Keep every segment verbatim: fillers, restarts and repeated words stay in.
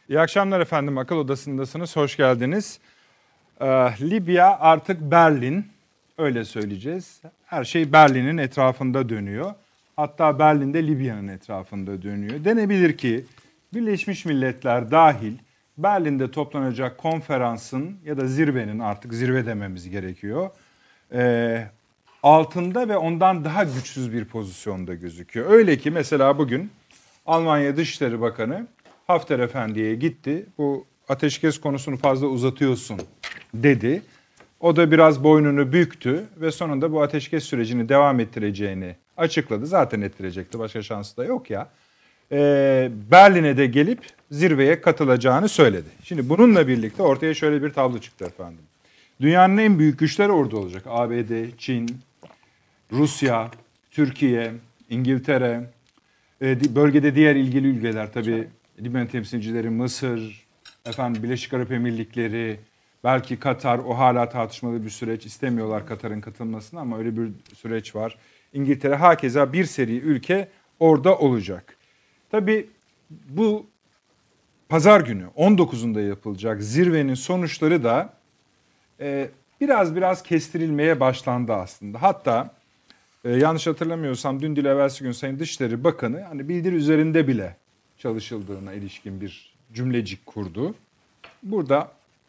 İyi akşamlar efendim. Akıl Odası'ndasınız. Hoş geldiniz. Ee, Libya artık Berlin. Öyle söyleyeceğiz. Her şey Berlin'in etrafında dönüyor. Hatta Berlin'de Libya'nın etrafında dönüyor. Denebilir ki Birleşmiş Milletler dahil Berlin'de toplanacak konferansın ya da zirvenin, artık zirve dememiz gerekiyor, Ee, altında ve ondan daha güçsüz bir pozisyonda gözüküyor. Öyle ki mesela bugün Almanya Dışişleri Bakanı Hafter Efendi'ye gitti. Bu ateşkes konusunu fazla uzatıyorsun dedi. O da biraz boynunu büktü ve sonunda bu ateşkes sürecini devam ettireceğini açıkladı. Zaten ettirecekti, başka şansı da yok ya. Ee, Berlin'e de gelip zirveye katılacağını söyledi. Şimdi bununla birlikte ortaya şöyle bir tablo çıktı efendim. Dünyanın en büyük güçleri orada olacak. A B D, Çin, Rusya, Türkiye, İngiltere, bölgede diğer ilgili ülkeler tabii, Libya temsilcileri, Mısır, efendim Birleşik Arap Emirlikleri, belki Katar. O hala tartışmalı bir süreç, istemiyorlar Katar'ın katılmasını ama öyle bir süreç var. İngiltere, hakeza bir seri ülke orada olacak. Tabii bu pazar günü on dokuzunda yapılacak zirvenin sonuçları da e, biraz biraz kestirilmeye başlandı aslında. Hatta e, yanlış hatırlamıyorsam dün değil evvelsi gün Sayın Dışişleri Bakanı hani bildiri üzerinde bile çalışıldığına ilişkin bir cümlecik kurdu. Burada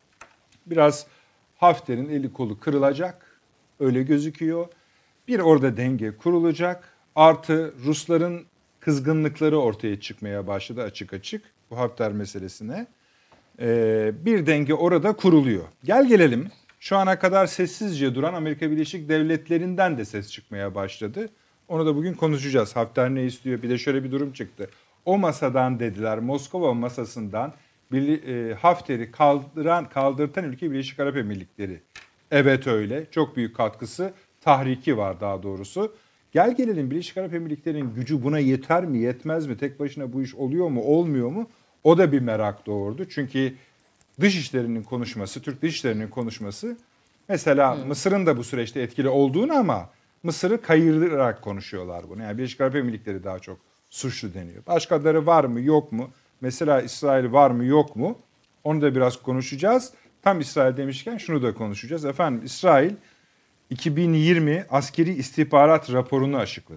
biraz Hafter'in eli kolu kırılacak, öyle gözüküyor. Bir orada denge kurulacak. Artı Rusların kızgınlıkları ortaya çıkmaya başladı açık açık bu Hafter meselesine. Ee, bir denge orada kuruluyor. Gel gelelim, şu ana kadar sessizce duran Amerika Birleşik Devletleri'nden de ses çıkmaya başladı. Onu da bugün konuşacağız. Hafter ne istiyor? Bir de şöyle bir durum çıktı. O masadan dediler, Moskova masasından Hafter'i kaldıran, kaldırtan ülke Birleşik Arap Emirlikleri. Evet öyle. Çok büyük katkısı, tahriki var daha doğrusu. Gel gelelim, Birleşik Arap Emirlikleri'nin gücü buna yeter mi, yetmez mi? Tek başına bu iş oluyor mu, olmuyor mu? O da bir merak doğurdu. Çünkü Dışişleri'nin konuşması, Türk Dışişleri'nin konuşması, mesela hmm. Mısır'ın da bu süreçte etkili olduğunu ama Mısır'ı kayırarak konuşuyorlar bunu. Yani Birleşik Arap Emirlikleri daha çok suçlu deniyor. Başkaları var mı, yok mu? Mesela İsrail var mı, yok mu? Onu da biraz konuşacağız. Tam İsrail demişken şunu da konuşacağız. Efendim, İsrail iki bin yirmi askeri istihbarat raporunu açıkladı.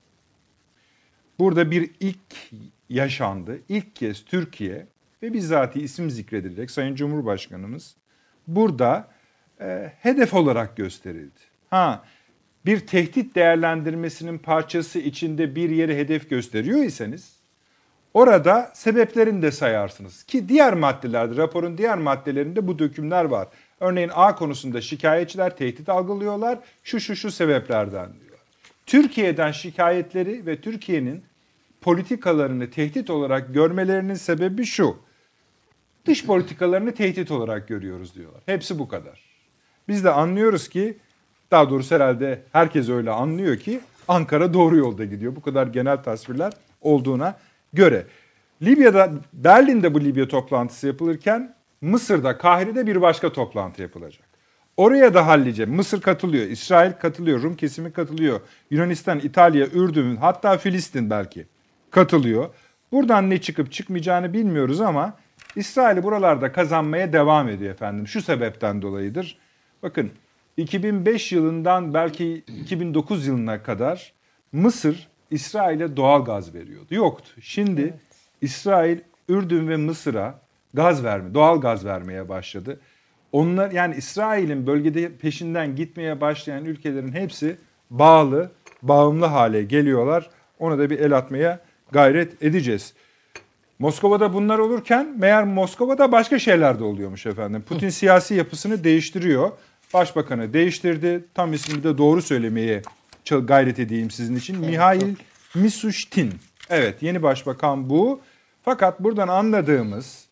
Burada bir ilk yaşandı. İlk kez Türkiye ve bizzati isim zikredilerek Sayın Cumhurbaşkanımız burada e, hedef olarak gösterildi. Ha, bir tehdit değerlendirmesinin parçası içinde bir yeri hedef gösteriyor iseniz orada sebeplerini de sayarsınız. Ki diğer maddelerde, raporun diğer maddelerinde bu dökümler var. Örneğin A konusunda şikayetçiler tehdit algılıyorlar. Şu şu şu sebeplerden diyor. Türkiye'den şikayetleri ve Türkiye'nin politikalarını tehdit olarak görmelerinin sebebi şu. Dış politikalarını tehdit olarak görüyoruz diyorlar. Hepsi bu kadar. Biz de anlıyoruz ki, daha doğrusu herhalde herkes öyle anlıyor ki Ankara doğru yolda gidiyor. Bu kadar genel tasvirler olduğuna göre. Libya'da, Berlin'de bu Libya toplantısı yapılırken Mısır'da, Kahire'de bir başka toplantı yapılacak. Oraya da hallice Mısır katılıyor, İsrail katılıyor, Rum kesimi katılıyor, Yunanistan, İtalya, Ürdün, hatta Filistin belki katılıyor. Buradan ne çıkıp çıkmayacağını bilmiyoruz ama İsrail buralarda kazanmaya devam ediyor efendim. Şu sebepten dolayıdır. Bakın, iki bin beş yılından belki iki bin dokuz yılına kadar Mısır İsrail'e doğal gaz veriyordu. Yoktu. Şimdi evet. İsrail, Ürdün ve Mısır'a gaz verme, doğal gaz vermeye başladı. Onlar, yani İsrail'in bölgede peşinden gitmeye başlayan ülkelerin hepsi bağlı, bağımlı hale geliyorlar. Ona da bir el atmaya gayret edeceğiz. Moskova'da bunlar olurken meğer Moskova'da başka şeyler de oluyormuş efendim. Putin siyasi yapısını değiştiriyor. Başbakanı değiştirdi. Tam ismini de doğru söylemeye gayret edeyim sizin için. Evet, Mihail Mishustin. Evet, yeni başbakan bu. Fakat buradan anladığımız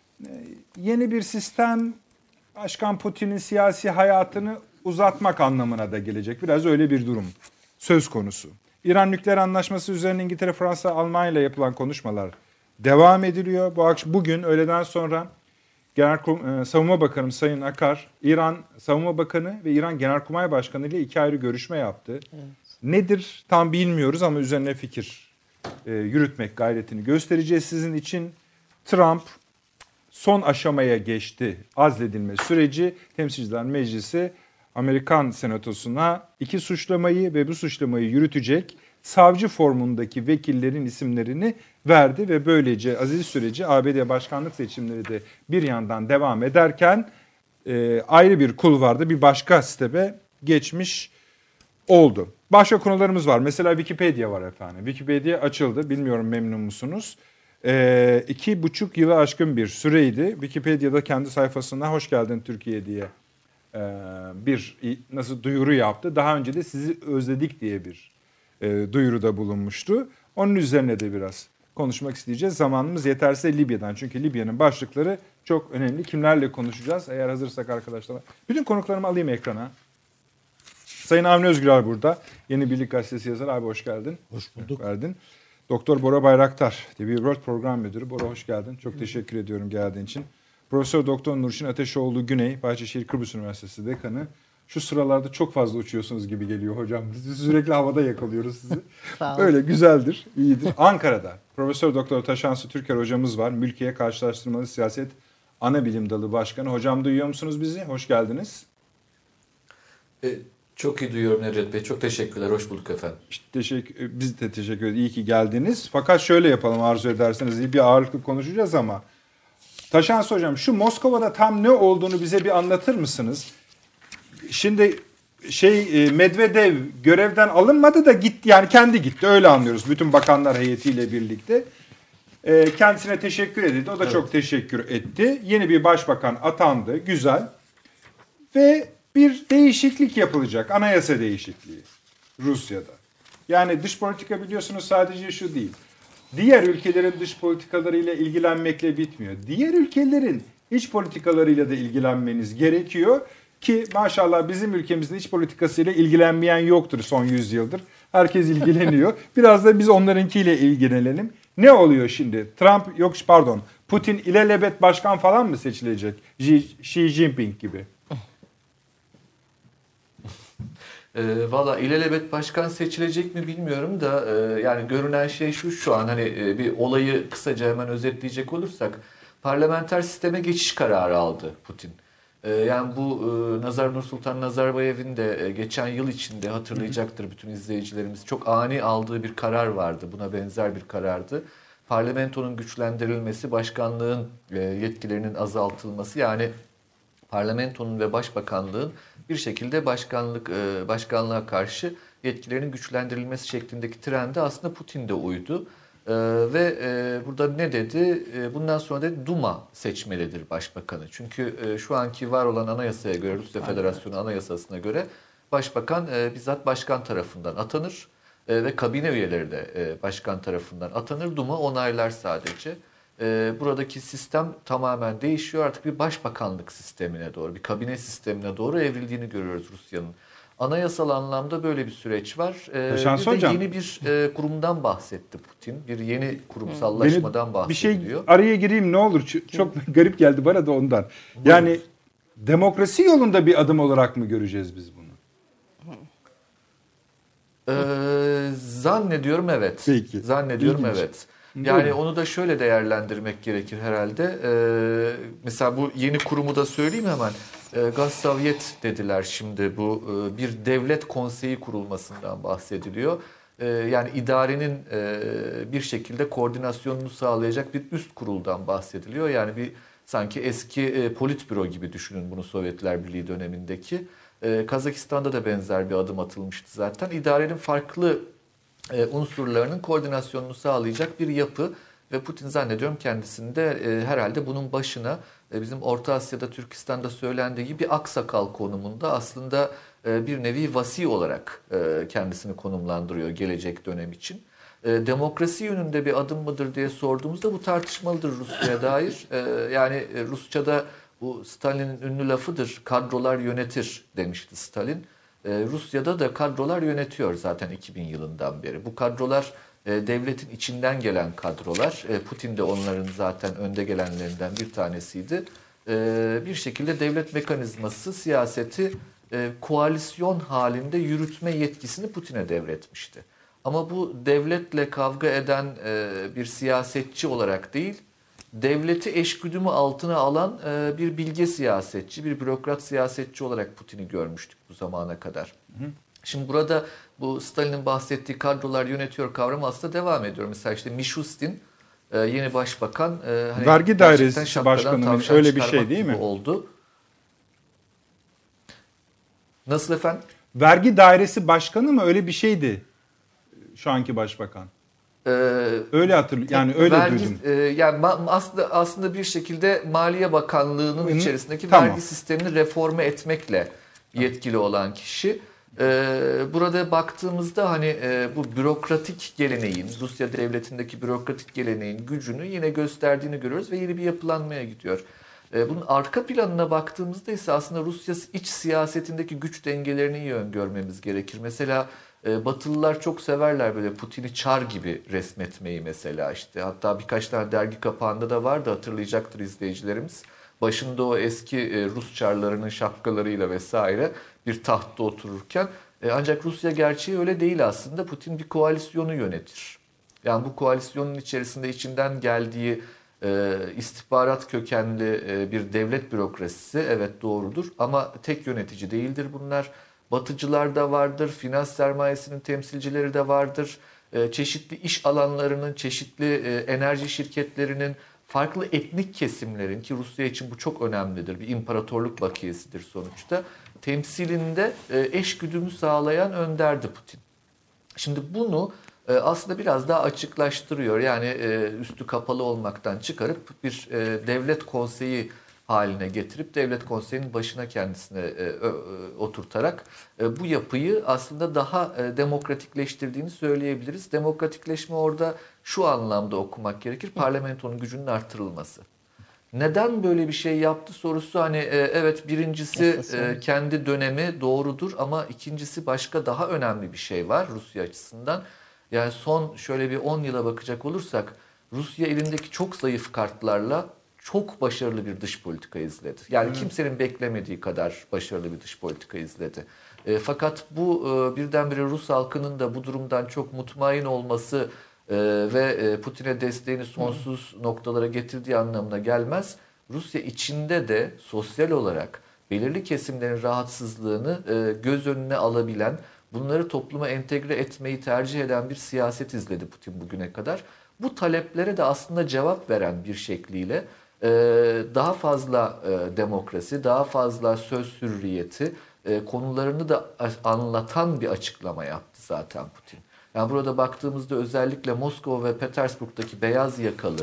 yeni bir sistem Başkan Putin'in siyasi hayatını uzatmak anlamına da gelecek. Biraz öyle bir durum söz konusu. İran nükleer anlaşması üzerine İngiltere, Fransa, Almanya ile yapılan konuşmalar devam ediliyor. Bu akşam, bugün öğleden sonra Genel Savunma Bakanı Sayın Akar, İran Savunma Bakanı ve İran Genelkurmay Başkanı ile iki ayrı görüşme yaptı. Evet. Nedir tam bilmiyoruz ama üzerine fikir e, yürütmek gayretini göstereceğiz sizin için. Trump son aşamaya geçti azledilme süreci. Temsilciler Meclisi Amerikan Senatosu'na iki suçlamayı ve bu suçlamayı yürütecek savcı formundaki vekillerin isimlerini verdi ve böylece azil süreci A B D başkanlık seçimleri de bir yandan devam ederken e, ayrı bir kulvarda bir başka sisteme geçmiş oldu. Başka konularımız var. Mesela Wikipedia var efendim. Wikipedia açıldı. Bilmiyorum memnun musunuz? E, iki buçuk yılı aşkın bir süreydi. Wikipedia'da kendi sayfasına hoş geldin Türkiye diye e, bir nasıl duyuru yaptı. Daha önce de sizi özledik diye bir e, duyuruda bulunmuştu. Onun üzerine de biraz konuşmak isteyeceğiz. Zamanımız yeterse Libya'dan. Çünkü Libya'nın başlıkları çok önemli. Kimlerle konuşacağız? Eğer hazırsak arkadaşlar. Bütün konuklarımı alayım ekrana. Sayın Avni Özgürel burada. Yeni Birlik Gazetesi yazarı. Abi hoş geldin. Hoş bulduk. Verdin. Doktor Bora Bayraktar, T V World Program Müdürü. Bora hoş geldin. Çok teşekkür ediyorum geldiğin için. Profesör Doktor Nurşin Ateşoğlu Güney, Bahçeşehir Kıbrıs Üniversitesi Dekanı. Şu sıralarda çok fazla uçuyorsunuz gibi geliyor hocam. Biz sürekli havada yakalıyoruz sizi. Öyle güzeldir, iyidir. Ankara'da Profesör Doktor Taşansı Türker hocamız var. Mülkiye Karşılaştırmalı Siyaset Anabilim Dalı Başkanı. Hocam duyuyor musunuz bizi? Hoş geldiniz. Evet. Çok iyi duyuyorum Nedret Bey. Çok teşekkürler. Hoş bulduk efendim. İşte teşekkür, biz de teşekkür ederiz. İyi ki geldiniz. Fakat şöyle yapalım arzu ederseniz. İyi bir ağırlıklı konuşacağız ama. Taşansı hocam şu Moskova'da tam ne olduğunu bize bir anlatır mısınız? Şimdi şey Medvedev görevden alınmadı da gitti. Yani kendi gitti. Öyle anlıyoruz. Bütün bakanlar heyetiyle birlikte. Kendisine teşekkür edildi. O da evet. Çok teşekkür etti. Yeni bir başbakan atandı. Güzel. Ve bir değişiklik yapılacak. Anayasa değişikliği Rusya'da. Yani dış politika biliyorsunuz sadece şu değil. Diğer ülkelerin dış politikalarıyla ilgilenmekle bitmiyor. Diğer ülkelerin iç politikalarıyla da ilgilenmeniz gerekiyor. Ki maşallah bizim ülkemizde iç politikasıyla ilgilenmeyen yoktur son yüz yıldır. Herkes ilgileniyor. Biraz da biz onlarınkiyle ilgilenelim. Ne oluyor şimdi? Trump yok pardon Putin ilelebet başkan falan mı seçilecek? Xi Jinping gibi. E, Valla ilelebet başkan seçilecek mi bilmiyorum da e, yani görünen şey şu şu an hani e, bir olayı kısaca hemen özetleyecek olursak parlamenter sisteme geçiş kararı aldı Putin. E, yani bu e, Nazar Nursultan Nazarbayev'in de e, geçen yıl içinde hatırlayacaktır bütün izleyicilerimiz çok ani aldığı bir karar vardı. Buna benzer bir karardı. Parlamentonun güçlendirilmesi, başkanlığın e, yetkilerinin azaltılması yani parlamentonun ve başbakanlığın bir şekilde başkanlık başkanlığa karşı yetkilerinin güçlendirilmesi şeklindeki trende aslında Putin de uydu. Ve burada ne dedi? Bundan sonra da Duma seçmelidir başbakanı. Çünkü şu anki var olan anayasaya göre, Rusya Federasyonu anayasasına göre başbakan bizzat başkan tarafından atanır. Ve kabine üyeleri de başkan tarafından atanır. Duma onaylar sadece. Buradaki sistem tamamen değişiyor. Artık bir başbakanlık sistemine doğru, bir kabine sistemine doğru evrildiğini görüyoruz Rusya'nın. Anayasal anlamda böyle bir süreç var. Bir de hocam. yeni bir kurumdan bahsetti Putin. Bir yeni kurumsallaşmadan bahsediyor. Bir şey araya gireyim ne olur. Çok garip geldi bana da ondan. Yani Buyurun. Demokrasi yolunda bir adım olarak mı göreceğiz biz bunu? Ee, zannediyorum evet. Peki. Zannediyorum İlginç. evet. Yani Buyurun. Onu da şöyle değerlendirmek gerekir herhalde. Ee, mesela bu yeni kurumu da söyleyeyim hemen. Ee, Gazsavjet dediler şimdi bu e, bir devlet konseyi kurulmasından bahsediliyor. Ee, yani idarenin e, bir şekilde koordinasyonunu sağlayacak bir üst kuruldan bahsediliyor. Yani bir sanki eski e, politbüro gibi düşünün bunu Sovyetler Birliği dönemindeki. Ee, Kazakistan'da da benzer bir adım atılmıştı zaten. İdarenin farklı e, unsurlarının koordinasyonunu sağlayacak bir yapı ve Putin zannediyorum kendisinde e, herhalde bunun başına e, bizim Orta Asya'da, Türkistan'da söylendiği gibi bir aksakal konumunda aslında e, bir nevi vasi olarak e, kendisini konumlandırıyor gelecek dönem için. E, demokrasi yönünde bir adım mıdır diye sorduğumuzda bu tartışmalıdır Rusya'ya dair. E, yani e, Rusça'da bu Stalin'in ünlü lafıdır, kadrolar yönetir demişti Stalin. Ee, Rusya'da da kadrolar yönetiyor zaten iki bin yılından beri. Bu kadrolar e, devletin içinden gelen kadrolar. E, Putin de onların zaten önde gelenlerinden bir tanesiydi. E, bir şekilde devlet mekanizması siyaseti e, koalisyon halinde yürütme yetkisini Putin'e devretmişti. Ama bu devletle kavga eden e, bir siyasetçi olarak değil, devleti eşgüdümü altına alan e, bir bilge siyasetçi, bir bürokrat siyasetçi olarak Putin'i görmüştük bu zamana kadar. Hı hı. Şimdi burada bu Stalin'in bahsettiği kadrolar yönetiyor kavramı aslında devam ediyor. Mesela işte Mishustin e, yeni başbakan. E, hani Vergi dairesi başkanı öyle bir şey değil mi? Oldu. Nasıl efendim? Vergi dairesi başkanı mı öyle bir şeydi şu anki başbakan? Ee, öyle hatırlıyorum. Yani öyle vergi, duydum. E, yani aslında aslında bir şekilde Maliye Bakanlığı'nın Hı, içerisindeki tamam. vergi sistemini reforme etmekle yetkili olan kişi. Ee, burada baktığımızda hani e, bu bürokratik geleneğin, Rusya devletindeki bürokratik geleneğin gücünü yine gösterdiğini görüyoruz ve yeni bir yapılanmaya gidiyor. Ee, bunun arka planına baktığımızda ise aslında Rusya iç siyasetindeki güç dengelerini iyi öngörmemiz gerekir. Mesela e, Batılılar çok severler böyle Putin'i çar gibi resmetmeyi mesela işte. Hatta birkaç tane dergi kapağında da vardı, hatırlayacaktır izleyicilerimiz. Başında o eski e, Rus çarlarının şapkalarıyla vesaire bir tahtta otururken. E, ancak Rusya gerçeği öyle değil aslında. Putin bir koalisyonu yönetir. Yani bu koalisyonun içerisinde içinden geldiği e, istihbarat kökenli e, bir devlet bürokrasisi, evet doğrudur. Ama tek yönetici değildir bunlar. Batıcılar da vardır, finans sermayesinin temsilcileri de vardır. E, çeşitli iş alanlarının, çeşitli e, enerji şirketlerinin, farklı etnik kesimlerin, ki Rusya için bu çok önemlidir, bir imparatorluk bakiyesidir sonuçta, temsilinde eşgüdümü sağlayan önderdi Putin. Şimdi bunu aslında biraz daha açıklaştırıyor. Yani üstü kapalı olmaktan çıkarıp bir devlet konseyi haline getirip devlet konseyinin başına kendisine oturtarak bu yapıyı aslında daha demokratikleştirdiğini söyleyebiliriz. Demokratikleşme orada şu anlamda okumak gerekir: parlamentonun gücünün artırılması. Neden böyle bir şey yaptı sorusu, hani evet, birincisi kendi dönemi doğrudur ama ikincisi başka daha önemli bir şey var Rusya açısından. Yani son şöyle bir on yıla bakacak olursak Rusya elindeki çok zayıf kartlarla çok başarılı bir dış politika izledi. Yani evet, kimsenin beklemediği kadar başarılı bir dış politika izledi. E, fakat bu e, birdenbire Rus halkının da bu durumdan çok mutmain olması e, ve Putin'e desteğini sonsuz Hı. noktalara getirdiği anlamına gelmez. Rusya içinde de sosyal olarak belirli kesimlerin rahatsızlığını e, göz önüne alabilen, bunları topluma entegre etmeyi tercih eden bir siyaset izledi Putin bugüne kadar. Bu taleplere de aslında cevap veren bir şekliyle daha fazla demokrasi, daha fazla söz hürriyeti konularını da anlatan bir açıklama yaptı zaten Putin. Yani burada baktığımızda özellikle Moskova ve Petersburg'daki beyaz yakalı,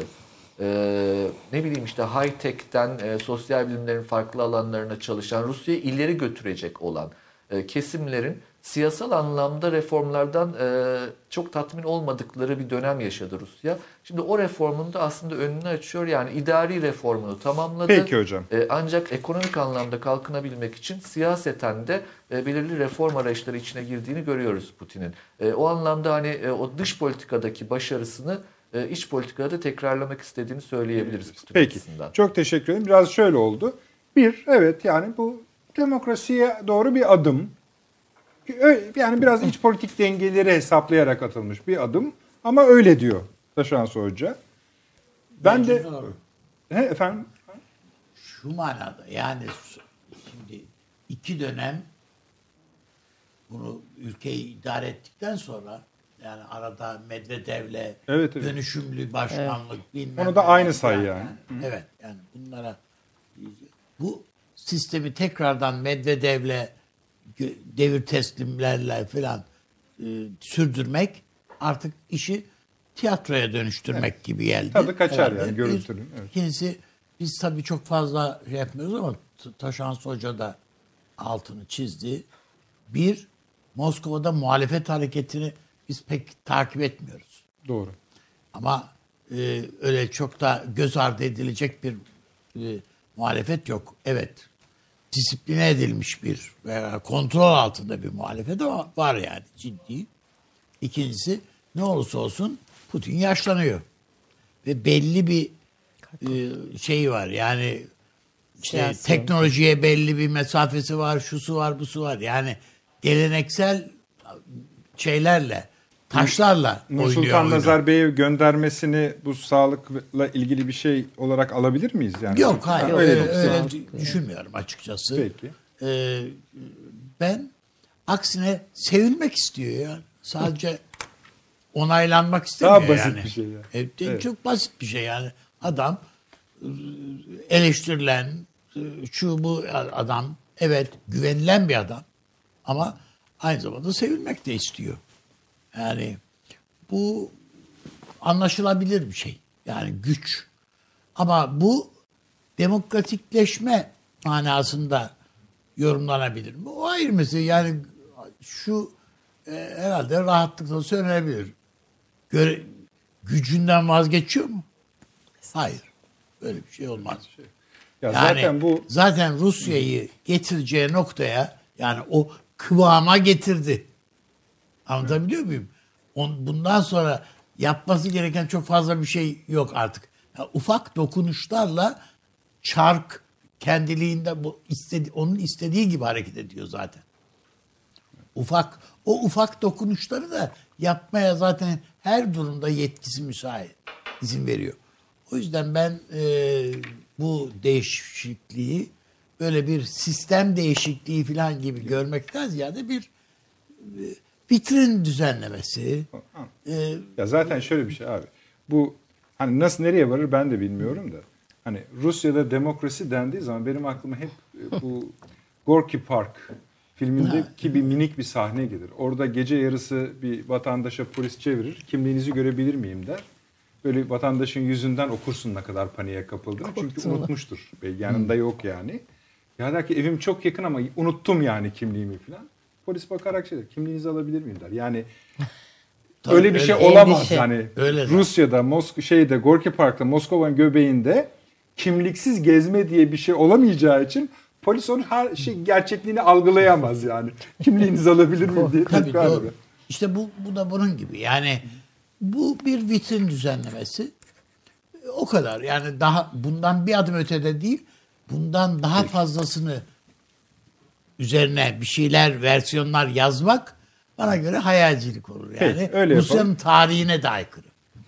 ne bileyim işte high-tech'ten sosyal bilimlerin farklı alanlarına çalışan, Rusya'yı ileri götürecek olan kesimlerin siyasal anlamda reformlardan e, çok tatmin olmadıkları bir dönem yaşadı Rusya. Şimdi o reformun da aslında önünü açıyor. Yani idari reformunu tamamladı. Peki hocam. E, ancak ekonomik anlamda kalkınabilmek için siyaseten de e, belirli reform arayışları içine girdiğini görüyoruz Putin'in. E, o anlamda hani e, o dış politikadaki başarısını e, iç politikada da tekrarlamak istediğini söyleyebiliriz Putin Peki. açısından. Çok teşekkür ederim. Biraz şöyle oldu. Bir, evet, yani bu demokrasiye doğru bir adım. Yani biraz iç politik dengeleri hesaplayarak atılmış bir adım. Ama öyle diyor Taşansı Hoca. Ben Bence de... Doğru. He, efendim? Şu manada, yani şimdi iki dönem bunu ülkeyi idare ettikten sonra, yani arada Medvedev'le evet, evet. dönüşümlü başkanlık evet. bilmem onu da aynı sayı yani. yani. Evet, yani bunlara bu sistemi tekrardan Medvedev'le devir teslimlerle falan e, sürdürmek artık işi tiyatroya dönüştürmek evet. gibi geldi. Tabii kaçar herhalde. Yani görüntülü. Evet. İkincisi, biz tabii çok fazla şey yapmıyoruz ama Taşansı Hoca da altını çizdi. Bir, Moskova'da muhalefet hareketini biz pek takip etmiyoruz. Doğru. Ama e, öyle çok da göz ardı edilecek bir e, muhalefet yok. Evet. Disipline edilmiş bir veya kontrol altında bir muhalefet var yani, ciddi. İkincisi, ne olursa olsun Putin yaşlanıyor. Ve belli bir e, şey var yani, işte Siyasi. teknolojiye belli bir mesafesi var, şusu var, busu var. Yani geleneksel şeylerle, taşlarla oynuyor Nursultan oyunu. Nazarbayev göndermesini bu sağlıkla ilgili bir şey olarak alabilir miyiz yani? Yok hayır Ha, öyle, öyle öyle, değil. düşünmüyorum açıkçası. Peki. Ee, ben aksine sevilmek istiyor yani. Sadece onaylanmak istemiyor Daha basit yani. bir şey ya. Evet, Evet. Çok basit bir şey yani. Adam e, eleştirilen e, şu bu adam evet güvenilen bir adam ama aynı zamanda sevilmek de istiyor. Yani bu anlaşılabilir bir şey. Yani güç. Ama bu demokratikleşme manasında yorumlanabilir mi? O ayrı mesele. Yani şu e, herhalde rahatlıkla söylenebilir. Göre, gücünden vazgeçiyor mu? Hayır. Böyle bir şey olmaz. Ya Yani zaten bu zaten Rusya'yı getireceği noktaya yani o kıvama getirdi. Anlatabiliyor muyum? On, bundan sonra yapması gereken çok fazla bir şey yok artık. Yani ufak dokunuşlarla çark kendiliğinde bu istedi, onun istediği gibi hareket ediyor zaten. Ufak o ufak dokunuşları da yapmaya zaten her durumda yetkisi müsait, izin veriyor. O yüzden ben e, bu değişikliği böyle bir sistem değişikliği falan gibi görmekten ziyade bir e, vitrin düzenlemesi. E, ya zaten şöyle bir şey abi. Bu hani nasıl nereye varır ben de bilmiyorum da. Hani Rusya'da demokrasi dendiği zaman benim aklıma hep e, bu Gorki Park filmindeki bir minik bir sahne gelir. Orada gece yarısı bir vatandaşa polis çevirir. Kimliğinizi görebilir miyim der. Böyle vatandaşın yüzünden okursun ne kadar paniğe kapıldığını. Çünkü unutmuştur. Yanında yok yani. Ya der ki evim çok yakın ama unuttum yani kimliğimi falan. Polis bakarak şey der. Kimliğinizi alabilir miyim der. Yani Tabii öyle bir öyle. şey olamaz Endişe. yani. Öyle Rusya'da, Mosk şeyde, Gorki Park'ta, Moskova'nın göbeğinde kimliksiz gezme diye bir şey olamayacağı için polis onun her şey gerçekliğini algılayamaz yani. Kimliğinizi alabilir miyim diye Tabii tekrar doğru. eder. İşte bu, bu da bunun gibi. Yani bu bir vitrin düzenlemesi. O kadar. Yani daha bundan bir adım ötede değil. Bundan daha fazlasını üzerine bir şeyler, versiyonlar yazmak bana göre hayalcilik olur. Yani Peki, öyle Rusya'nın yapalım. tarihine de aykırı.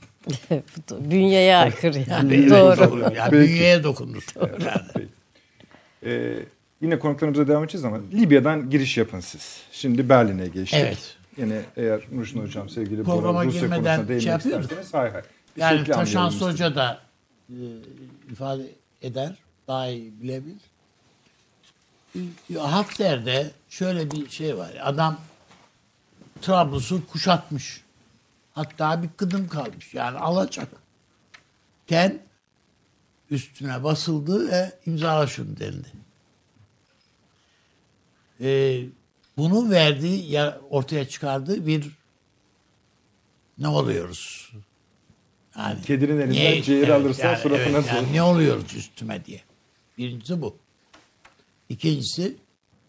Bünyeye aykırı yani. Evet, Doğru. Yani Peki. bünyeye dokunur. Yani. Peki. Ee, yine konuklarımıza devam edeceğiz ama Libya'dan giriş yapın siz. Şimdi Berlin'e geçtik. Evet. Yine eğer Nurşin Hocam sevgili Programa Bora Rusya girmeden konusuna değinmek şey yapıyor musun? isterseniz hay hay. Bir Yani şekli Taşan anlayalım istedim. Hoca da e, ifade eder. Daha iyi bilebilir. E, Hafter'de şöyle bir şey var. Adam Trablus'u kuşatmış. Hatta bir kıdım kalmış. Yani alacak. Ken üstüne basıldı ve imzala şunu dendi. E, bunun verdiği ya ortaya çıkardığı bir ne oluyoruz? Yani Kedinin elinden niye- ciğeri evet, alırsan yani, suratına evet, yani sor. ne oluyoruz üstüme diye. Birincisi bu. İkincisi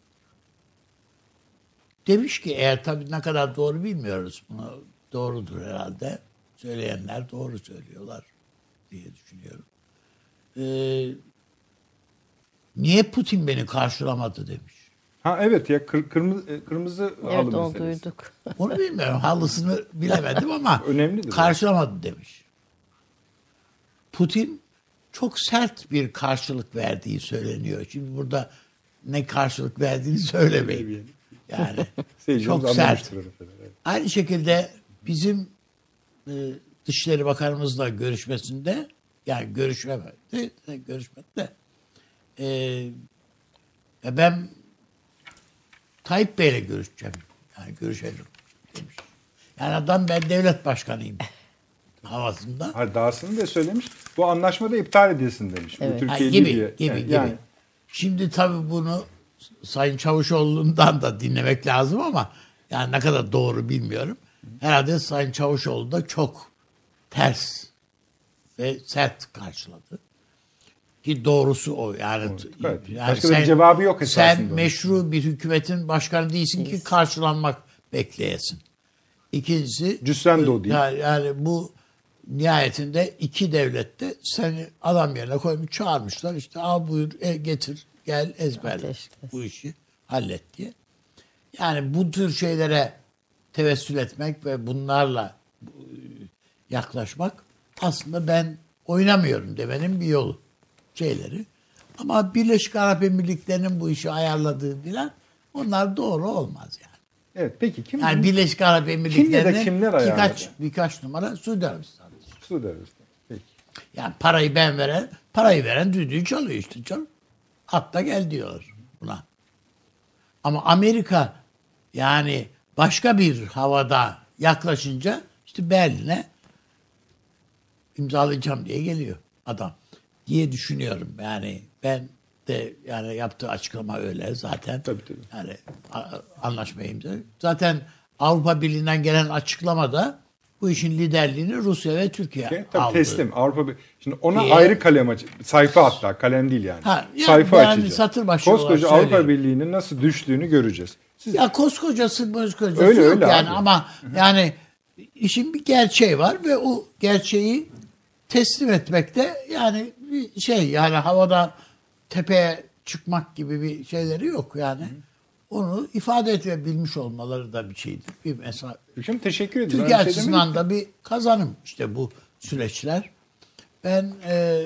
demiş ki eğer tabii ne kadar doğru bilmiyoruz. Bunu doğrudur herhalde. Söyleyenler doğru söylüyorlar diye düşünüyorum. Ee, niye Putin beni karşılamadı demiş. Ha evet ya kır, kırmızı, e, kırmızı Evet halı onu meselesi. duyduk. Onu bilmiyorum. Halısını bilemedim ama Önemlidir. karşılamadı demiş. Putin çok sert bir karşılık verdiği söyleniyor. Şimdi burada ne karşılık verdiğini söylemeyin. Yani Seyircimiz çok sert. anlamıştır efendim, evet. Aynı şekilde bizim e, Dışişleri Bakanımızla görüşmesinde yani görüşmemedi, görüşmedi de e, ya ben Tayyip Bey'le görüşeceğim. Yani görüşelim demiş. Yani adam ben devlet başkanıyım havasında. Hayır, dahasını da söylemiş. Bu anlaşma da iptal edilsin demiş. Bu Evet. Türkiye Ha, gibi, Libya. gibi, yani, gibi. yani Şimdi tabii bunu Sayın Çavuşoğlu'ndan da dinlemek lazım ama yani ne kadar doğru bilmiyorum. Herhalde Sayın Çavuşoğlu da çok ters ve sert karşıladı. Ki doğrusu o. Yani, evet. yani Başka da bir cevabı yok esasında. Sen meşru bir hükümetin başkanı değilsin ki karşılanmak bekleyesin. İkincisi Cüssen de o değil. Yani, yani bu nihayetinde iki devlette seni adam yerine koymuş çağırmışlar. İşte al buyur e, getir gel ezberle Ateşkes. bu işi hallet diye. Yani bu tür şeylere tevessül etmek ve bunlarla yaklaşmak aslında ben oynamıyorum demenin bir yolu şeyleri. Ama Birleşik Arap Emirlikleri'nin bu işi ayarladığı filan onlar doğru olmaz yani. Evet, peki kim? Yani Birleşik Arap Kim ya da Emirlikleri'nin kimler ayarladı? birkaç, birkaç numara Suudi Arabistan. Suudi Arabistan. Peki. Yani parayı ben veren, parayı veren düdüğü çalıyor işte canım. Atla gel diyorlar buna. Ama Amerika yani başka bir havada yaklaşınca işte Berlin'e imzalayacağım diye geliyor adam diye düşünüyorum. Yani ben de yani yaptığı açıklama öyle zaten. Tabii, tabii. Yani a- anlaşmayı imzalıyor. Zaten Avrupa Birliği'nden gelen açıklamada bu işin liderliğini Rusya ve Türkiye Okay, tabii aldı. teslim. Avrupa Bir- Şimdi ona Diye- ayrı kalem aç. Sayfa hatta kalem değil yani. Ha, yani Sayfa yani açacağız. satır başı olarak Koskoca Avrupa söyleyeyim. Birliği'nin nasıl düştüğünü göreceğiz. Siz Ya koskocası koskocası Öyle, yok öyle yani abi. ama yani işin bir gerçeği var ve o gerçeği teslim etmekte yani bir şey yani havada tepeye çıkmak gibi bir şeyleri yok yani. Onu ifade edebilmiş olmaları da bir şeydir. Bir mesela Hocam teşekkür ederim. Türkiye Ben bir şey açısından da bir kazanım işte bu süreçler. Ben e,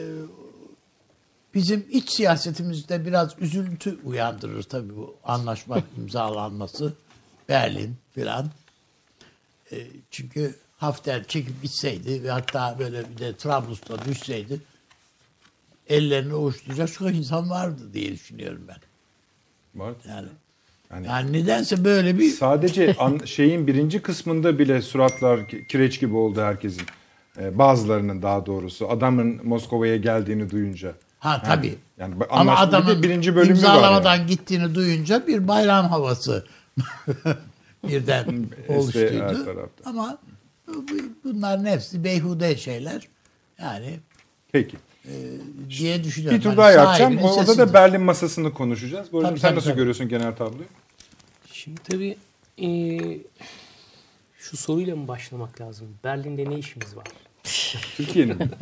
bizim iç siyasetimizde biraz üzüntü uyandırır tabii bu anlaşma imzalanması. Berlin filan. E, çünkü Hafter çekip gitseydi ve hatta böyle bir de Trablus'ta düşseydi ellerini ovuşturacak çok insan vardı diye düşünüyorum ben. Var. Yani, Yani- yani nedense böyle bir Sadece an, şeyin birinci kısmında bile suratlar ki- kireç gibi oldu herkesin. Ee, bazılarının daha doğrusu. Adamın Moskova'ya geldiğini duyunca. ha tabii. Yani bu Ama anlaşma bir de adamın birinci bölümü var imzalamadan yani. gittiğini duyunca bir bayram havası birden her oluştuydu. tarafta. Ama bu- bunların hepsi beyhude şeyler. Yani Peki. diye düşünüyorum. Bir tur Hani daha yapacağım. sahibinin Orada da sesidir. Berlin masasını konuşacağız. Buyurun, Tabii, sen tabii, nasıl tabii. görüyorsun genel tabloyu? Şimdi tabii eee, şu soruyla mı başlamak lazım? Berlin'de ne işimiz var? Türkiye'nin mi?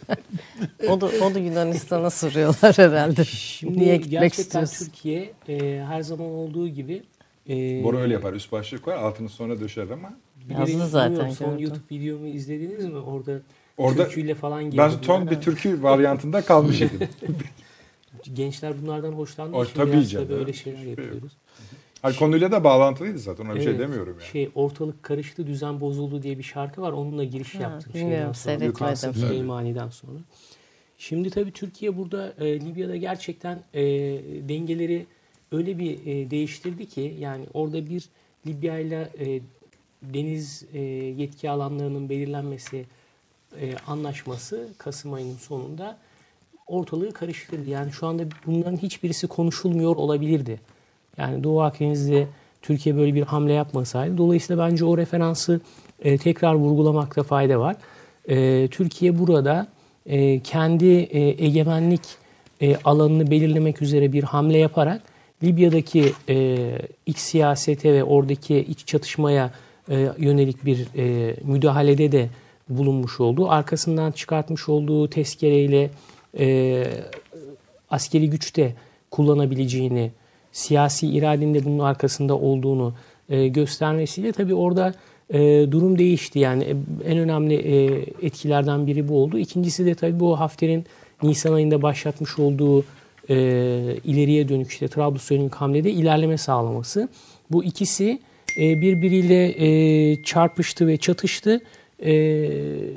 O da, o da Yunanistan'a soruyorlar herhalde. Şimdi Niye gitmek gerçekten istiyorsun? Türkiye eee, her zaman olduğu gibi eee Bora öyle yapar. Üst başlık var. Altını sonra döşer ama. bir Yazdı de zaten, bilmiyorum, son gördüm. YouTube videomu izlediniz mi? Orada, Orada türküyle falan girdi. ben bunlar. son bir türkü varyantında kalmış idim. Gençler bunlardan hoşlandı. O, Şimdi tabii biraz canım. da böyle şeyler yapıyoruz. Hayır, konuyla da bağlantılıydı zaten. Ona bir şey Evet, demiyorum yani. Şey, ortalık karıştı, düzen bozuldu diye bir şarkı var. Onunla giriş Ha, yaptım. bilmiyorum, şeyden sonra, seyretmedim. Kasım Süleymani'den sonra. Şimdi tabii Türkiye burada e, Libya'da gerçekten e, dengeleri öyle bir e, değiştirdi ki yani orada bir Libya ile e, deniz e, yetki alanlarının belirlenmesi e, anlaşması Kasım ayının sonunda ortalığı karıştırdı. Yani şu anda bunların hiçbirisi konuşulmuyor olabilirdi. Yani Doğu Akdeniz'de Türkiye böyle bir hamle yapmasaydı. Dolayısıyla bence o referansı e, tekrar vurgulamakta fayda var. E, Türkiye burada e, kendi e, egemenlik e, alanını belirlemek üzere bir hamle yaparak Libya'daki e, iç siyasete ve oradaki iç çatışmaya e, yönelik bir e, müdahalede de bulunmuş oldu. Arkasından çıkartmış olduğu tezkereyle e, askeri güçte kullanabileceğini, siyasi iradenin de bunun arkasında olduğunu e, göstermesiyle tabii orada e, durum değişti. Yani e, en önemli e, etkilerden biri bu oldu. İkincisi de tabii bu Hafter'in Nisan ayında başlatmış olduğu e, ileriye dönük işte Trablus yönelik hamlede ilerleme sağlaması. Bu ikisi e, birbiriyle e, çarpıştı ve çatıştı. E,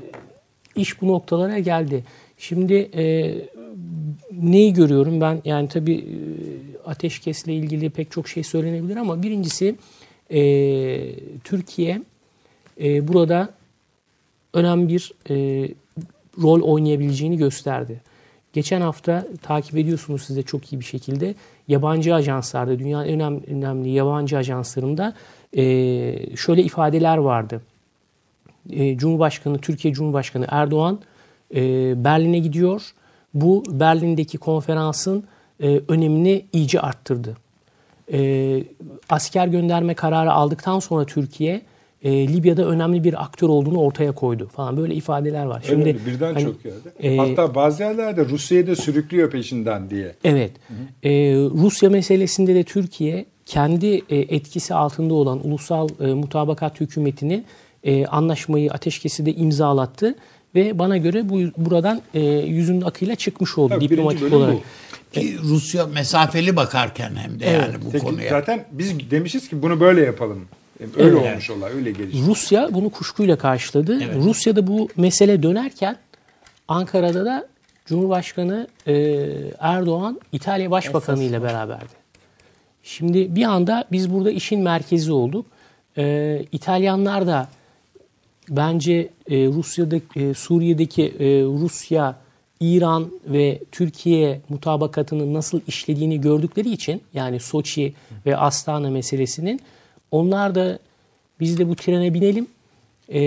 iş bu noktalara geldi. Şimdi e, neyi görüyorum ben? Yani tabii e, ateşkesle ilgili pek çok şey söylenebilir ama birincisi e, Türkiye e, burada önemli bir e, rol oynayabileceğini gösterdi. Geçen hafta takip ediyorsunuz siz de çok iyi bir şekilde yabancı ajanslarda, dünyanın en önemli, önemli yabancı ajanslarında e, şöyle ifadeler vardı. E, Cumhurbaşkanı, Türkiye Cumhurbaşkanı Erdoğan e, Berlin'e gidiyor. Bu Berlin'deki konferansın e, önemini iyice arttırdı. E, asker gönderme kararı aldıktan sonra Türkiye e, Libya'da önemli bir aktör olduğunu ortaya koydu falan böyle ifadeler var. Öyle Şimdi mi? Birden hani, çok yerde. e, Hatta bazı yerlerde Rusya'yı da sürüklüyor peşinden diye. Evet. E, Rusya meselesinde de Türkiye kendi e, etkisi altında olan ulusal e, mutabakat hükümetini e, anlaşmayı, ateşkesi de imzalattı ve bana göre bu buradan e, yüzünün akıyla çıkmış oldu Tabii, diplomatik birinci bölüm olarak. bu. Ki Rusya mesafeli bakarken hem de yani bu Tek- konuya. Zaten biz demişiz ki bunu böyle yapalım. Öyle Evet. olmuş olay, öyle gelişti. Rusya bunu kuşkuyla karşıladı. Evet. Rusya'da bu mesele dönerken Ankara'da da Cumhurbaşkanı e, Erdoğan İtalya Başbakanı ile beraberdi. Şimdi bir anda biz burada işin merkezi olduk. E, İtalyanlar da bence e, Rusya'daki, e, Suriye'deki e, Rusya, İran ve Türkiye mutabakatının nasıl işlediğini gördükleri için, yani Soçi ve Astana meselesinin, onlar da biz de bu trene binelim, e,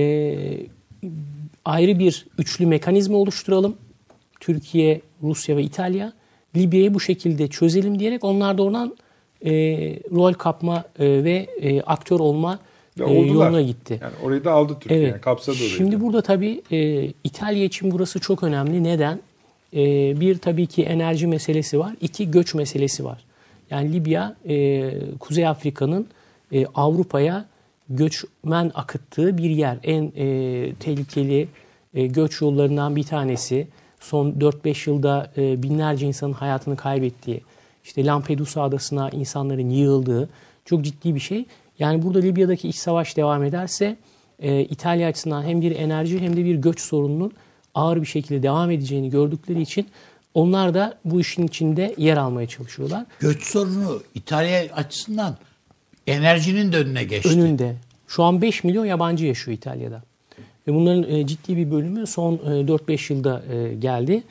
ayrı bir üçlü mekanizma oluşturalım. Türkiye, Rusya ve İtalya, Libya'yı bu şekilde çözelim diyerek onlar da oradan e, rol kapma e, ve e, aktör olma Ve e, oldular. yoluna gitti. Yani orayı da aldı Türkiye. Evet. Yani kapsadı orayı. Şimdi da. burada tabii e, İtalya için burası çok önemli. Neden? E, bir, tabii ki enerji meselesi var. İki, göç meselesi var. Yani Libya, e, Kuzey Afrika'nın e, Avrupa'ya göçmen akıttığı bir yer. En e, tehlikeli e, göç yollarından bir tanesi. Son dört beş yılda e, binlerce insanın hayatını kaybettiği, işte Lampedusa adasına insanların yığıldığı çok ciddi bir şey. Yani burada Libya'daki iç savaş devam ederse e, İtalya açısından hem bir enerji hem de bir göç sorununun ağır bir şekilde devam edeceğini gördükleri için onlar da bu işin içinde yer almaya çalışıyorlar. Göç sorunu İtalya açısından enerjinin de önüne geçti. Önünde. Şu an beş milyon yabancı yaşıyor İtalya'da. Ve bunların e, ciddi bir bölümü son e, dört beş yılda e, geldi.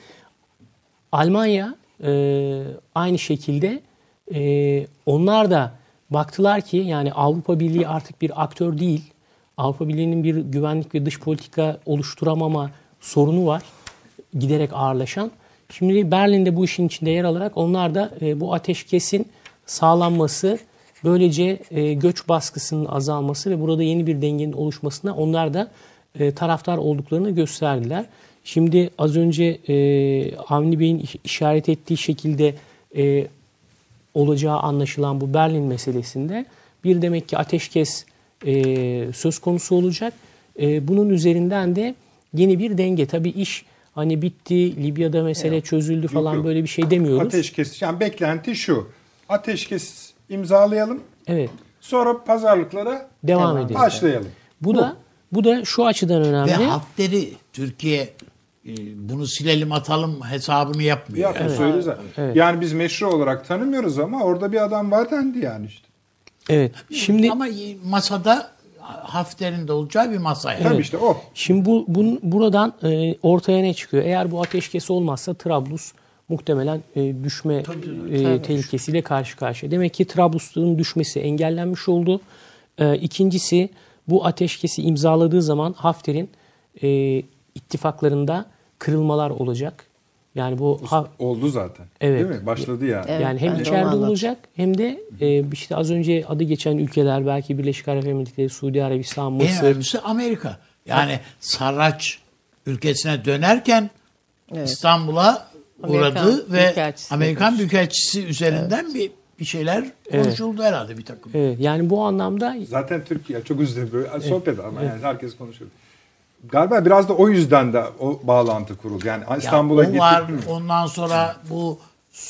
Almanya e, aynı şekilde e, onlar da baktılar ki yani Avrupa Birliği artık bir aktör değil. Avrupa Birliği'nin bir güvenlik ve dış politika oluşturamama sorunu var. Giderek ağırlaşan. Şimdi Berlin'de bu işin içinde yer alarak onlar da e, bu ateşkesin sağlanması, böylece e, göç baskısının azalması ve burada yeni bir dengenin oluşmasına onlar da e, taraftar olduklarını gösterdiler. Şimdi az önce e, Avni Bey'in işaret ettiği şekilde e, olacağı anlaşılan bu Berlin meselesinde bir demek ki ateşkes e, söz konusu olacak. E, bunun üzerinden de yeni bir denge. Tabii iş hani bitti, Libya'da mesele Yok. çözüldü falan yok. böyle bir şey demiyoruz. Ateşkes, yani beklenti şu. Ateşkes imzalayalım. Evet. Sonra pazarlıklara Devam edelim. başlayalım. Bu da bu da şu açıdan önemli. Ve Hafter'i Türkiye e, bunu silelim atalım hesabını yapmıyor. Ya, söyle zaten. Evet. Yani biz meşru olarak tanımıyoruz ama orada bir adam var dendi yani işte. Evet. Şimdi Ama masada Hafter'in de olacağı bir masa yani. Tabii işte o. Şimdi bu bunun, buradan e, ortaya ne çıkıyor? Eğer bu ateşkes olmazsa Trablus muhtemelen e, düşme e, tehlikesiyle karşı karşıya. Demek ki Trablus'un düşmesi engellenmiş oldu. E, ikincisi, bu ateşkesi imzaladığı zaman Hafter'in e, ittifaklarında kırılmalar olacak. Yani bu ha, Oldu zaten. Evet. Değil mi? Başladı yani. Evet. yani hem bence içeride onu anlat. olacak hem de e, işte az önce adı geçen ülkeler, belki Birleşik Arap Emirlikleri, Suudi Arabistan, En Mısır. önemlisi Amerika. Yani Sarraç ülkesine dönerken Evet. İstanbul'a Amerikan uğradı ve Büyükelçisi Amerikan Büyükelçisi üzerinden bir bir şeyler konuşuldu herhalde bir takım. Evet, yani bu anlamda Zaten Türkiye çok üzüldü böyle sohbet ama yani herkes konuşuyor. Galiba biraz da o yüzden de o bağlantı kuruldu. Yani Ya İstanbul'a o var. gittik. Ondan sonra bu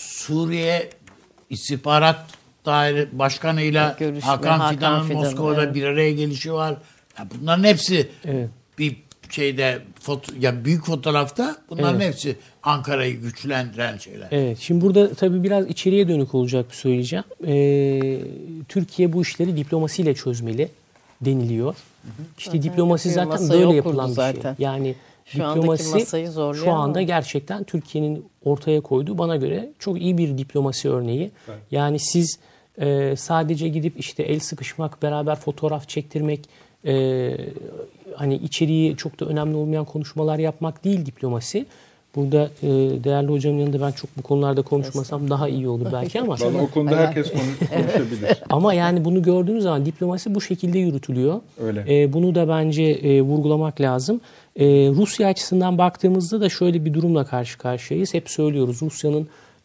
Suriye İstihbarat Daire Başkanı'yla Görüşme, Hakan, Hakan Fidan'ın Fidan'ın, Moskova'da evet. bir araya gelişi var. Ya bunların hepsi Evet. bir şeyde foto, ya büyük fotoğrafta bunların Evet. hepsi Ankara'yı güçlendiren şeyler. evet, şimdi burada tabii biraz içeriye dönük olacak bir söyleyeceğim. Ee, Türkiye bu işleri diplomasiyle çözmeli deniliyor. İşte Zaten diplomasi yapıyor, zaten masayı böyle okurdu yapılan bir zaten. şey. Yani Şu andaki diplomasi masayı zorluyor şu anda ama. gerçekten Türkiye'nin ortaya koyduğu bana göre çok iyi bir diplomasi örneği. Evet. Yani siz e, sadece gidip işte el sıkışmak, beraber fotoğraf çektirmek, e, hani içeriği çok da önemli olmayan konuşmalar yapmak değil diplomasi. Burada e, değerli hocamın yanında ben çok bu konularda konuşmasam daha iyi olur belki ama Vallahi o konuda herkes konu- konuşabilir. ama yani bunu gördüğünüz zaman diplomasi bu şekilde yürütülüyor. Öyle. E, bunu da bence e, vurgulamak lazım. E, Rusya açısından baktığımızda da şöyle bir durumla karşı karşıyayız. Hep söylüyoruz, Rusya'nın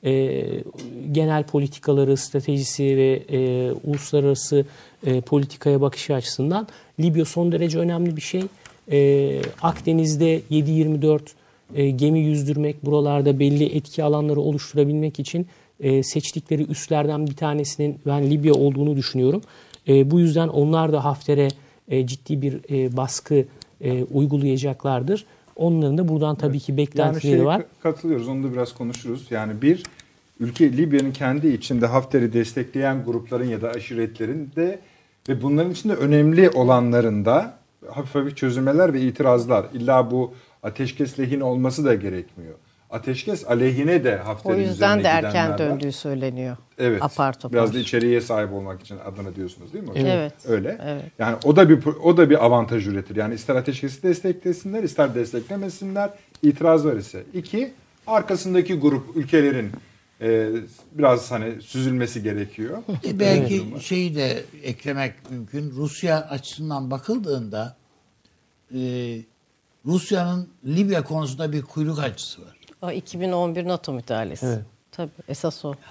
e, genel politikaları, stratejisi ve e, uluslararası e, politikaya bakışı açısından Libya son derece önemli bir şey. E, Akdeniz'de yedi yirmi dört e, gemi yüzdürmek, buralarda belli etki alanları oluşturabilmek için e, seçtikleri üslerden bir tanesinin ben Libya olduğunu düşünüyorum. E, bu yüzden onlar da Hafter'e e, ciddi bir e, baskı e, uygulayacaklardır. Onların da buradan tabii ki beklentileri yani şey, var. Katılıyoruz. Onu da biraz konuşuruz. Yani bir, ülke Libya'nın kendi içinde Hafter'i destekleyen grupların ya da aşiretlerin de ve bunların içinde önemli olanlarında hafif hafif çözülmeler ve itirazlar. İlla bu ateşkes lehine olması da gerekmiyor. Ateşkes aleyhine de Hafter'in O üzerine yüzden de gidenler erken var. döndüğü söyleniyor. Evet. Apar topar. Biraz da içeriye sahip olmak için adına diyorsunuz değil mi hocam? Evet. Öyle. Evet. Yani o da bir o da bir avantaj üretir. Yani ister ateşkesi desteklesinler, ister desteklemesinler. İtiraz var ise. İki, arkasındaki grup ülkelerin e, biraz hani süzülmesi gerekiyor. E belki şeyi de eklemek mümkün. Rusya açısından bakıldığında e, Rusya'nın Libya konusunda bir kuyruk acısı var. O iki bin on bir NATO müdahalesi. Evet. Tabii esas o.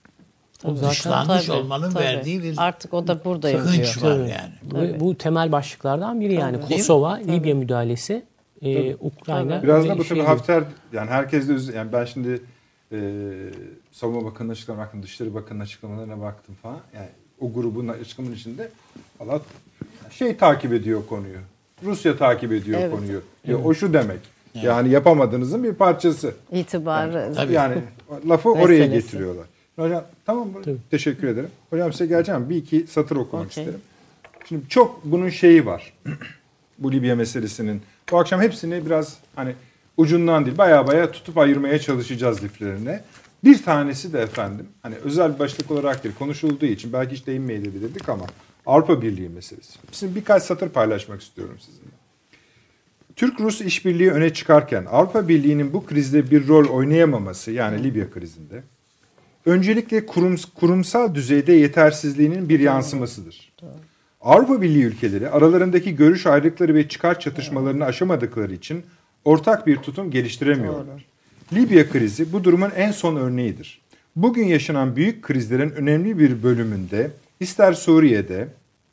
O zaten Dışlanmış tabii, olmanın tabii. verdiği bir Artık o da burada hınç yapıyor. var Tabii. yani. Bu, bu temel başlıklardan biri yani. Tabii. Kosova, Libya müdahalesi, e, Ukrayna. Biraz ve da bu tabii şey- Hafter yani herkes de üz- yani ben şimdi e, Savunma Bakanı'nın açıklamalarına baktım, Dışişleri Bakanı'nın açıklamalarına baktım falan. Yani o grubun açıklamanın içinde Allah şey takip ediyor konuyu. Rusya takip ediyor Evet. konuyu. Ya, o şu demek. Yani yapamadığınızın bir parçası. İtibarı. Tabii. Yani lafı oraya Meselesi. getiriyorlar. Hocam tamam mı? Tabii. Teşekkür ederim. Hocam size geleceğim. Bir iki satır okumak Okey. isterim. Şimdi çok bunun şeyi var. Bu Libya meselesinin. Bu akşam hepsini biraz hani ucundan değil baya baya tutup ayırmaya çalışacağız liflerine. Bir tanesi de efendim hani özel bir başlık olarak değil konuşulduğu için belki hiç değinmeyebilirdik ama Avrupa Birliği meselesi. Şimdi birkaç satır paylaşmak istiyorum sizinle. Türk-Rus işbirliği öne çıkarken Avrupa Birliği'nin bu krizde bir rol oynayamaması yani Libya krizinde öncelikle kurum, kurumsal düzeyde yetersizliğinin bir yansımasıdır. Avrupa Birliği ülkeleri aralarındaki görüş ayrılıkları ve çıkar çatışmalarını aşamadıkları için ortak bir tutum geliştiremiyorlar. Libya krizi bu durumun en son örneğidir. Bugün yaşanan büyük krizlerin önemli bir bölümünde ister Suriye'de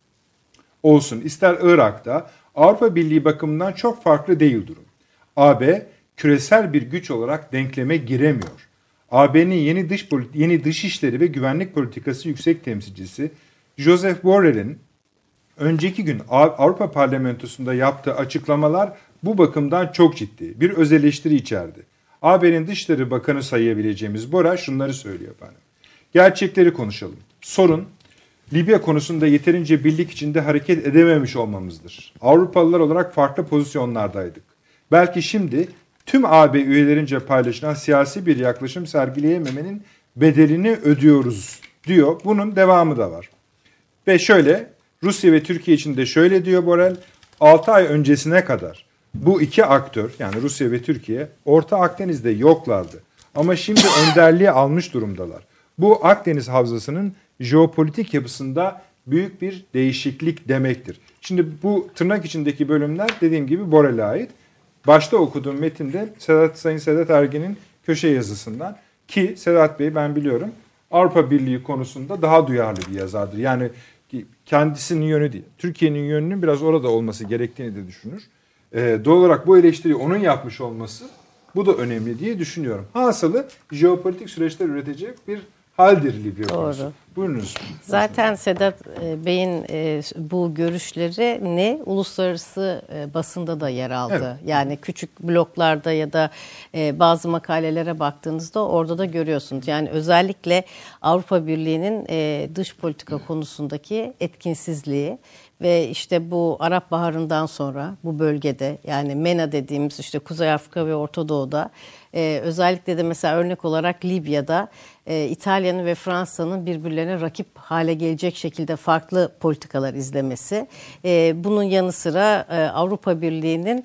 olsun ister Irak'ta Avrupa Birliği bakımından çok farklı değil durum. A B küresel bir güç olarak denkleme giremiyor. A B'nin yeni dış yeni dışişleri ve güvenlik politikası yüksek temsilcisi Joseph Borrell'in önceki gün Avrupa Parlamentosu'nda yaptığı açıklamalar bu bakımdan çok ciddi. Bir öz eleştiri içerdi. A B'nin Dışişleri Bakanı sayabileceğimiz Borrell şunları söylüyor efendim. Gerçekleri konuşalım. Sorun Libya konusunda yeterince birlik içinde hareket edememiş olmamızdır. Avrupalılar olarak farklı pozisyonlardaydık. Belki şimdi tüm A B üyelerince paylaşılan siyasi bir yaklaşım sergileyememenin bedelini ödüyoruz diyor. Bunun devamı da var. Ve şöyle Rusya ve Türkiye için de şöyle diyor Borrell. altı ay öncesine kadar bu iki aktör yani Rusya ve Türkiye Orta Akdeniz'de yoklardı. Ama şimdi önderliği almış durumdalar. Bu Akdeniz havzasının jeopolitik yapısında büyük bir değişiklik demektir. Şimdi bu tırnak içindeki bölümler dediğim gibi Borrell'e ait. Başta okuduğum metinde Sedat, Sayın Sedat Ergen'in köşe yazısından ki Sedat Bey ben biliyorum Avrupa Birliği konusunda daha duyarlı bir yazardır. Yani kendisinin yönü değil, Türkiye'nin yönünün biraz orada olması gerektiğini de düşünür. Ee, doğal olarak bu eleştiriyi onun yapmış olması bu da önemli diye düşünüyorum. Hasılı jeopolitik süreçler üretecek bir haldir Libya Doğru. konusu. Buyurunuz. Zaten Sedat e, Bey'in e, bu görüşleri ne uluslararası e, basında da yer aldı. Evet. Yani küçük bloklarda ya da e, bazı makalelere baktığınızda orada da görüyorsunuz. Yani özellikle Avrupa Birliği'nin e, dış politika konusundaki etkinsizliği ve işte bu Arap Baharı'ndan sonra bu bölgede yani MENA dediğimiz işte Kuzey Afrika ve Orta Doğu'da e, özellikle de mesela örnek olarak Libya'da e, İtalya'nın ve Fransa'nın birbirlerine rakip hale gelecek şekilde farklı politikalar izlemesi. E, bunun yanı sıra e, Avrupa Birliği'nin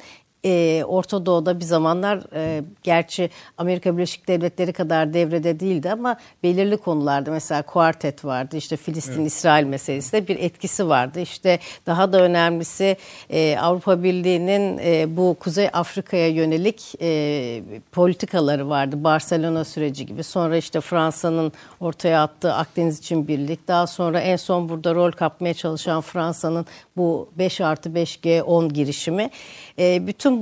e, Orta Doğu'da bir zamanlar e, gerçi Amerika Birleşik Devletleri kadar devrede değildi ama belirli konularda mesela kuartet vardı. İşte Filistin-İsrail meselesi de bir etkisi vardı. İşte daha da önemlisi e, Avrupa Birliği'nin e, bu Kuzey Afrika'ya yönelik e, politikaları vardı. Barcelona süreci gibi. Sonra işte Fransa'nın ortaya attığı Akdeniz için birlik. Daha sonra en son burada rol kapmaya çalışan Fransa'nın bu beş artı beş G on girişimi. E, bütün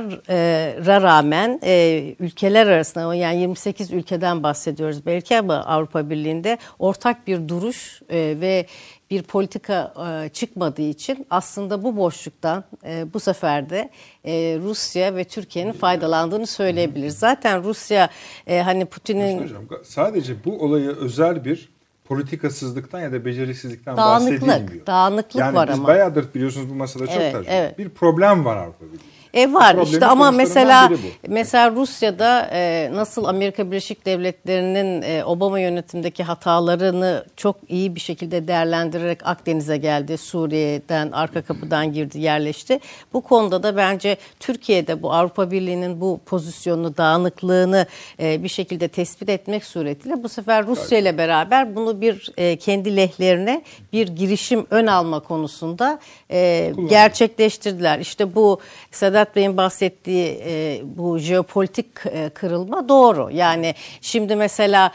bunlara rağmen e, ülkeler arasında, yani yirmi sekiz ülkeden bahsediyoruz belki ama Avrupa Birliği'nde ortak bir duruş e, ve bir politika e, çıkmadığı için aslında bu boşluktan e, bu sefer de e, Rusya ve Türkiye'nin faydalandığını söyleyebiliriz. Zaten Rusya e, hani Putin'in... Hocam, sadece bu olaya özel bir politikasızlıktan ya da beceriksizlikten Dağınıklık, bahsedilmiyor. Dağınıklık yani var biz ama. bayağıdır biliyorsunuz bu masada çok Evet, tartışıyoruz. evet. Bir problem var Avrupa Birliği'nde. E var Problemin işte ama mesela sonuçlarından biri bu. mesela Rusya'da e, nasıl Amerika Birleşik Devletleri'nin e, Obama yönetimindeki hatalarını çok iyi bir şekilde değerlendirerek Akdeniz'e geldi, Suriye'den arka kapıdan girdi, yerleşti. Bu konuda da bence Türkiye'de bu Avrupa Birliği'nin bu pozisyonunu, dağınıklığını e, bir şekilde tespit etmek suretiyle bu sefer Rusya ile beraber bunu bir e, kendi lehlerine bir girişim ön alma konusunda e, gerçekleştirdiler. İşte bu Sedat Bey'in bahsettiği e, bu jeopolitik e, kırılma doğru. Yani şimdi mesela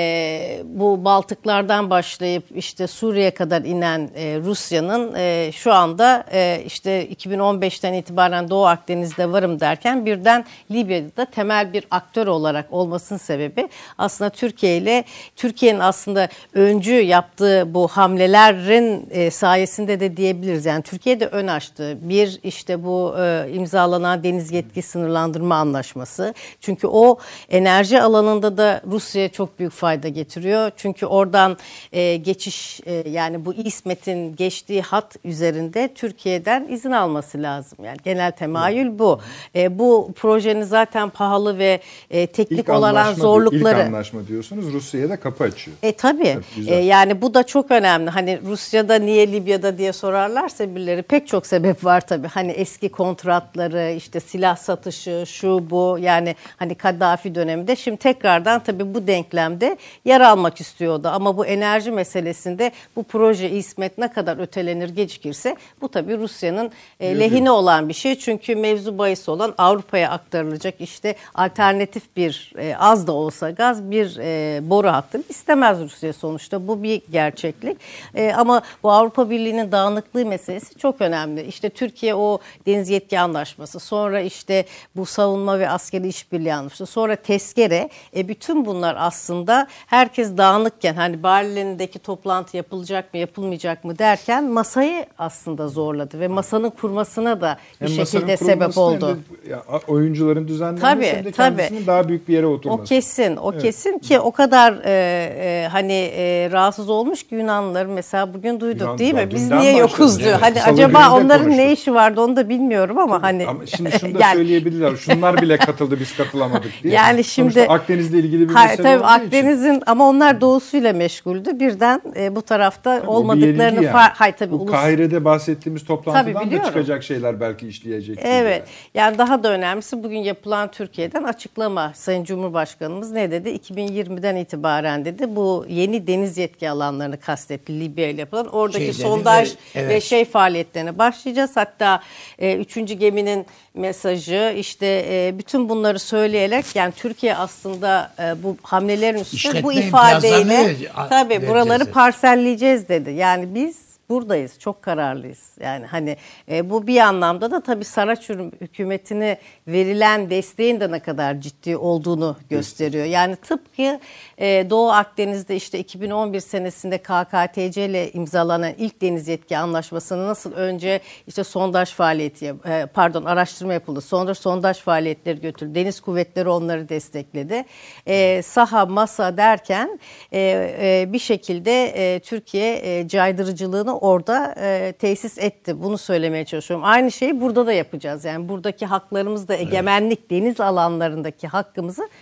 e, bu Baltıklardan başlayıp işte Suriye'ye kadar inen e, Rusya'nın e, şu anda e, işte iki bin on beşten itibaren Doğu Akdeniz'de varım derken birden Libya'da da temel bir aktör olarak olmasının sebebi aslında Türkiye ile Türkiye'nin aslında öncü yaptığı bu hamlelerin e, sayesinde de diyebiliriz. Yani Türkiye de ön açtı. Bir işte bu e, imzalanan deniz yetki sınırlandırma anlaşması. Çünkü o enerji alanında da Rusya'ya çok büyük fayda getiriyor. Çünkü oradan e, geçiş e, yani bu İSMET'in geçtiği hat üzerinde Türkiye'den izin alması lazım. Yani genel temayül bu. E, bu projenin zaten pahalı ve e, teknik İlk olan anlaşma, zorlukları. İlk anlaşma diyorsunuz, Rusya'ya da kapı açıyor. E tabii. Evet, e, yani bu da çok önemli. Hani Rusya'da niye Libya'da diye sorarlarsa birileri pek çok sebep var tabii. Hani eski kontratları, işte silah satışı, şu bu, yani hani Kaddafi döneminde, şimdi tekrardan tabii bu denklemde yer almak istiyordu. Ama bu enerji meselesinde bu proje İsmet ne kadar ötelenir, gecikirse bu tabii Rusya'nın e, lehine olan bir şey. Çünkü mevzu bahis olan Avrupa'ya aktarılacak işte alternatif bir e, az da olsa gaz bir e, boru hattını istemez Rusya sonuçta. Bu bir gerçeklik. E, ama bu Avrupa Birliği'nin dağınıklığı meselesi çok önemli. İşte Türkiye o deniz yetki anlaşması, sonra işte bu savunma ve askeri işbirliği anlaşması, sonra tezkere, e, bütün bunlar aslında herkes dağınıkken hani Berlin'deki toplantı yapılacak mı yapılmayacak mı derken masayı aslında zorladı ve masanın kurmasına da bir Hem şekilde masanın sebep kurulması oldu. hem de ya, oyuncuların düzenlenmesi Tabii, hem de tabii. kendisinin daha büyük bir yere oturması. O kesin, o Evet. kesin ki o kadar e, e, hani e, rahatsız olmuş ki Yunanlılar mesela bugün duyduk Yunan- değil mi? ya Biz dünden niye başladı. yokuz diyor. Evet. Hani Salı acaba günü de onların konuştuk. ne işi vardı onu da bilmiyorum ama hani. Ama şimdi şunu da yani- söyleyebilirler. Şunlar bile katıldı, biz katılamadık diye. Yani şimdi Sonuçta Akdeniz'le ilgili bir Hayır, mesele tabii olduğu için. Akdeniz'in ama onlar doğusuyla meşguldü. Birden e, bu tarafta Tabii o bir olmadıklarını yenilgi yani. far- hayır tabii Bu ulus. Kahire'de bahsettiğimiz toplantıdan da biliyorum. çıkacak şeyler belki işleyecek. gibi Evet. yani. Yani daha da önemlisi bugün yapılan Türkiye'den açıklama. Sayın Cumhurbaşkanımız ne dedi? iki bin yirmiden itibaren dedi bu yeni deniz yetki alanlarını kastetti, Libya ile yapılan. Oradaki Şeyleri sondaj de- evet. ve şey faaliyetlerine başlayacağız. Hatta e, üçüncü geminin mesajı işte e, bütün bunları söyleyerek yani Türkiye aslında e, bu hamlelerin üstünde bu İşletme ifadeyle imtiyazlarını verece- tabii vereceğiz buraları dedi. parselleyeceğiz dedi. Yani biz buradayız. Çok kararlıyız. Yani hani e, bu bir anlamda da tabii Saraç hükümetine verilen desteğin de ne kadar ciddi olduğunu gösteriyor. Yani tıpkı e, Doğu Akdeniz'de işte iki bin on bir senesinde K K T C ile imzalanan ilk deniz yetki anlaşmasını nasıl önce işte sondaj faaliyeti yap- e, pardon araştırma yapıldı. Sonra sondaj faaliyetleri götürdü. Deniz kuvvetleri onları destekledi. E, saha, masa derken e, e, bir şekilde e, Türkiye e, caydırıcılığını orada e, tesis etti. Bunu söylemeye çalışıyorum. Aynı şeyi burada da yapacağız. Yani buradaki haklarımız da egemenlik, deniz alanlarındaki hakkımızı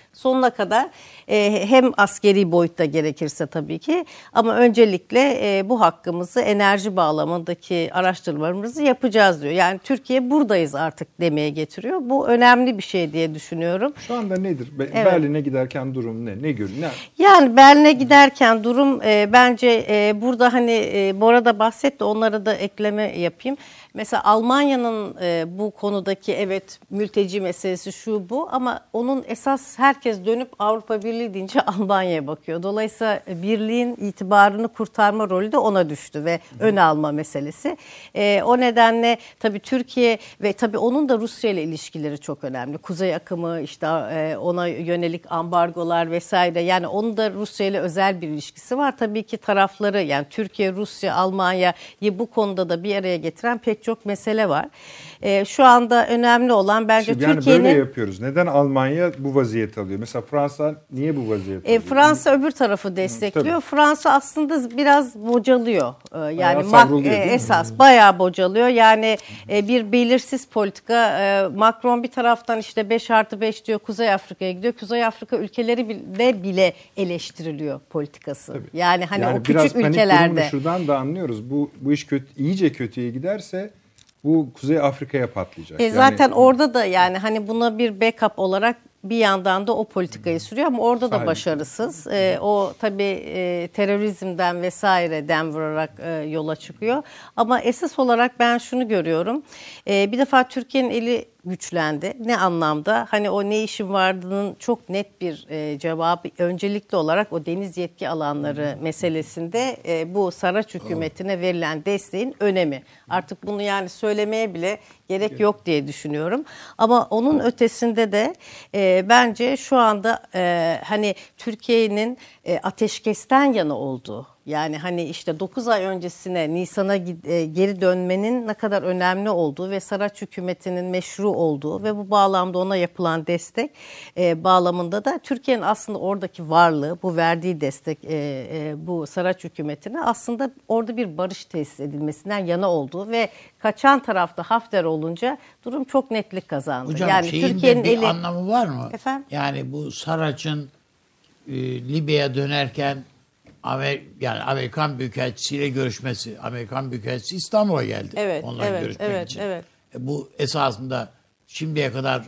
sonuna kadar e, hem askeri boyutta gerekirse tabii ki ama öncelikle e, bu hakkımızı enerji bağlamındaki araştırmalarımızı yapacağız diyor. Yani Türkiye buradayız artık demeye getiriyor. Bu önemli bir şey diye düşünüyorum. Şu anda nedir? Be- Evet. Berlin'e giderken durum ne? Ne görün? Ne? Yani Berlin'e giderken durum e, bence e, burada hani e, Bora da bahsetti, onlara da ekleme yapayım. Mesela Almanya'nın e, bu konudaki evet mülteci meselesi şu bu ama onun esas herkes dönüp Avrupa Birliği deyince Almanya'ya bakıyor. Dolayısıyla birliğin itibarını kurtarma rolü de ona düştü ve ön alma meselesi. E, o nedenle tabii Türkiye ve tabii onun da Rusya ile ilişkileri çok önemli. Kuzey akımı işte e, ona yönelik ambargolar vesaire yani onun da Rusya ile özel bir ilişkisi var. Tabii ki tarafları yani Türkiye, Rusya, Almanya'yı bu konuda da bir araya getiren pek çok mesele var. E, şu anda önemli olan bence Şimdi yani Türkiye'nin... böyle yapıyoruz. Neden Almanya bu vaziyeti alıyor? Mesela Fransa niye bu vaziyeti E, alıyor? Fransa öbür tarafı destekliyor. Hı, Fransa aslında biraz bocalıyor. E, yani Bayağı mak- savruluyor, e, değil mi? esas bayağı bocalıyor. Yani e, bir belirsiz politika. E, Macron bir taraftan işte beş artı beş diyor Kuzey Afrika'ya gidiyor. Kuzey Afrika ülkeleri de bile eleştiriliyor politikası. Tabii. Yani hani yani o biraz küçük panik ülkelerde. durumunu şuradan da anlıyoruz. Bu bu iş kötü, iyice kötüye giderse bu Kuzey Afrika'ya patlayacak. E Yani- zaten orada da yani hani buna bir backup olarak bir yandan da o politikayı sürüyor ama orada da Sahip. başarısız. E, o tabii e, terörizmden vesaireden vurarak e, yola çıkıyor. Ama esas olarak ben şunu görüyorum. E, bir defa Türkiye'nin eli güçlendi. Ne anlamda? Hani o ne işin vardığının çok net bir e, cevabı öncelikli olarak o deniz yetki alanları meselesinde e, bu Saraç hükümetine verilen desteğin önemi. Artık bunu yani söylemeye bile gerek yok diye düşünüyorum. Ama onun ötesinde de e, bence şu anda e, hani Türkiye'nin e, ateşkesten yana olduğu. Yani hani işte dokuz ay öncesine Nisan'a geri dönmenin ne kadar önemli olduğu ve Saraç hükümetinin meşru olduğu ve bu bağlamda ona yapılan destek e, bağlamında da Türkiye'nin aslında oradaki varlığı, bu verdiği destek e, e, bu Saraç hükümetine aslında orada bir barış tesis edilmesinden yana olduğu ve kaçan tarafta Hafter olunca durum çok netlik kazandı. Hocam yani şeyin Türkiye'nin de bir eli anlamı var mı? Efendim? Yani bu Saraç'ın e, Libya'ya dönerken Amer yani Amerikan Büyükelçisiyle görüşmesi. Amerikan Büyükelçisi İstanbul'a geldi. Evet, Onunla evet, görüşmek evet, için. evet. E, bu esasında şimdiye kadar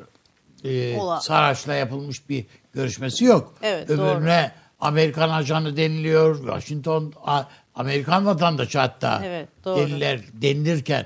e, Ola- Saraç'la yapılmış bir görüşmesi yok. Evet, Öbürüne Amerikan ajanı deniliyor. Washington A- Amerikan vatandaşı hatta Evet, doğru. deniler denilirken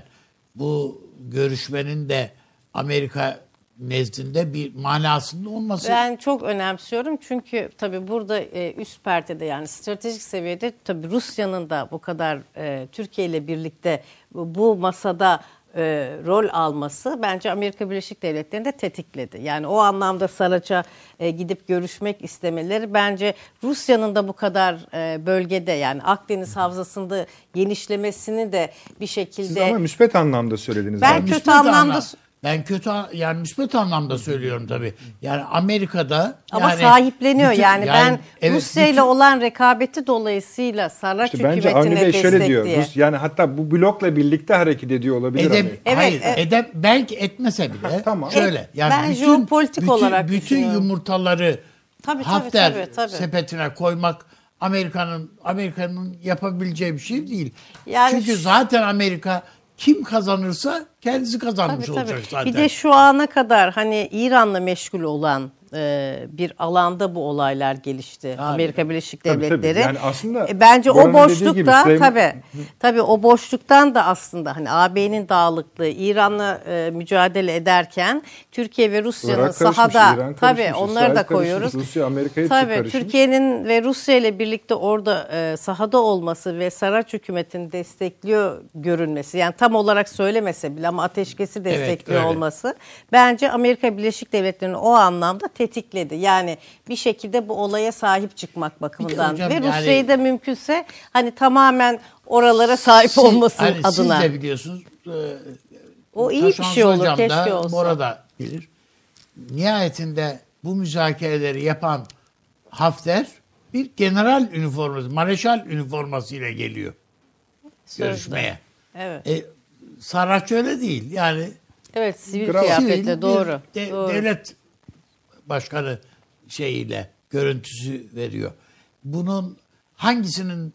bu görüşmenin de Amerika nezdinde bir manasının olması. Ben çok önemsiyorum çünkü tabii burada e, üst perdede yani stratejik seviyede tabii Rusya'nın da bu kadar e, Türkiye ile birlikte bu, bu masada e, rol alması bence Amerika Birleşik Devletleri'ni de tetikledi. Yani o anlamda Saraç'a e, gidip görüşmek istemeleri bence Rusya'nın da bu kadar e, bölgede yani Akdeniz havzasında genişlemesini de bir şekilde... Siz ama müspet anlamda söylediniz. Ben yani. kötü Müspet anlamda- anlam- ben kötü yani müspet anlamda söylüyorum tabii. Yani Amerika'da Ama yani sahipleniyor bütün- yani, ben evet, Rusya ile bütün- olan rekabeti dolayısıyla Saraç İşte bence Avni hükümetine Bey şöyle diyor. destekliyor. Rus, yani hatta bu blokla birlikte hareket ediyor olabilir. Edem, Amerika. Evet, hayır, evet. edem, belki etmese bile Ha, tamam. şöyle. Et- Yani ben bütün, jeopolitik bütün, olarak bütün düşünüyorum. yumurtaları Tabii, tabii, Hafter tabii, tabii. sepetine koymak Amerika'nın Amerika'nın yapabileceği bir şey değil. Yani Çünkü şu- zaten Amerika kim kazanırsa kendisi kazanmış Tabii, tabii. olacak zaten. Bir de şu ana kadar hani İran'la meşgul olan e, bir alanda bu olaylar gelişti. Amerika Birleşik Tabii, tabii. Devletleri. Yani aslında E, bence Bora'nın o dediği gibi boşlukta Süleyman- tabii tabii o boşluktan da aslında hani A B'nin dağılıklığı İran'la e, mücadele ederken Türkiye ve Rusya'nın Irak karışmış, sahada İran tabii karışmış, onları İsrail da karışmış, koyuyoruz. Rusya, Amerika hepsi Tabii karışmış. Türkiye'nin ve Rusya ile birlikte orada e, sahada olması ve Saraç hükümetini destekliyor görünmesi yani tam olarak söylemese bile ama ateşkesi destekliyor öyle. olması bence Amerika Birleşik Devletleri'ni o anlamda tetikledi. Yani bir şekilde bu olaya sahip çıkmak bakımından hocam ve yani- Rusya'yı da mümkünse hani tamamen oralara sahip Siz- olması hani adına. Siz de biliyorsunuz. e, O iyi bir Taşansı şey olur, hocam keşke da, olsa. Bora da bilir. Nihayetinde bu müzakereleri yapan Hafter bir general üniforması, mareşal üniformasıyla geliyor Sözde. görüşmeye. Evet. E, Saraç öyle değil. Yani Evet, sivil Kral- kıyafetle sivil bir doğru. de- doğru. devlet başkanı şeyiyle görüntüsü veriyor. Bunun hangisinin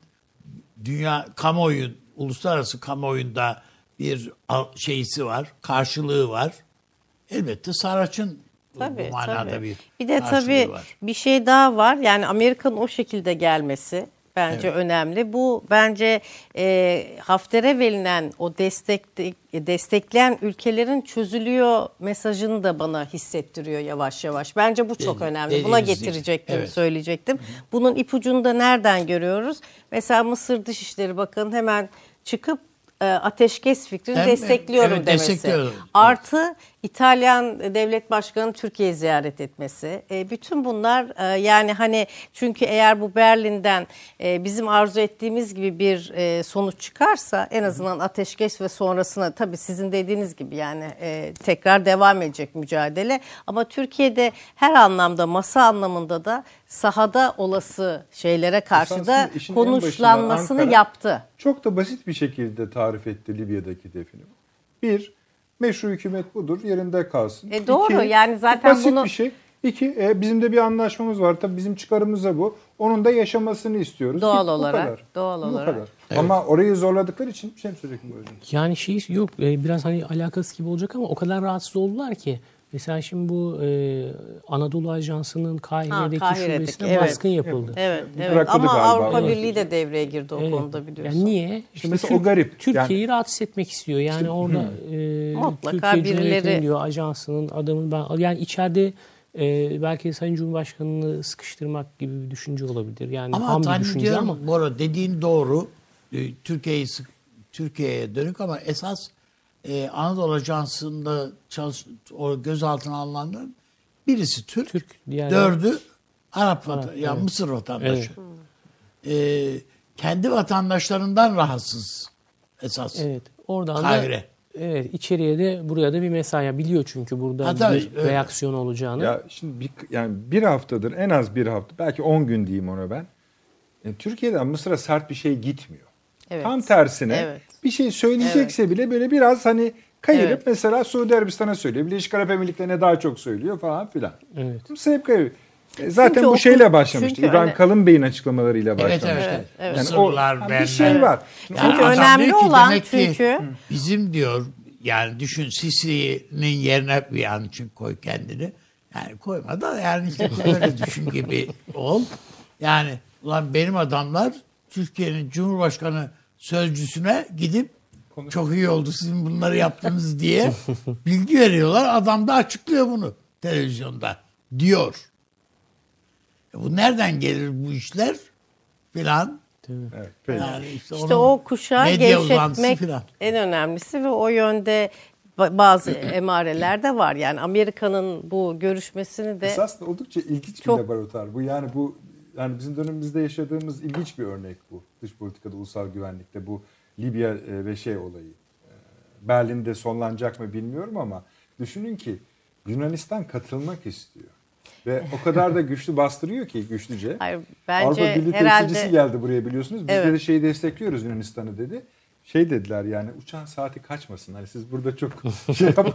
dünya kamuoyu, uluslararası kamuoyunda bir şeysi var, karşılığı var? Elbette Saraç'ın Tabii, bu manada tabii. bir Bir de karşılığı tabii var. bir şey daha var. Yani Amerika'nın o şekilde gelmesi bence Evet. önemli. Bu bence e, Hafter'e verilen o destek destekleyen ülkelerin çözülüyor mesajını da bana hissettiriyor yavaş yavaş. Bence bu çok Dedi- önemli. Buna dediğiniz gibi. getirecektim, Evet. söyleyecektim. Bunun ipucunu da nereden görüyoruz? Mesela Mısır Dışişleri Bakanı hemen çıkıp e, ateşkes fikrini Hem- destekliyorum evet, demesi. destekliyorum. Artı İtalyan devlet başkanı Türkiye'yi ziyaret etmesi. E, bütün bunlar e, yani hani çünkü eğer bu Berlin'den e, bizim arzu ettiğimiz gibi bir e, sonuç çıkarsa en azından ateşkes ve sonrasına tabii sizin dediğiniz gibi yani e, tekrar devam edecek mücadele. Ama Türkiye'de her anlamda masa anlamında da sahada olası şeylere karşı da Esasında işin en başında konuşlanmasını Ankara yaptı. Çok da basit bir şekilde tarif etti Libya'daki hedefini. Bir, meşru hükümet budur, yerinde kalsın. E doğru, yani zaten çok basit bunu- bir şey. İki, e, bizim de bir anlaşmamız var. Tabii bizim çıkarımız da bu. Onun da yaşamasını istiyoruz. Doğal Bitti, bu olarak, kadar. doğal Bu olarak. kadar. Ama orayı zorladıkları için bir şey mi söyleyecektim hocam? Yani şey yok e, biraz hani alakası gibi olacak ama o kadar rahatsız oldular ki. Mesela şimdi bu e, Anadolu Ajansı'nın Kahire'deki, Kahire'deki, şubesine evet. baskın yapıldı. Evet, evet. Bırakıldı Ama galiba. Avrupa Evet. Birliği de devreye girdi o Evet. konuda biliyorsun. Yani niye? İşte mesela Türk- o garip. Türkiye'yi Yani- rahatsız etmek istiyor. Yani orada e, Mutlaka Türkiye birileri- Cumhuriyeti'nin diyor ajansının adamın ben yani içeride e, belki Sayın Cumhurbaşkanı'nı sıkıştırmak gibi bir düşünce olabilir. Yani Ama ham bir düşünce ama zannediyorum Bora dediğin doğru. Ee, Türkiye'yi sık- Türkiye'ye dönük ama esas e, Anadolu Ajansı'nda çalış, o gözaltına alınanların birisi Türk, Türk, diğerleri- dördü Arap, vatan, Arap, ya evet. Mısır vatandaşı. Ee, kendi vatandaşlarından rahatsız esas. evet oradan Kahire. da evet içeriye de buraya da bir mesai biliyor çünkü burada Ha, tabii, bir öyle. reaksiyon olacağını. Ya şimdi bir, yani bir haftadır en az bir hafta belki on gün diyeyim ona ben. Yani Türkiye'den Mısır'a sert bir şey gitmiyor. Evet. Tam tersine Evet. bir şey söyleyecekse bile böyle biraz hani kayırıp Evet. mesela Suudi Arabistan'a söylüyor. Birleşik Arap Emirlikleri'ne daha çok söylüyor falan filan. Evet. Mısır hep kayırıyor. E, Zaten Çünkü bu o- şeyle başlamıştı. çünkü İbrahim hani- Kalın Bey'in açıklamalarıyla Evet, başlamıştı. evet, evet. Yani Mısırlılar, o, benler. bir şey var. Şimdi Yani Çünkü adam önemli diyor ki olan demek ki çünkü- bizim diyor yani düşün Sisi'nin yerine bir an için koy kendini. Yani koyma da yani işte böyle düşün gibi ol. Yani ulan benim adamlar Türkiye'nin Cumhurbaşkanı sözcüsüne gidip çok iyi oldu sizin bunları yaptınız diye bilgi veriyorlar. Adam da açıklıyor bunu televizyonda diyor. E bu nereden gelir bu işler filan? Evet, peki. Yani işte, İşte onun o kuşağı medya uzantısı gevşetmek filan. en önemlisi ve o yönde ba- bazı emareler de var. Yani Amerika'nın bu görüşmesini de Esasında oldukça ilginç Çok- bir laboratuvar. Bu yani bu yani bizim dönemimizde yaşadığımız ilginç bir örnek bu. Dış politikada, ulusal güvenlikte bu Libya e, ve şey olayı. E, Berlin'de sonlanacak mı bilmiyorum ama düşünün ki Yunanistan katılmak istiyor. Ve o kadar da güçlü bastırıyor ki güçlüce. Hayır, Avrupa bence Birliği herhalde temsilcisi geldi buraya biliyorsunuz. Biz Evet. de şeyi destekliyoruz Yunanistan'ı dedi. Şey dediler yani uçağın saati kaçmasın. Hani siz burada çok şey yapın.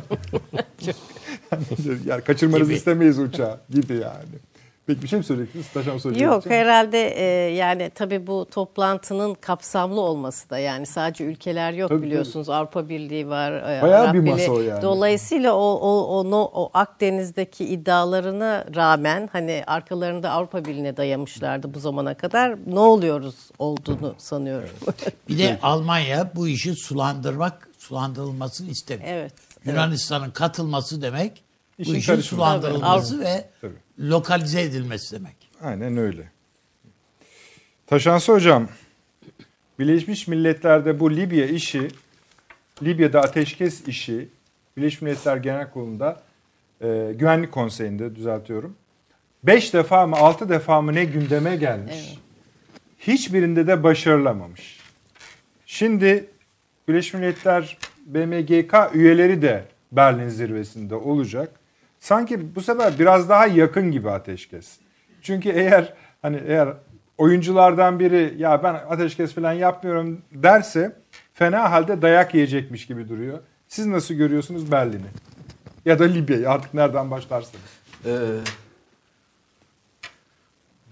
yani kaçırmanızı Gibi. istemeyiz uçağı gibi yani. Peki bir şey mi söyleyeceksiniz? Taşan söyleyeceksiniz. Yok herhalde e, yani tabii bu toplantının kapsamlı olması da yani sadece ülkeler yok Tabii, biliyorsunuz Avrupa Birliği var. e, Bayağı Arap bir masa Birliği. o yani. Dolayısıyla o o o, no- o Akdeniz'deki iddialarına rağmen hani arkalarında Avrupa Birliği'ne dayamışlardı bu zamana kadar. Ne oluyoruz olduğunu sanıyorum. Bir de Almanya bu işi sulandırmak, sulandırılmasını istemiyor. Evet. Yunanistan'ın katılması demek İşin bu işin karışması. sulandırılması Tabii, ve Tabii. lokalize edilmesi demek. Aynen öyle. Taşansı hocam, Birleşmiş Milletler'de bu Libya işi, Libya'da ateşkes işi, Birleşmiş Milletler Genel Kurulu'nda e, Güvenlik Konseyi'nde düzeltiyorum. Beş defa mı altı defa mı ne gündeme gelmiş. Evet. Hiçbirinde de başarılamamış. Şimdi Birleşmiş Milletler B M G K üyeleri de Berlin zirvesinde olacak. Sanki bu sefer biraz daha yakın gibi ateşkes. Çünkü eğer hani eğer oyunculardan biri ya ben ateşkes falan yapmıyorum derse fena halde dayak yiyecekmiş gibi duruyor. Siz nasıl görüyorsunuz Berlin'i? Ya da Libya'yı artık nereden başlarsanız. Ee,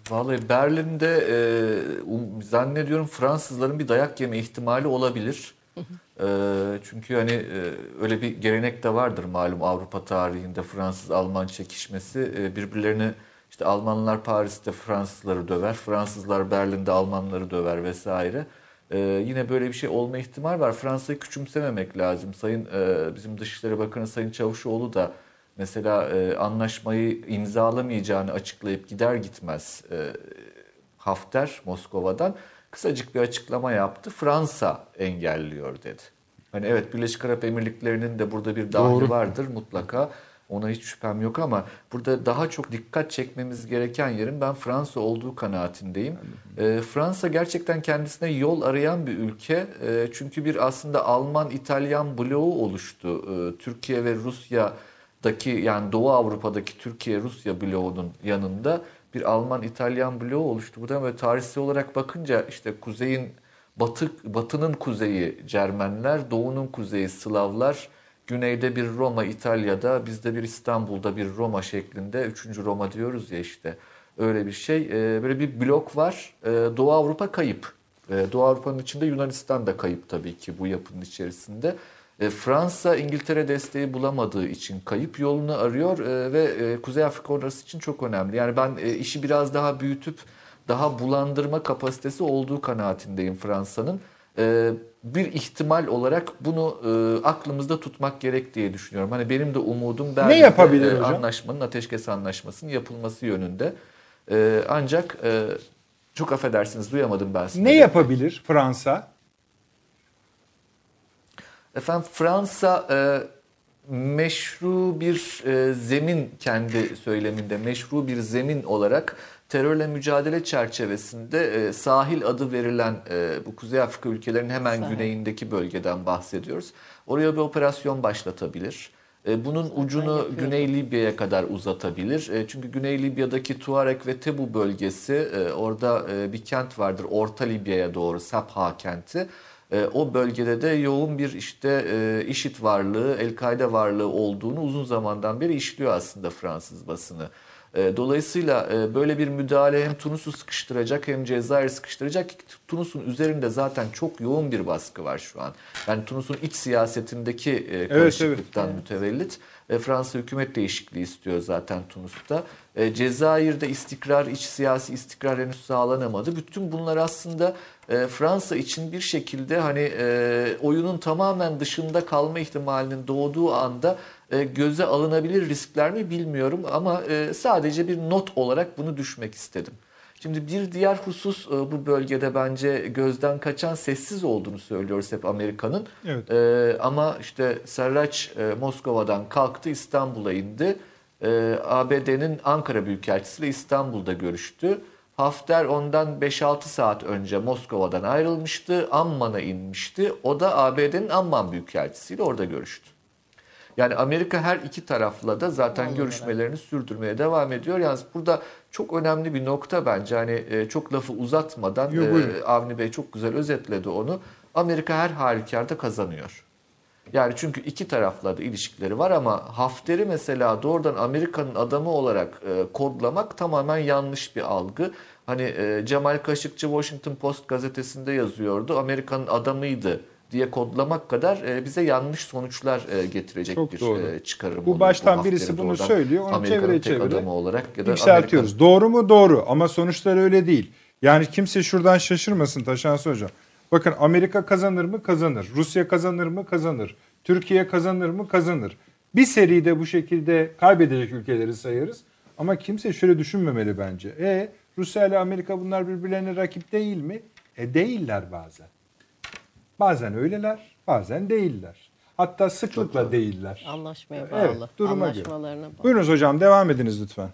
Vallahi Berlin'de e, um, zannediyorum Fransızların bir dayak yeme ihtimali olabilir. e, çünkü hani e, öyle bir gelenek de vardır malum Avrupa tarihinde Fransız-Alman çekişmesi. E, birbirlerini işte Almanlar Paris'te Fransızları döver, Fransızlar Berlin'de Almanları döver vesaire. E, yine böyle bir şey olma ihtimal var. Fransa'yı küçümsememek lazım. Sayın e, bizim Dışişleri Bakanı Sayın Çavuşoğlu da mesela e, anlaşmayı imzalamayacağını açıklayıp gider gitmez e, Hafter Moskova'dan kısacık bir açıklama yaptı. Fransa engelliyor dedi. Hani evet Birleşik Arap Emirlikleri'nin de burada bir dahli Doğru. vardır mutlaka. Ona hiç şüphem yok ama burada daha çok dikkat çekmemiz gereken yerin ben Fransa olduğu kanaatindeyim. E, Fransa gerçekten kendisine yol arayan bir ülke. E, çünkü bir aslında Alman-İtalyan bloğu oluştu. E, Türkiye ve Rusya daki yani Doğu Avrupa'daki Türkiye-Rusya bloğunun yanında bir Alman-İtalyan bloğu oluştu. Buradan böyle tarihsel olarak bakınca işte kuzeyin batı batının kuzeyi Cermenler, doğunun kuzeyi Slavlar, güneyde bir Roma İtalya'da, bizde bir İstanbul'da bir Roma şeklinde üçüncü Roma diyoruz ya işte. Öyle bir şey. Ee, böyle bir blok var. Ee, Doğu Avrupa kayıp. Ee, Doğu Avrupa'nın içinde Yunanistan da kayıp tabii ki bu yapının içerisinde. E, Fransa İngiltere desteği bulamadığı için kayıp yolunu arıyor e, ve e, Kuzey Afrika orası için çok önemli. Yani ben e, işi biraz daha büyütüp daha bulandırma kapasitesi olduğu kanaatindeyim Fransa'nın. E, bir ihtimal olarak bunu e, aklımızda tutmak gerek diye düşünüyorum. Hani benim de umudum Berlin'de yapabilir e, hocam? anlaşmanın, ateşkes anlaşmasının yapılması yönünde. E, ancak e, çok affedersiniz duyamadım ben sizi. Ne yapabilir Fransa? Efendim Fransa e, meşru bir e, zemin kendi söyleminde meşru bir zemin olarak terörle mücadele çerçevesinde e, sahil adı verilen e, bu Kuzey Afrika ülkelerinin hemen Sahil. güneyindeki bölgeden bahsediyoruz. Oraya bir operasyon başlatabilir. E, bunun ucunu yapıyor. Güney Libya'ya kadar uzatabilir. E, çünkü Güney Libya'daki Tuareg ve Tebu bölgesi e, orada e, bir kent vardır Orta Libya'ya doğru Sabha kenti. E, o bölgede de yoğun bir işte e, IŞİD varlığı, El-Kaide varlığı olduğunu uzun zamandan beri işliyor aslında Fransız basını. E, dolayısıyla e, böyle bir müdahale hem Tunus'u sıkıştıracak hem Cezayir'i sıkıştıracak. Tunus'un üzerinde zaten çok yoğun bir baskı var şu an. Yani Tunus'un iç siyasetindeki e, karışıklıktan evet. mütevellit. E, Fransa hükümet değişikliği istiyor zaten Tunus'ta. E, Cezayir'de istikrar, iç siyasi istikrar henüz sağlanamadı. Bütün bunlar aslında e, Fransa için bir şekilde hani e, oyunun tamamen dışında kalma ihtimalinin doğduğu anda e, göze alınabilir riskler mi bilmiyorum ama e, sadece bir not olarak bunu düşmek istedim. Şimdi bir diğer husus e, bu bölgede bence gözden kaçan sessiz olduğunu söylüyoruz hep Amerika'nın. Evet. E, ama işte Serraç e, Moskova'dan kalktı İstanbul'a indi. E, A B D'nin Ankara Büyükelçisi ile İstanbul'da görüştü. Hafter ondan beş altı saat önce Moskova'dan ayrılmıştı. Amman'a inmişti. O da A B D'nin Amman Büyükelçisiyle orada görüştü. Yani Amerika her iki tarafla da zaten Doğru, görüşmelerini sürdürmeye devam ediyor. Yalnız burada çok önemli bir nokta bence. Hani e, çok lafı uzatmadan Yok, buyurun. e, Avni Bey çok güzel özetledi onu. Amerika her halükarda kazanıyor. Yani çünkü iki tarafla da ilişkileri var ama Hafter'i mesela doğrudan Amerika'nın adamı olarak e, kodlamak tamamen yanlış bir algı. Hani e, Cemal Kaşıkçı Washington Post gazetesinde yazıyordu. Amerika'nın adamıydı diye kodlamak kadar e, bize yanlış sonuçlar e, getirecek Çok bir doğru. e, çıkarım. Bu olur. baştan Hafter'i birisi bunu doğrudan söylüyor, onu Amerika'nın çevire tek çevire adamı olarak ya da yükseltiyoruz. Amerika'nın- Doğru mu? Doğru ama sonuçlar öyle değil. Yani kimse şuradan şaşırmasın Taşansı Hocam. Bakın Amerika kazanır mı? Kazanır. Rusya kazanır mı? Kazanır. Türkiye kazanır mı? Kazanır. Bir seride bu şekilde kaybedecek ülkeleri sayarız. Ama kimse şöyle düşünmemeli bence. E Rusya ile Amerika bunlar birbirlerine rakip değil mi? E değiller bazen. Bazen öyleler, bazen değiller. Hatta sıklıkla değiller. Anlaşmaya bağlı. Evet, duruma göre. Anlaşmalarına bağlı. Buyurunuz hocam, devam ediniz lütfen.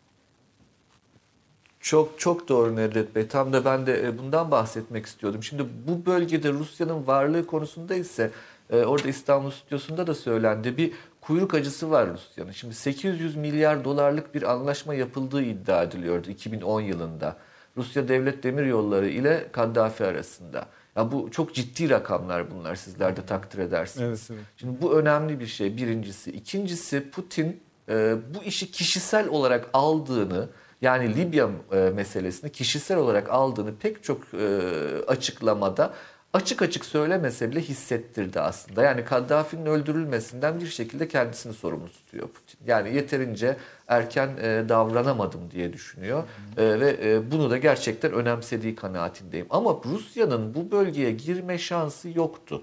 Çok çok doğru Nedret Bey. Tam da ben de bundan bahsetmek istiyordum. Şimdi bu bölgede Rusya'nın varlığı konusunda ise e, orada İstanbul Stüdyosu'nda da söylendi. Bir kuyruk acısı var Rusya'nın. Şimdi sekiz yüz milyar dolarlık bir anlaşma yapıldığı iddia ediliyordu iki bin on yılında. Rusya Devlet Demiryolları ile Kaddafi arasında. Ya bu çok ciddi rakamlar bunlar, sizler de takdir edersiniz. Evet, evet. Şimdi bu önemli bir şey birincisi. İkincisi Putin e, bu işi kişisel olarak aldığını Yani Libya e, meselesini kişisel olarak aldığını pek çok e, açıklamada açık açık söylemese bile hissettirdi aslında. Yani Kaddafi'nin öldürülmesinden bir şekilde kendisini sorumlu tutuyor Putin. Yani yeterince erken e, davranamadım diye düşünüyor. E, ve e, bunu da gerçekten önemsediği kanaatindeyim. Ama Rusya'nın bu bölgeye girme şansı yoktu.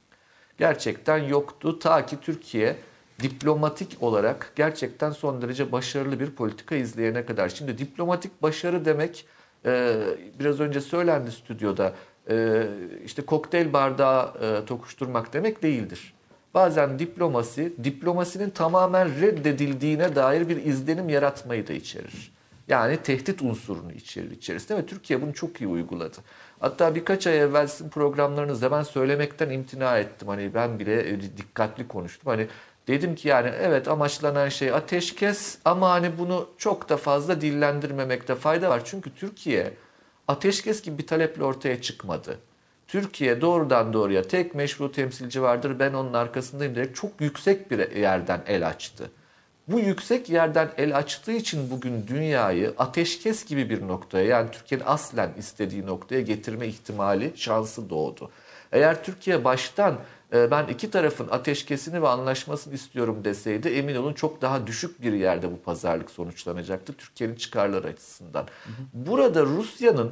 Gerçekten yoktu ta ki Türkiye diplomatik olarak gerçekten son derece başarılı bir politika izleyene kadar. Şimdi diplomatik başarı demek e, biraz önce söylendi stüdyoda, e, işte kokteyl bardağı e, tokuşturmak demek değildir. Bazen diplomasi, diplomasinin tamamen reddedildiğine dair bir izlenim yaratmayı da içerir. Yani tehdit unsurunu içerir içerisinde ve Türkiye bunu çok iyi uyguladı. Hatta birkaç ay evvel sizin programlarınızda ben söylemekten imtina ettim. Hani ben bile dikkatli konuştum. Hani dedim ki yani evet amaçlanan şey ateşkes ama hani bunu çok da fazla dillendirmemekte fayda var. Çünkü Türkiye ateşkes gibi bir taleple ortaya çıkmadı. Türkiye doğrudan doğruya tek meşru temsilci vardır ben onun arkasındayım diyerek çok yüksek bir yerden el açtı. Bu yüksek yerden el açtığı için bugün dünyayı ateşkes gibi bir noktaya yani Türkiye'nin aslen istediği noktaya getirme ihtimali, şansı doğdu. Eğer Türkiye baştan ben iki tarafın ateşkesini ve anlaşmasını istiyorum deseydi emin olun çok daha düşük bir yerde bu pazarlık sonuçlanacaktı Türkiye'nin çıkarları açısından. Hı hı. Burada Rusya'nın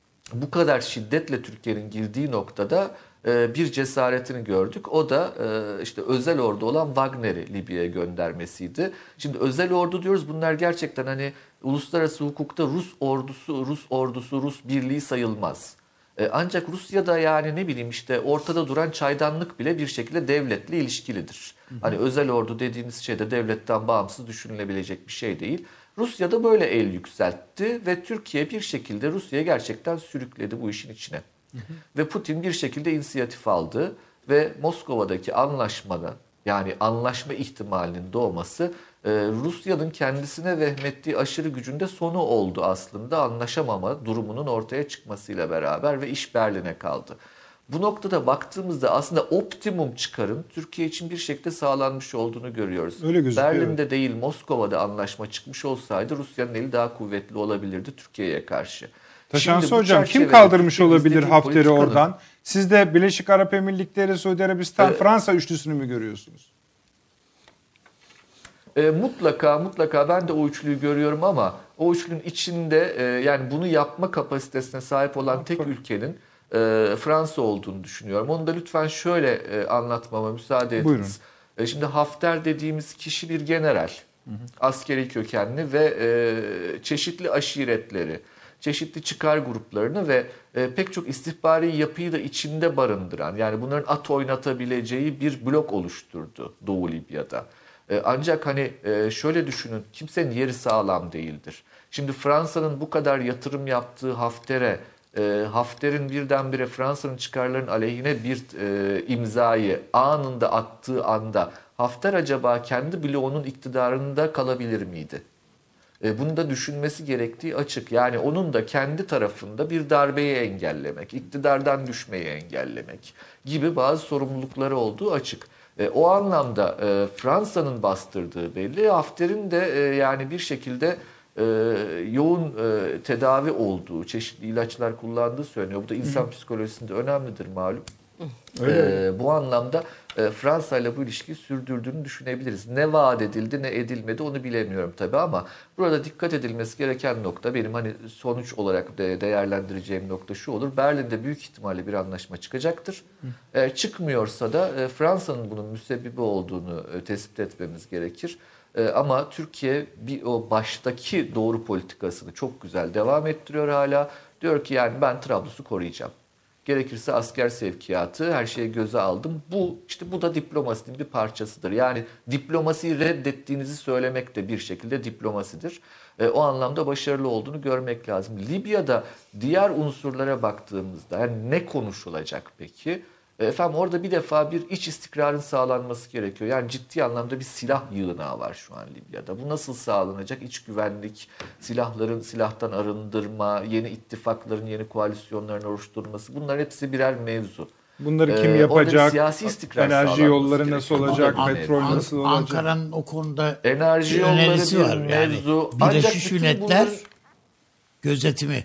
bu kadar şiddetle Türkiye'nin girdiği noktada bir cesaretini gördük. O da işte özel ordu olan Wagner'i Libya'ya göndermesiydi. Şimdi özel ordu diyoruz. Bunlar gerçekten hani uluslararası hukukta Rus ordusu, Rus ordusu, Rus birliği sayılmaz. Ancak Rusya'da yani ne bileyim işte ortada duran çaydanlık bile bir şekilde devletle ilişkilidir. Hı hı. Hani özel ordu dediğimiz şey de devletten bağımsız düşünülebilecek bir şey değil. Rusya da böyle el yükseltti ve Türkiye bir şekilde Rusya'yı gerçekten sürükledi bu işin içine. Hı hı. Ve Putin bir şekilde inisiyatif aldı ve Moskova'daki anlaşmanın yani anlaşma ihtimalinin doğması e, Rusya'nın kendisine vehmettiği aşırı gücünde sonu oldu aslında anlaşamama durumunun ortaya çıkmasıyla beraber ve iş Berlin'e kaldı. Bu noktada baktığımızda aslında optimum çıkarın Türkiye için bir şekilde sağlanmış olduğunu görüyoruz. Öyle gözüküyor. Berlin'de değil Moskova'da anlaşma çıkmış olsaydı Rusya'nın eli daha kuvvetli olabilirdi Türkiye'ye karşı. Taşansı Hocam kim kaldırmış olabilir Hafter'i oradan? Siz de Birleşik Arap Emirlikleri, Suudi Arabistan, evet. Fransa üçlüsünü mü görüyorsunuz? E, mutlaka mutlaka ben de o üçlüyü görüyorum ama o üçlünün içinde e, yani bunu yapma kapasitesine sahip olan tek ülkenin e, Fransa olduğunu düşünüyorum. Onu da lütfen şöyle e, anlatmama müsaade ediniz. E, şimdi Hafter dediğimiz kişi bir general. Hı hı. Askeri kökenli ve e, çeşitli aşiretleri, çeşitli çıkar gruplarını ve e, pek çok istihbari yapıyı da içinde barındıran yani bunların at oynatabileceği bir blok oluşturdu Doğu Libya'da. E, ancak hani e, şöyle düşünün kimsenin yeri sağlam değildir. Şimdi Fransa'nın bu kadar yatırım yaptığı Hafter'e e, Hafter'in birdenbire Fransa'nın çıkarlarının aleyhine bir e, imzayı anında attığı anda Hafter acaba kendi bloğunun iktidarında kalabilir miydi? Bunu da düşünmesi gerektiği açık. Yani onun da kendi tarafında bir darbeyi engellemek, iktidardan düşmeyi engellemek gibi bazı sorumlulukları olduğu açık. O anlamda Fransa'nın bastırdığı belli. Hafter'in de yani bir şekilde yoğun tedavi olduğu, çeşitli ilaçlar kullandığı söyleniyor. Bu da insan Hı. psikolojisinde önemlidir malum. Ee, bu anlamda e, Fransa ile bu ilişkiyi sürdürdüğünü düşünebiliriz. Ne vaat edildi ne edilmedi onu bilemiyorum tabii ama burada dikkat edilmesi gereken nokta benim hani sonuç olarak de değerlendireceğim nokta şu olur. Berlin'de büyük ihtimalle bir anlaşma çıkacaktır. E, çıkmıyorsa da e, Fransa'nın bunun müsebbibi olduğunu e, tespit etmemiz gerekir. E, ama Türkiye bir o baştaki doğru politikasını çok güzel devam ettiriyor hala. Diyor ki yani ben Trablus'u koruyacağım. Gerekirse asker sevkiyatı, her şeyi göze aldım. Bu işte bu da diplomasinin bir parçasıdır. Yani diplomasiyi reddettiğinizi söylemek de bir şekilde diplomasidir. E, o anlamda başarılı olduğunu görmek lazım. Libya'da diğer unsurlara baktığımızda yani ne konuşulacak peki? E, efendim orada bir defa bir iç istikrarın sağlanması gerekiyor. Yani ciddi anlamda bir silah yığınağı var şu an Libya'da. Bu nasıl sağlanacak? İç güvenlik, silahların silahtan arındırma, yeni ittifakların, yeni koalisyonların oluşturulması bunlar hepsi birer mevzu. Bunları kim Ee, orada bir yapacak? siyasi istikrar Enerji sağlanması yolları nasıl gerekiyor. olacak? Ama Petrol An- nasıl olacak? Ankara'nın o konuda Enerji bir yolları önerisi bir var. Yani mevzu. Ancak Birleşmiş bütün Milletler bunların- gözetimi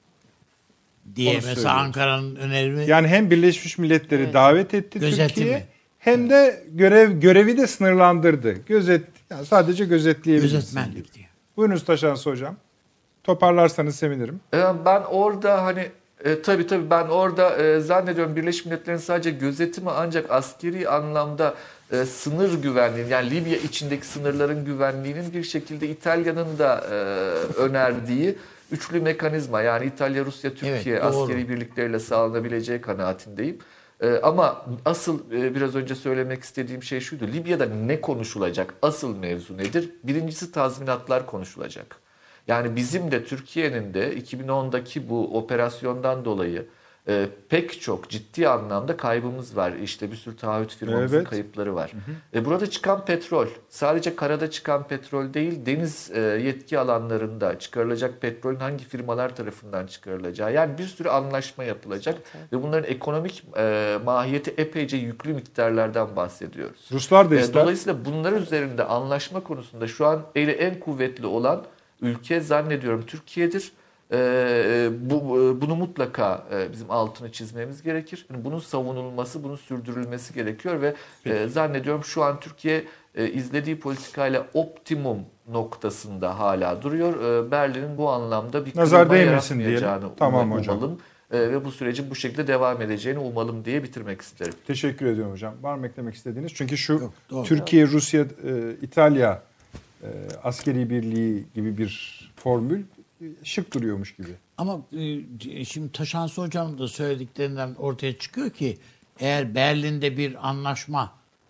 diye Onu mesela söylüyoruz. Ankara'nın önerimi Yani hem Birleşmiş Milletleri Evet. davet etti Gözetimi. Türkiye, hem de görev görevi de sınırlandırdı. Gözet, yani sadece gözetleyebilirsin. gözetmenlik diye. Buyurunuz Taşansı Hocam. Toparlarsanız sevinirim. Ee, Ben orada hani e, tabii tabii ben orada e, zannediyorum Birleşmiş Milletler'in sadece gözetimi ancak askeri anlamda e, sınır güvenliği yani Libya içindeki sınırların güvenliğinin bir şekilde İtalya'nın da e, önerdiği üçlü mekanizma yani İtalya, Rusya, Türkiye Evet, doğru. askeri birlikleriyle sağlanabileceği kanaatindeyim. E, ama asıl e, biraz önce söylemek istediğim şey şuydu. Libya'da ne konuşulacak? Asıl mevzu nedir? Birincisi tazminatlar konuşulacak. Yani bizim de Türkiye'nin de iki bin ondaki bu operasyondan dolayı e, pek çok ciddi anlamda kaybımız var. İşte bir sürü taahhüt firmamızın Evet. kayıpları var. E, burada çıkan petrol sadece karada çıkan petrol değil deniz e, yetki alanlarında çıkarılacak petrolün hangi firmalar tarafından çıkarılacağı. Yani bir sürü anlaşma yapılacak ve bunların ekonomik e, mahiyeti epeyce yüklü miktarlardan bahsediyoruz. Ruslar da E, ister. Dolayısıyla bunlar üzerinde anlaşma konusunda şu an eli en kuvvetli olan ülke zannediyorum Türkiye'dir. Ee, bu bunu mutlaka e, bizim altını çizmemiz gerekir. Yani bunun savunulması, bunun sürdürülmesi gerekiyor ve e, zannediyorum şu an Türkiye e, izlediği politikayla optimum noktasında hala duruyor. E, Berlin'in bu anlamda bir Nazar kırılma değmesin yaratmayacağını diyelim. Tamam um- hocam. umalım. E, ve bu sürecin bu şekilde devam edeceğini umalım diye bitirmek isterim. Teşekkür ediyorum hocam. Var mı eklemek istediğiniz? Çünkü şu Yok, doğru. Türkiye, Rusya, e, İtalya e, askeri birliği gibi bir formül e, şık duruyormuş gibi. Ama e, şimdi Taşansı Hocam'ın da söylediklerinden ortaya çıkıyor ki eğer Berlin'de bir anlaşma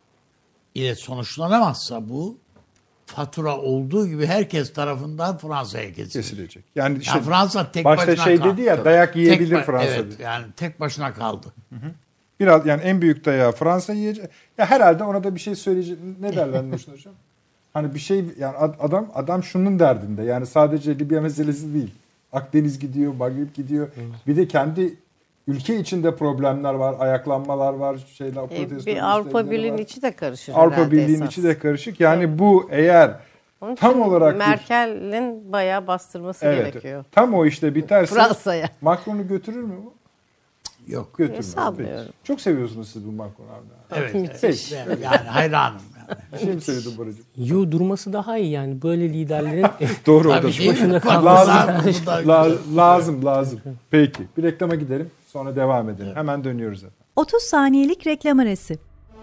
ile sonuçlanamazsa bu fatura olduğu gibi herkes tarafından Fransa'ya kesilecek. Kesilecek. Yani işte Yani Fransa tek başta başına şey kaldı. dedi ya dayak yiyebilir Tek ba- Fransa Evet dedi. yani tek başına kaldı. Biraz yani en büyük dayağı Fransa yiyecek. Ya herhalde ona da bir şey söyleyecek. Ne derler Nurşin hocam? Hani bir şey yani ad- adam adam şunun derdinde. Yani sadece Libya meselesi değil. Akdeniz gidiyor, Maghrib gidiyor. Bir de kendi ülke içinde problemler var, ayaklanmalar var, şeyler, E, protesto bir Avrupa gösterileri Birliği'nin var. içi de karışır Avrupa herhalde Birliği'nin esas. içi de karışık. Yani bu eğer Onun tam için olarak bir- Merkel'in bayağı bastırması evet, gerekiyor. tam o işte biterse Fransa'ya. Macron'u götürür mü bu? Yok. Götürmez. sanmıyorum. Peki. Çok seviyorsunuz siz bu Macron abi. Evet. Müthiş. evet. Ben yani hayranım yani. Bir şey mi söyledim Baracığım? Yo, durması daha iyi yani böyle liderlerin Doğru o da. Tabii değil mi? başına Bak, kalması. Lazım, bu da La- güzel. lazım, lazım. Peki. Bir reklama gidelim. Sonra devam edelim. Hemen dönüyoruz efendim. otuz saniyelik reklam arası.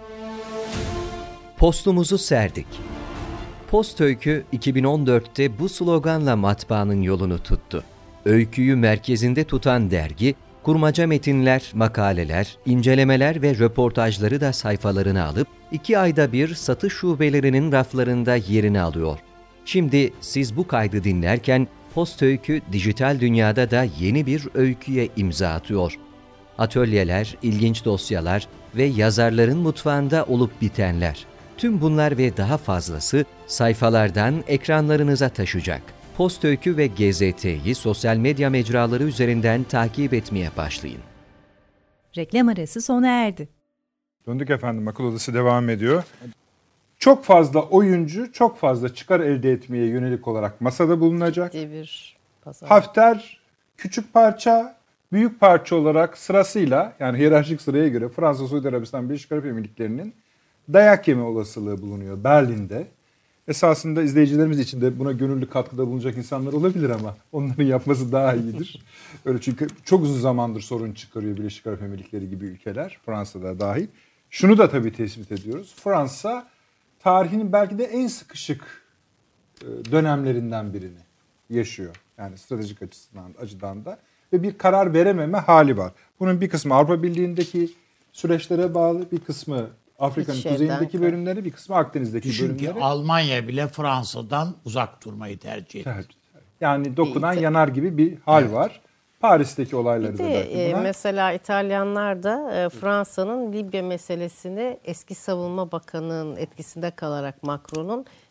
Postumuzu serdik. Post Öykü iki bin on dörtte bu sloganla matbaanın yolunu tuttu. Öyküyü merkezinde tutan dergi, kurmaca metinler, makaleler, incelemeler ve röportajları da sayfalarına alıp iki ayda bir satış şubelerinin raflarında yerini alıyor. Şimdi siz bu kaydı dinlerken Post Öykü dijital dünyada da yeni bir öyküye imza atıyor. Atölyeler, ilginç dosyalar ve yazarların mutfağında olup bitenler. Tüm bunlar ve daha fazlası sayfalardan ekranlarınıza taşacak. Post Öykü ve G Z T'yi sosyal medya mecraları üzerinden takip etmeye başlayın. Reklam arası sona erdi. Döndük efendim. Akıl Odası devam ediyor. Çok fazla oyuncu, çok fazla çıkar elde etmeye yönelik olarak masada bulunacak. Diye bir pazar. Hafter küçük parça, büyük parça olarak sırasıyla yani hiyerarşik sıraya göre Fransa, Suudi Arabistan, Birleşik Arap Emirlikleri'nin dayak yeme olasılığı bulunuyor Berlin'de. Esasında izleyicilerimiz için de buna gönüllü katkıda bulunacak insanlar olabilir ama onların yapması daha iyidir. Öyle çünkü çok uzun zamandır sorun çıkarıyor Birleşik Arap Emirlikleri gibi ülkeler, Fransa'da dahil. Şunu da tabii tespit ediyoruz. Fransa tarihinin belki de en sıkışık dönemlerinden birini yaşıyor. Yani stratejik açısından, açıdan da. Ve bir karar verememe hali var. Bunun bir kısmı Avrupa Birliği'ndeki süreçlere bağlı, bir kısmı Afrika'nın Hiç şeyden kuzeyindeki kar- bölümleri, bir kısmı Akdeniz'deki Düşün ki bölümleri. Almanya bile Fransa'dan uzak durmayı tercih etti. Evet. Yani dokunan İyi. yanar gibi bir hal var. Paris'teki olayları Bir da de belki e, buna. mesela İtalyanlar da e, Fransa'nın Libya meselesini eski savunma bakanının etkisinde kalarak Macron'un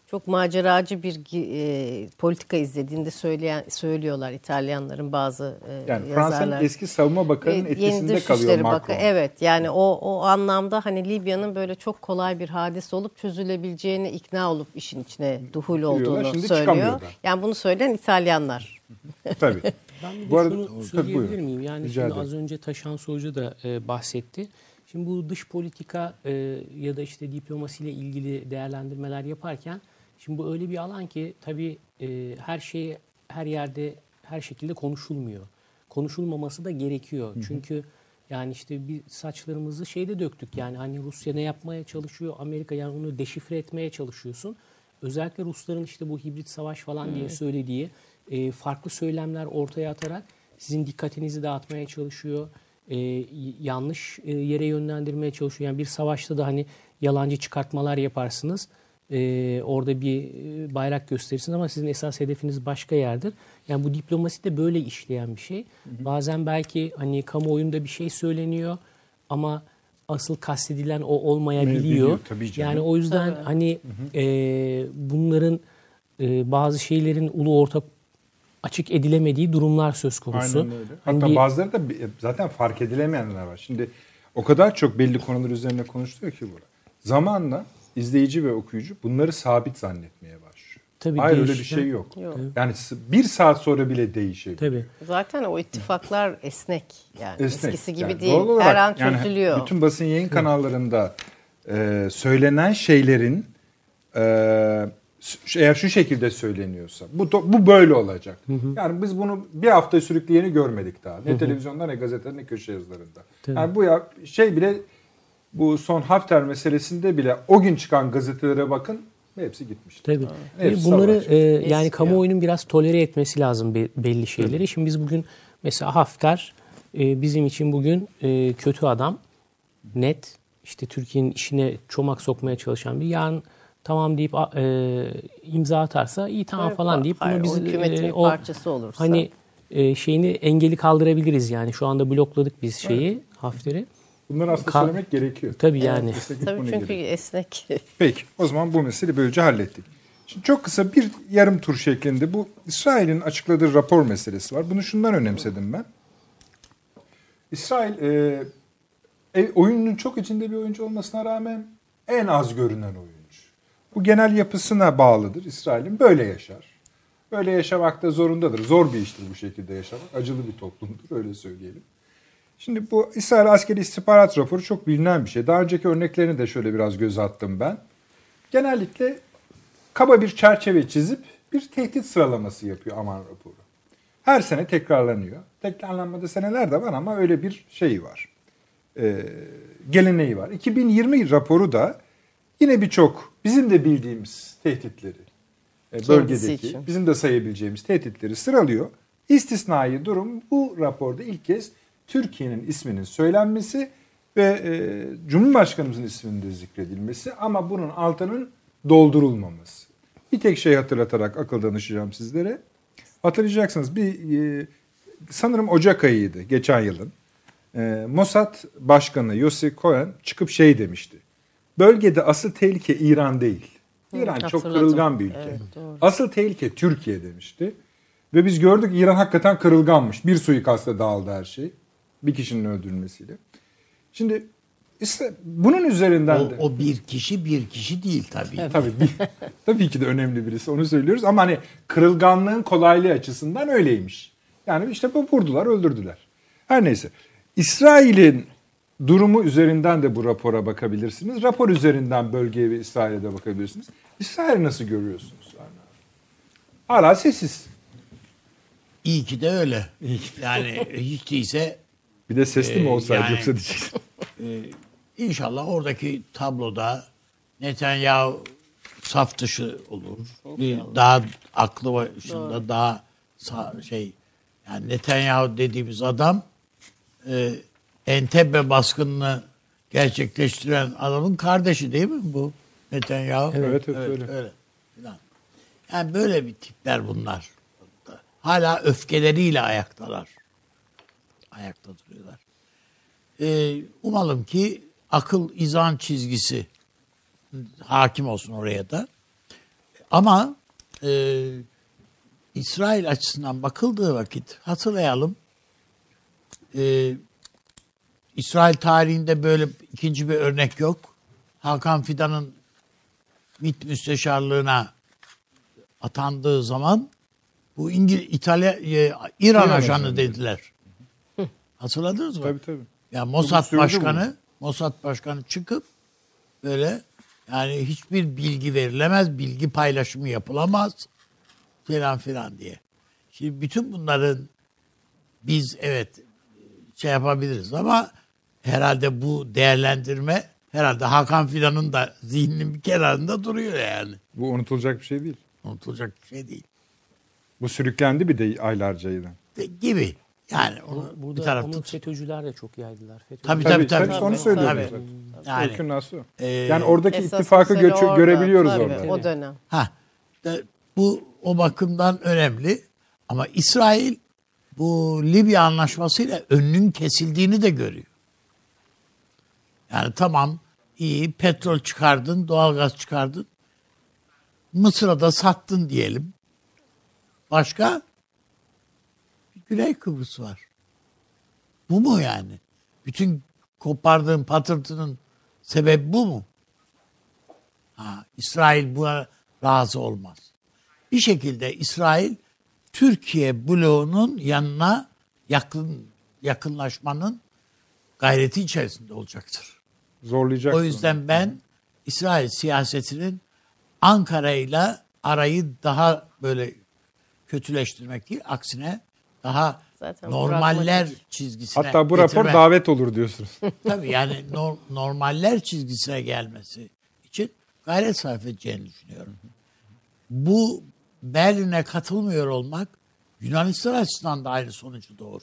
Çok maceracı bir e, politika izlediğinde söyleyen söylüyorlar İtalyanların bazı e, Yani yazarlar. Fransa'nın eski savunma bakanının Ve etkisinde Yeni kalıyor Dışişleri Macron. Bakanı. Evet, yani o o anlamda hani Libya'nın böyle çok kolay bir hadise olup çözülebileceğine ikna olup işin içine duhul olduğunu şimdi söylüyor. çıkamıyorlar. Yani bunu söyleyen İtalyanlar. Tabii. Ben bir de Bu arada- şunu Tabii, söyleyebilir buyurun. miyim? Yani Rica şimdi ederim. az önce Taşan Soycu da e, bahsetti. Şimdi bu dış politika e, ya da işte diplomasiyle ilgili değerlendirmeler yaparken şimdi bu öyle bir alan ki tabii e, her şey her yerde her şekilde konuşulmuyor. Konuşulmaması da gerekiyor. Hı hı. Çünkü yani işte bir saçlarımızı şeyde döktük. Yani hani Rusya ne yapmaya çalışıyor? Amerika, yani onu deşifre etmeye çalışıyorsun. Özellikle Rusların işte bu hibrit savaş falan diye söylediği e, farklı söylemler ortaya atarak sizin dikkatinizi dağıtmaya çalışıyor. E, yanlış e, yere yönlendirmeye çalışıyor. Yani bir savaşta da hani yalancı çıkartmalar yaparsınız. E, orada bir e, bayrak gösterirsiniz ama sizin esas hedefiniz başka yerdir. Yani bu diplomasi de böyle işleyen bir şey. Hı hı. Bazen belki hani kamuoyunda bir şey söyleniyor ama asıl kastedilen o olmayabiliyor. Biliyor, tabii canım. Yani o yüzden Tabii. hani e, bunların e, bazı şeylerin ulu orta açık edilemediği durumlar söz konusu. Aynen öyle. Hani Hatta bir- bazıları da bi- zaten fark edilemeyenler var. Şimdi o kadar çok belli konular üzerine konuşuluyor ki burada. Zamanla izleyici ve okuyucu bunları sabit zannetmeye başlıyor. Tabii Hayır öyle bir değişken- şey yok. Yok. Yani s- bir saat sonra bile değişebilir. Tabii. Zaten o ittifaklar esnek. Yani Esnek. eskisi gibi Yani değil. doğal olarak Her an yani çözülüyor. bütün basın yayın kanallarında e, söylenen şeylerin e, s- eğer şu şekilde söyleniyorsa bu do- bu böyle olacak. Yani biz bunu bir hafta sürükleyeni görmedik daha. Ne televizyonda ne gazetede ne köşe yazılarında. Tabii. Yani bu ya şey bile bu son Hafter meselesinde bile o gün çıkan gazetelere bakın hepsi gitmiş. Tabii. Hepsi Bunları savaş. e, yani Eski kamuoyunun biraz tolere etmesi lazım be- belli şeyleri. Şimdi biz bugün mesela Hafter e, bizim için bugün e, kötü adam, net, işte Türkiye'nin işine çomak sokmaya çalışan bir, yarın tamam deyip a- e, imza atarsa iyi tamam Evet, falan deyip hayır, bunu o biz hükümetin e, bir o parçası olursa. hani e, şeyini engeli kaldırabiliriz yani. Şu anda blokladık biz şeyi, Hafter'i. Bunları aslında Ka- söylemek gerekiyor. Tabii yani. Desteklemek Tabii buna çünkü gerekiyor. esnek. Peki o zaman bu meseleyi böylece hallettik. Şimdi çok kısa bir yarım tur şeklinde bu İsrail'in açıkladığı rapor meselesi var. Bunu şundan önemsedim ben. İsrail e, e, oyunun çok içinde bir oyuncu olmasına rağmen en az görünen oyuncu. Bu genel yapısına bağlıdır. İsrail'in böyle yaşar. Böyle yaşamak da zorundadır. Zor bir iştir bu şekilde yaşamak. Acılı bir toplumdur öyle söyleyelim. Şimdi bu İsrail Askeri İstihbarat Raporu çok bilinen bir şey. Daha önceki örneklerini de şöyle biraz göz attım ben. Genellikle kaba bir çerçeve çizip bir tehdit sıralaması yapıyor Aman raporu. Her sene tekrarlanıyor. Tekrarlanmada seneler de var ama öyle bir şey var. Ee, geleneği var. iki bin yirmi raporu da yine birçok bizim de bildiğimiz tehditleri, e, bölgedeki için. bizim de sayabileceğimiz tehditleri sıralıyor. İstisnai durum bu raporda ilk kez Türkiye'nin isminin söylenmesi ve e, Cumhurbaşkanımızın isminin de zikredilmesi ama bunun altının doldurulmaması. Bir tek şey hatırlatarak akıl danışacağım sizlere. Hatırlayacaksınız bir e, sanırım Ocak ayıydı geçen yılın. E, Mossad Başkanı Yossi Cohen çıkıp şey demişti. Bölgede asıl tehlike İran değil. İran Hı, çok hatırladım. kırılgan bir ülke. Evet, doğru. Asıl tehlike Türkiye demişti. Ve biz gördük İran hakikaten kırılganmış. Bir suikastle dağıldı her şey. Bir kişinin öldürülmesiyle. Şimdi işte bunun üzerinden O, de... o bir kişi bir kişi değil tabii. Tabii, bir, tabii ki de önemli birisi onu söylüyoruz. Ama hani kırılganlığın kolaylığı açısından öyleymiş. Yani işte bu vurdular, öldürdüler. Her neyse. İsrail'in durumu üzerinden de bu rapora bakabilirsiniz. Rapor üzerinden bölgeye ve İsrail'e de bakabilirsiniz. İsrail'i nasıl görüyorsunuz? Hala sessiz. İyi ki de öyle. İyi ki. Yani hiç değilse Bir de sesli mi Ee, olsaydı yani- yoksa diyeceksin. e, inşallah oradaki tabloda Netanyahu saf dışı olur. Bir daha aklı başında daha sağ, şey yani Netanyahu dediğimiz adam e, Entebbe baskınını gerçekleştiren adamın kardeşi değil mi bu Netanyahu? Evet, evet, öyle. öyle. Filan. Yani böyle bir tipler bunlar. Hala öfkeleriyle ayaktalar. Ayakta duruyorlar. Ee, umalım ki akıl izan çizgisi hakim olsun oraya da. ama e, İsrail açısından bakıldığı vakit hatırlayalım. E, İsrail tarihinde böyle ikinci bir örnek yok. Hakan Fidan'ın MİT müsteşarlığına atandığı zaman bu İngiliz, İtalya, e, İran, İran ajanı ajanı dediler. Hatırladınız mı? Tabii tabii. Ya Mossad Başkanı, Mossad Başkanı çıkıp böyle yani hiçbir bilgi verilemez, bilgi paylaşımı yapılamaz filan filan diye. Şimdi bütün bunların biz evet şey yapabiliriz ama herhalde bu değerlendirme herhalde Hakan Fidan'ın da zihninin bir kenarında duruyor yani. Bu unutulacak bir şey değil. Unutulacak bir şey değil. Bu sürüklendi bir de aylarca yine. De, gibi. Yani onu Burada bir taraf onu tut. FETÖ'cüler de çok yaydılar. FETÖ'cüler. Tabii Tabii tabii tabii, tabii. onu söylüyorum. Tabii. zaten. Yani, Öykünün aslı. e, Yani oradaki Esas ittifakı mesele göçü, orada, görebiliyoruz tabii, orada. O dönem. Ha, de, bu o bakımdan önemli. Ama İsrail bu Libya anlaşmasıyla önünün kesildiğini de görüyor. Yani tamam iyi petrol çıkardın, doğalgaz çıkardın. Mısır'a da sattın diyelim. Başka? Güney Kıbrıs var. Bu mu yani? Bütün kopardığın patırtının sebebi bu mu? Ha, İsrail buna razı olmaz. Bir şekilde İsrail Türkiye bloğunun yanına yakın yakınlaşmanın gayreti içerisinde olacaktır. Zorlayacak. O yüzden ben İsrail siyasetinin Ankara'yla arayı daha böyle kötüleştirmek değil, aksine daha Zaten normaller pragmatik. çizgisine Hatta bu rapor getirme. davet olur diyorsunuz. Tabii yani nor- normaller çizgisine gelmesi için gayret sarf edeceğini düşünüyorum. Bu Berlin'e katılmıyor olmak Yunanistan açısından da aynı sonucu doğurur.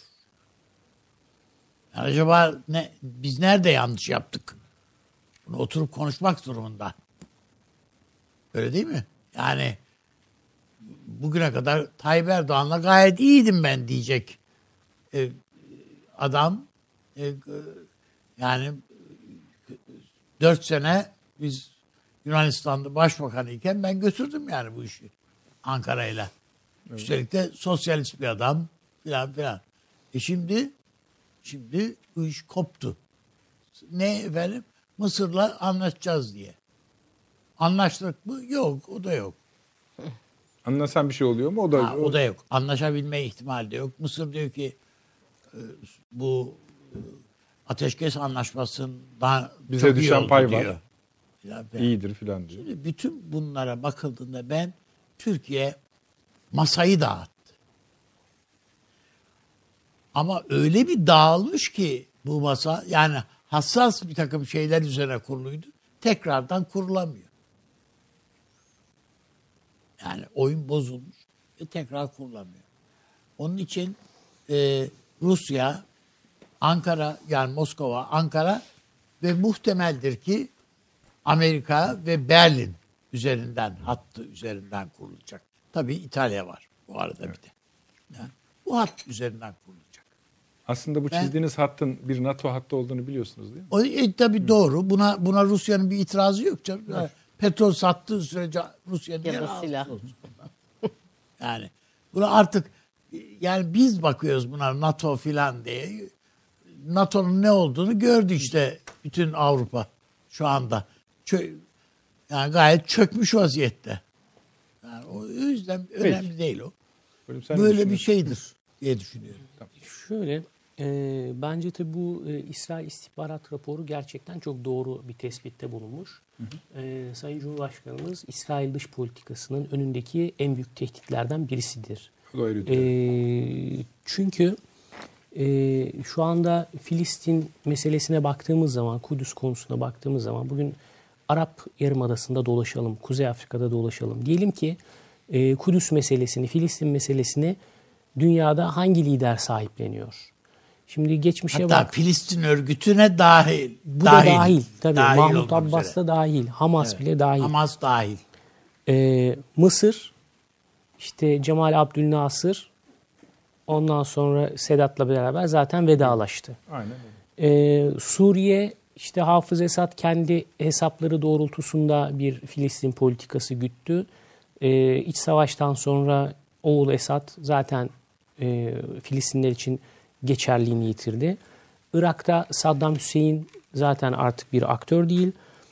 Yani acaba ne, biz nerede yanlış yaptık? Bunu oturup konuşmak durumunda. Öyle değil mi? Yani bugüne kadar Tayyip Erdoğan'la gayet iyiydim ben diyecek e, adam. E, yani dört sene biz Yunanistan'da başbakan iken ben götürdüm yani bu işi Ankara'yla. Evet. Üstelik de sosyalist bir adam filan filan. E şimdi şimdi bu iş koptu. Ne efendim? Mısır'la anlaşacağız diye. Anlaştık mı? Yok. O da yok. Anlasan bir şey oluyor mu? O da, Ha, o da yok. Anlaşabilme ihtimali de yok. Mısır diyor ki bu ateşkes anlaşmasından bize çok düşen iyi pay diyor. var. Falan filan. İyidir filan diyor. Şimdi bütün bunlara bakıldığında ben Türkiye masayı dağıttı. Ama öyle bir dağılmış ki bu masa yani hassas bir takım şeyler üzerine kuruluydu. Tekrardan kurulamıyor. Yani oyun bozulmuş ve tekrar kurulamıyor. Onun için e, Rusya, Ankara yani Moskova, Ankara ve muhtemeldir ki Amerika ve Berlin üzerinden, hattı üzerinden kurulacak. Tabii İtalya var bu arada evet. Bir de. Yani bu hat üzerinden kurulacak. Aslında bu Ben, çizdiğiniz hattın bir NATO hattı olduğunu biliyorsunuz değil mi? O, e, tabii Hı. doğru. Buna buna Rusya'nın bir itirazı yok canım. Yani petrol sattığı sürece Rusya niye razı olsun? Yani buna artık yani biz bakıyoruz buna NATO filan diye. NATO'nun ne olduğunu gördü işte bütün Avrupa şu anda. Çö- yani gayet çökmüş vaziyette. Yani o yüzden önemli Peki. değil o. Böyle, Böyle bir şeydir diye düşünüyorum. Şöyle, e, bence tabii bu e, İsrail istihbarat raporu gerçekten çok doğru bir tespitte bulunmuş. Hı hı. E, Sayın Cumhurbaşkanımız İsrail dış politikasının önündeki en büyük tehditlerden birisidir. E, çünkü e, şu anda Filistin meselesine baktığımız zaman, Kudüs konusuna baktığımız zaman bugün Arap Yarımadası'nda dolaşalım, Kuzey Afrika'da dolaşalım. Diyelim ki e, Kudüs meselesini, Filistin meselesini dünyada hangi lider sahipleniyor? Şimdi geçmişe Hatta bak. Filistin örgütüne dahil. Bu dahil, da dahil. Tabii dahil Mahmut Abbas da dahil. Hamas evet. bile dahil. Hamas dahil. Ee, Mısır, işte Cemal Abdülnasır, ondan sonra Sedat'la beraber zaten vedalaştı. Aynen öyle. Ee, Suriye, işte Hafız Esad kendi hesapları doğrultusunda bir Filistin politikası güttü. E, iç savaştan sonra oğul Esad zaten e, Filistinler için geçerliğini yitirdi. Irak'ta Saddam Hüseyin zaten artık bir aktör değil.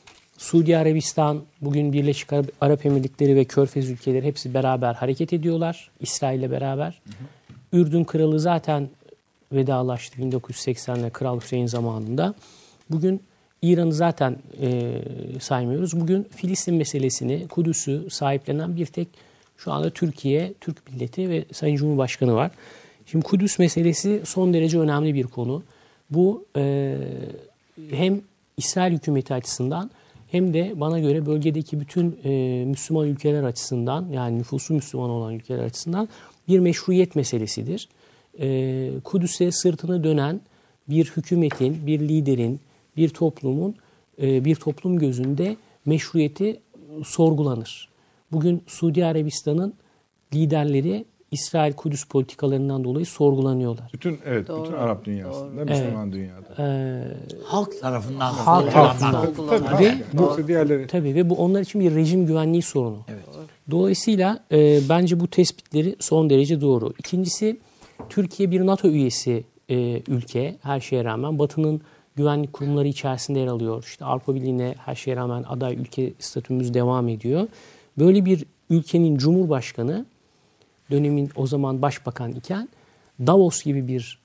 Suudi Arabistan, bugün Birleşik Arap Emirlikleri ve Körfez ülkeleri hepsi beraber hareket ediyorlar. İsrail'le beraber. Hı hı. Ürdün Kralı zaten vedalaştı bin dokuz yüz seksen'de Kral Hüseyin zamanında. Bugün İran'ı zaten e, saymıyoruz. Bugün Filistin meselesini, Kudüs'ü sahiplenen bir tek şu anda Türkiye, Türk milleti ve Sayın Cumhurbaşkanı var. Şimdi Kudüs meselesi son derece önemli bir konu. Bu e, hem İsrail hükümeti açısından hem de bana göre bölgedeki bütün e, Müslüman ülkeler açısından, yani nüfusu Müslüman olan ülkeler açısından bir meşruiyet meselesidir. E, Kudüs'e sırtını dönen bir hükümetin, bir liderin, bir toplumun, e, bir toplum gözünde meşruiyeti sorgulanır. Bugün Suudi Arabistan'ın liderleri İsrail Kudüs politikalarından dolayı sorgulanıyorlar. Bütün evet Doğru, bütün Arap dünyasında, doğru. Müslüman dünyada. Ee, Halk tarafından Halk sorgulanmak. tarafından. Tabii, Ve yani. Yoksa diğerleri Tabii ve bu onlar için bir rejim güvenliği sorunu. Evet. Dolayısıyla e, bence bu tespitleri son derece doğru. İkincisi, Türkiye bir NATO üyesi e, ülke her şeye rağmen. Batı'nın güvenlik kurumları içerisinde yer alıyor. İşte Avrupa Birliği'ne her şeye rağmen aday ülke statümümüz devam ediyor. Böyle bir ülkenin Cumhurbaşkanı, dönemin o zaman başbakan iken Davos gibi bir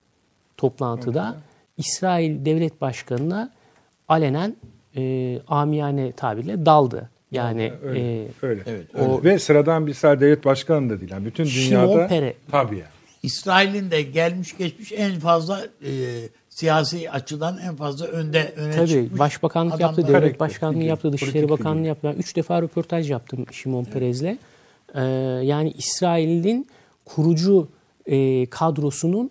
toplantıda evet. İsrail Devlet Başkanı'na alenen e, amiyane tabirle daldı. Yani yani öyle, e, öyle. Evet, O, ve sıradan bir İsrail devlet başkanı da değil. Yani bütün dünyada Şimon Pere. tabii yani. İsrail'in de gelmiş geçmiş en fazla e, siyasi açıdan en fazla önde öne Tabii çıkmış başbakanlık yaptı, adamlar. devlet başkanlığı figür, yaptı, dışişleri politik bakanlığı figür. yaptı. Ben üç defa röportaj yaptım Şimon Perez'le. Ee, yani İsrail'in kurucu e, kadrosunun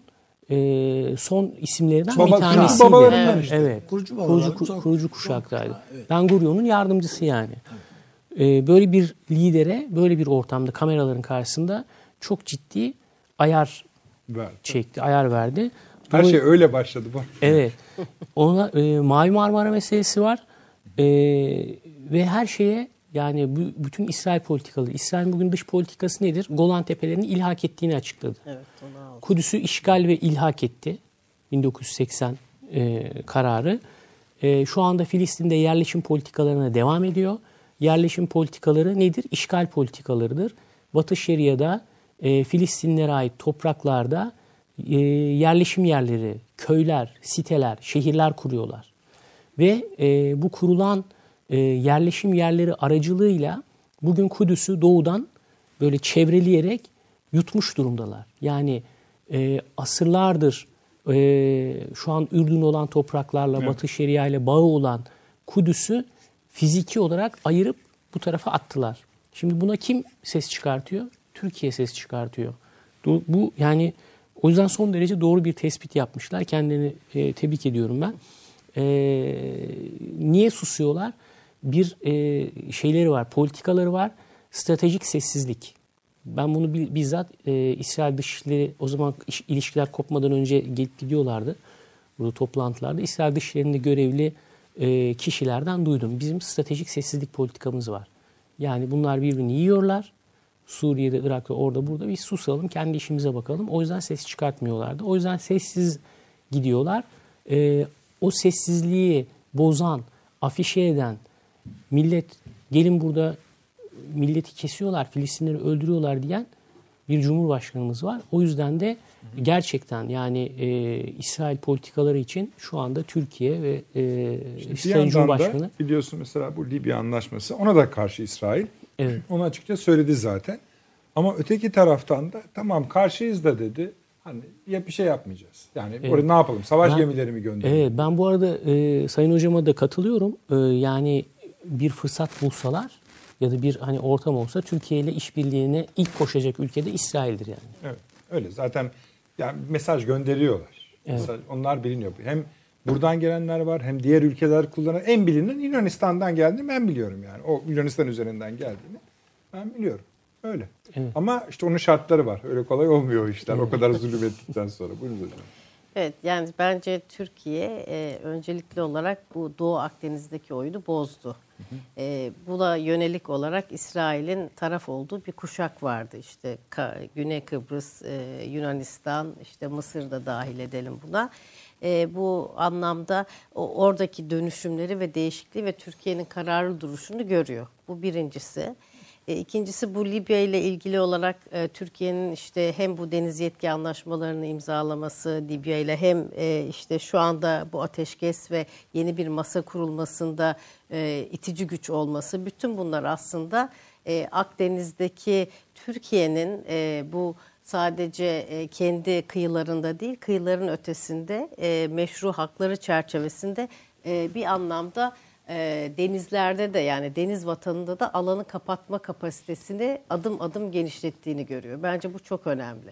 e, son isimlerinden Baba- bir tanesiydi. babalarından Evet. işte. evet. Kurucu Kurucu, babaların ku- çok- kurucu çok- kuşaktaydı. evet. Ben Gurion'un yardımcısı yani. Ee, böyle bir lidere, böyle bir ortamda kameraların karşısında çok ciddi ayar Ver. çekti, ayar verdi. Her Dolayı- şey öyle başladı. Bak. Evet. Ona e, Mavi Marmara meselesi var. E, ve her şeye yani bu, bütün İsrail politikaları. İsrail'in bugün dış politikası nedir? Golan Tepelerini ilhak ettiğini açıkladı. Evet, onu aldım. Kudüs'ü işgal ve ilhak etti. bin dokuz yüz seksen e, kararı. E, şu anda Filistin'de yerleşim politikalarına devam ediyor. Yerleşim politikaları nedir? İşgal politikalarıdır. Batı Şeria'da e, Filistinlere ait topraklarda e, yerleşim yerleri, köyler, siteler, şehirler kuruyorlar. Ve e, bu kurulan e, yerleşim yerleri aracılığıyla bugün Kudüs'ü doğudan böyle çevreleyerek yutmuş durumdalar. Yani e, asırlardır e, şu an Ürdün olan topraklarla, evet. Batı Şeria ile bağı olan Kudüs'ü fiziki olarak ayırıp bu tarafa attılar. Şimdi buna kim ses çıkartıyor? Türkiye ses çıkartıyor. Bu yani o yüzden son derece doğru bir tespit yapmışlar. Kendilerini e, tebrik ediyorum ben. E, niye susuyorlar? Bir e, şeyleri var, politikaları var. Stratejik sessizlik. Ben bunu bizzat e, İsrail Dışişleri o zaman iş, ilişkiler kopmadan önce gelip gidiyorlardı. Burada toplantılarda. İsrail Dışişleri'nde görevli e, kişilerden duydum. Bizim stratejik sessizlik politikamız var. Yani bunlar birbirini yiyorlar. Suriye'de, Irak'ta, orada, burada biz susalım, kendi işimize bakalım. O yüzden ses çıkartmıyorlardı. O yüzden sessiz gidiyorlar. E, o sessizliği bozan, afişe eden millet, gelin burada milleti kesiyorlar, Filistinleri öldürüyorlar diyen bir cumhurbaşkanımız var. O yüzden de gerçekten yani e, İsrail politikaları için şu anda Türkiye ve e, İşte İsrail Cumhurbaşkanı. Da biliyorsun mesela bu Libya anlaşması, ona da karşı İsrail. Evet. Onu açıkça söyledi zaten. Ama öteki taraftan da tamam karşıyız da dedi. Hani ya bir şey yapmayacağız. Yani Evet. orada ne yapalım? Savaş Ben- gemileri mi gönderelim? Evet, ben bu arada e, Sayın Hocama da katılıyorum. E, yani bir fırsat bulsalar ya da bir hani ortam olsa Türkiye ile işbirliğine ilk koşacak ülke de İsrail'dir yani. Evet. Öyle zaten yani mesaj gönderiyorlar. Evet. Mesaj, onlar biliniyor. Hem buradan gelenler var hem diğer ülkeler kullanan. En bilinen Yunanistan'dan geldiğini ben biliyorum yani. O Yunanistan üzerinden geldiğini ben biliyorum. Öyle. Evet. Ama işte onun şartları var. Öyle kolay olmuyor o işler. O kadar zulüm ettikten sonra. Buyurun hocam. Evet, yani bence Türkiye e, öncelikli olarak bu Doğu Akdeniz'deki oyunu bozdu. E, buna yönelik olarak İsrail'in taraf olduğu bir kuşak vardı. İşte Ka- Güney Kıbrıs, e, Yunanistan, işte Mısır da dahil edelim buna. E, bu anlamda o, oradaki dönüşümleri ve değişikliği ve Türkiye'nin kararlı duruşunu görüyor. Bu birincisi. E, ikincisi bu Libya ile ilgili olarak e, Türkiye'nin işte hem bu deniz yetki anlaşmalarını imzalaması Libya ile hem e, işte şu anda bu ateşkes ve yeni bir masa kurulmasında e, itici güç olması, bütün bunlar aslında e, Akdeniz'deki Türkiye'nin e, bu sadece e, kendi kıyılarında değil, kıyıların ötesinde e, meşru hakları çerçevesinde e, bir anlamda e, denizlerde de, yani deniz vatanında da alanı kapatma kapasitesini adım adım genişlettiğini görüyor. Bence bu çok önemli.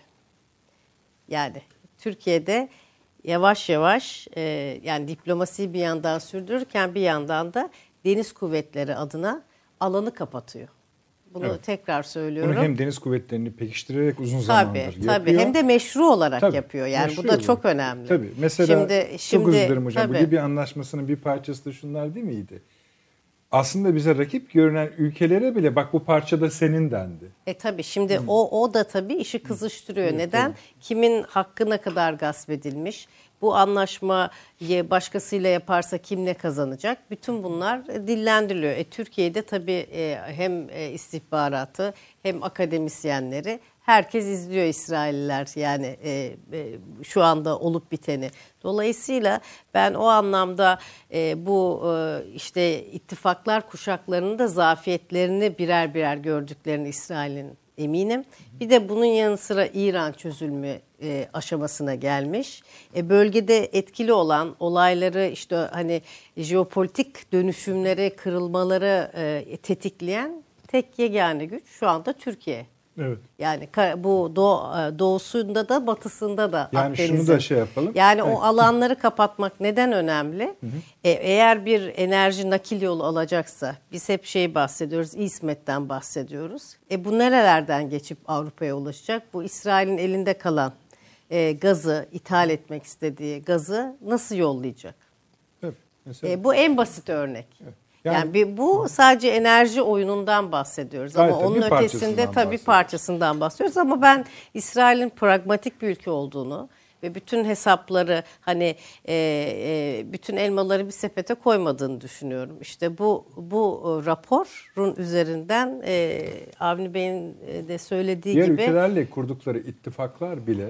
Yani Türkiye'de yavaş yavaş e, yani diplomasiyi bir yandan sürdürürken bir yandan da deniz kuvvetleri adına alanı kapatıyor. Bunu Evet. tekrar söylüyorum. Bunu hem deniz kuvvetlerini pekiştirerek uzun Tabii, zamandır tabii. yapıyor. Hem de meşru olarak Tabii, yapıyor. Yani meşru bu da olarak. çok önemli. Tabii. Mesela şimdi, şimdi, çok özür dilerim hocam. tabii. Bu Libya Anlaşması'nın bir parçası da şunlar değil miydi? Aslında bize rakip görünen ülkelere bile bak bu parçada senin dendi. E tabii şimdi hmm. o o da tabii işi kızıştırıyor. Evet, Neden? Tabii. Kimin hakkı ne kadar gasp edilmiş? Bu anlaşmayı başkasıyla yaparsa kim ne kazanacak? Bütün bunlar dillendiriliyor. E, Türkiye'de tabii e, hem e, istihbaratı hem akademisyenleri herkes izliyor, İsrailliler yani e, e, şu anda olup biteni. Dolayısıyla ben o anlamda e, bu e, işte ittifaklar kuşaklarının da zafiyetlerini birer birer gördüklerini İsrail'in eminim. Bir de bunun yanı sıra İran çözülme e, aşamasına gelmiş. E, bölgede etkili olan olayları işte hani jeopolitik dönüşümleri, kırılmaları e, tetikleyen tek yegane güç şu anda Türkiye. Evet. Yani bu doğu, doğusunda da batısında da yani Akdeniz'in. Şunu da şey yapalım. Yani evet. o alanları kapatmak neden önemli? Hı hı. E, eğer bir enerji nakil yolu alacaksa biz hep şey bahsediyoruz, İsmet'ten bahsediyoruz. E, bu nerelerden geçip Avrupa'ya ulaşacak? Bu İsrail'in elinde kalan e, gazı, ithal etmek istediği gazı nasıl yollayacak? Evet, mesela. E, bu en basit örnek. Evet. Yani, yani bir, bu hı. sadece enerji oyunundan bahsediyoruz ama Gayet onun ötesinde tabii parçasından bahsediyoruz ama ben İsrail'in pragmatik bir ülke olduğunu ve bütün hesapları hani e, e, bütün elmaları bir sepete koymadığını düşünüyorum. İşte bu bu raporun üzerinden e, Avni Bey'in de söylediği Diğer gibi. Diğer ülkelerle kurdukları ittifaklar bile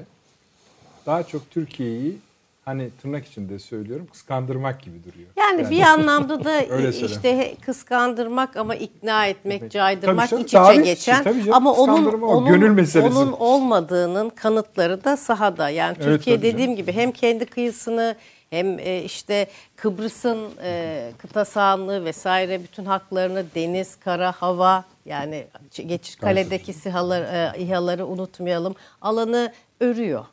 daha çok Türkiye'yi hani tırnak içinde söylüyorum kıskandırmak gibi duruyor. Yani, yani. bir anlamda da işte kıskandırmak ama ikna etmek, evet. caydırmak canım, iç içe geçen canım, ama onun onun, gönül onun olmadığının kanıtları da sahada. Yani evet, Türkiye dediğim canım. gibi hem kendi kıyısını hem işte Kıbrıs'ın e, kıta sahanlığı vesaire bütün haklarını deniz, kara, hava yani geçiş kaledeki sihalar, e, İHA'ları unutmayalım alanı örüyor.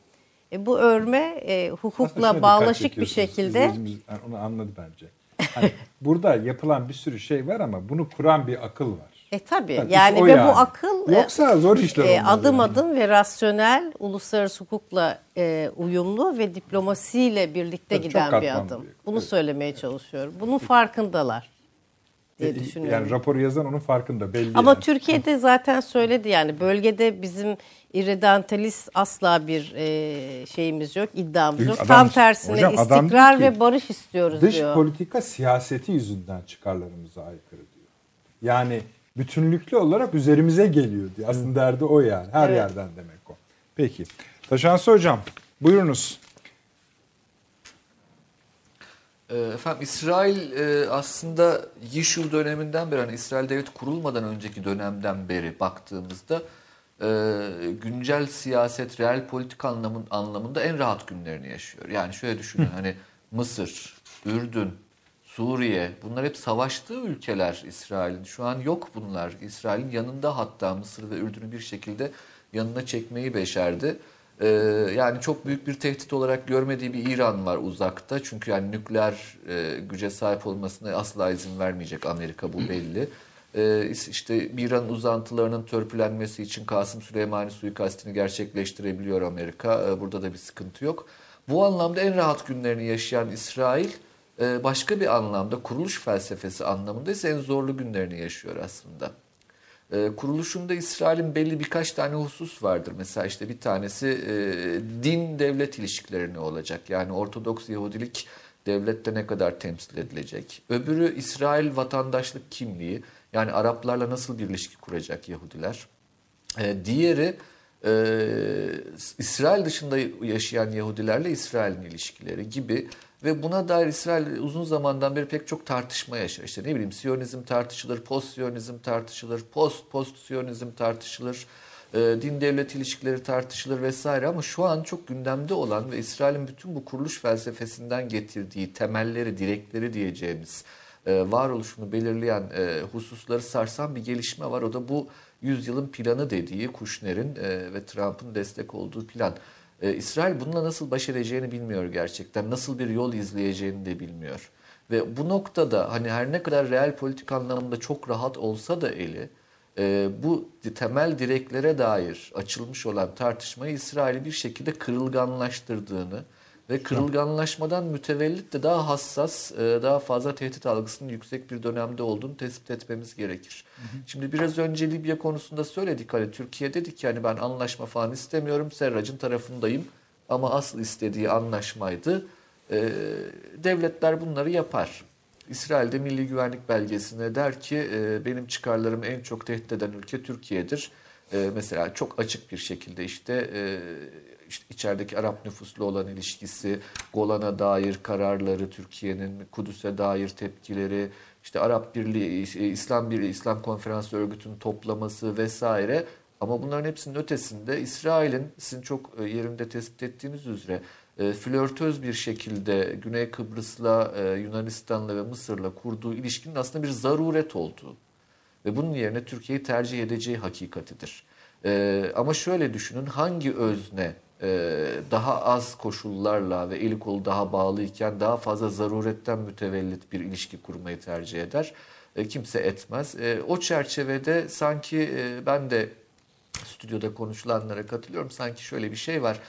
E, bu örme e, hukukla bağlaşık bir şekilde. Yani onu anladı bence. Hani burada yapılan bir sürü şey var ama bunu kuran bir akıl var. E tabii yani, yani ve yani. bu akıl yoksa zor işler e, adım yani. adım ve rasyonel uluslararası hukukla e, uyumlu ve diplomasiyle birlikte tabii giden bir adım. Büyük. Bunu evet. söylemeye çalışıyorum. Bunun farkındalar diye e, düşünüyorum. Yani raporu yazan onun farkında belli. Ama yani. Türkiye'de zaten söyledi yani bölgede bizim irredentalist asla bir e, şeyimiz yok, iddiamız yok. Adam, Tam tersine hocam, istikrar ve barış istiyoruz dış diyor. Dış politika siyaseti yüzünden çıkarlarımıza aykırı diyor. Yani bütünlüklü olarak üzerimize geliyor diyor. Aslında derdi o yani. Her evet. yerden demek o. Peki. Taşansı Hocam buyurunuz. Efendim İsrail aslında Yişul döneminden beri, hani İsrail devleti kurulmadan önceki dönemden beri baktığımızda güncel siyaset, real politik anlamın, anlamında en rahat günlerini yaşıyor. Yani şöyle düşünün hani Mısır, Ürdün, Suriye bunlar hep savaştığı ülkeler İsrail'in. Şu an yok bunlar. İsrail'in yanında hatta Mısır ve Ürdün'ü bir şekilde yanına çekmeyi becerdi. Ee, yani çok büyük bir tehdit olarak görmediği bir İran var uzakta. Çünkü yani nükleer e, güce sahip olmasına asla izin vermeyecek Amerika, bu belli. Ee, işte İran'ın uzantılarının törpülenmesi için Kasım Süleymani suikastini gerçekleştirebiliyor Amerika. Ee, burada da bir sıkıntı yok. Bu anlamda en rahat günlerini yaşayan İsrail e, başka bir anlamda, kuruluş felsefesi anlamında ise en zorlu günlerini yaşıyor aslında. E, kuruluşunda İsrail'in belli birkaç tane husus vardır. Mesela işte bir tanesi e, din-devlet ilişkileri ne olacak? Yani Ortodoks Yahudilik devlette ne kadar temsil edilecek? Öbürü İsrail vatandaşlık kimliği. Yani Araplarla nasıl bir ilişki kuracak Yahudiler? E, diğeri e, İsrail dışında yaşayan Yahudilerle İsrail'in ilişkileri gibi. Ve buna dair İsrail uzun zamandan beri pek çok tartışma yaşar. İşte ne bileyim Siyonizm tartışılır, post-Siyonizm tartışılır, post-post-Siyonizm tartışılır, e, din-devlet ilişkileri tartışılır vesaire. Ama şu an çok gündemde olan ve İsrail'in bütün bu kuruluş felsefesinden getirdiği temelleri, direkleri diyeceğimiz e, varoluşunu belirleyen e, hususları sarsan bir gelişme var. O da bu yüzyılın planı dediği Kushner'in e, ve Trump'ın destek olduğu plan. Ee, İsrail bununla nasıl baş edeceğini bilmiyor gerçekten. Nasıl bir yol izleyeceğini de bilmiyor. Ve bu noktada hani her ne kadar real politik anlamda çok rahat olsa da eli e, bu temel direklere dair açılmış olan tartışmayı İsrail'i bir şekilde kırılganlaştırdığını ve kırılganlaşmadan mütevellit de daha hassas, daha fazla tehdit algısının yüksek bir dönemde olduğunu tespit etmemiz gerekir. Hı hı. Şimdi biraz önce Libya konusunda söyledik. Hani Türkiye dedi ki yani ben anlaşma falan istemiyorum. Serrac'ın tarafındayım. Ama asıl istediği anlaşmaydı. Ee, devletler bunları yapar. İsrail'de milli güvenlik belgesine der ki e, benim çıkarlarımı en çok tehdit eden ülke Türkiye'dir. E, mesela çok açık bir şekilde işte... E, İşte içerideki Arap nüfusla olan ilişkisi, Golan'a dair kararları, Türkiye'nin Kudüs'e dair tepkileri, işte Arap Birliği, İslam Birliği, İslam Konferansı Örgütü'nün toplaması vesaire. Ama bunların hepsinin ötesinde İsrail'in sizin çok yerinde tespit ettiğiniz üzere flörtöz bir şekilde Güney Kıbrıs'la, Yunanistan'la ve Mısır'la kurduğu ilişkinin aslında bir zaruret olduğu ve bunun yerine Türkiye'yi tercih edeceği hakikatidir. Ama şöyle düşünün, hangi özne daha az koşullarla ve eli kolu daha bağlıyken daha fazla zaruretten mütevellit bir ilişki kurmayı tercih eder? Kimse etmez. O çerçevede sanki ben de stüdyoda konuşulanlara katılıyorum. Sanki şöyle bir şey var.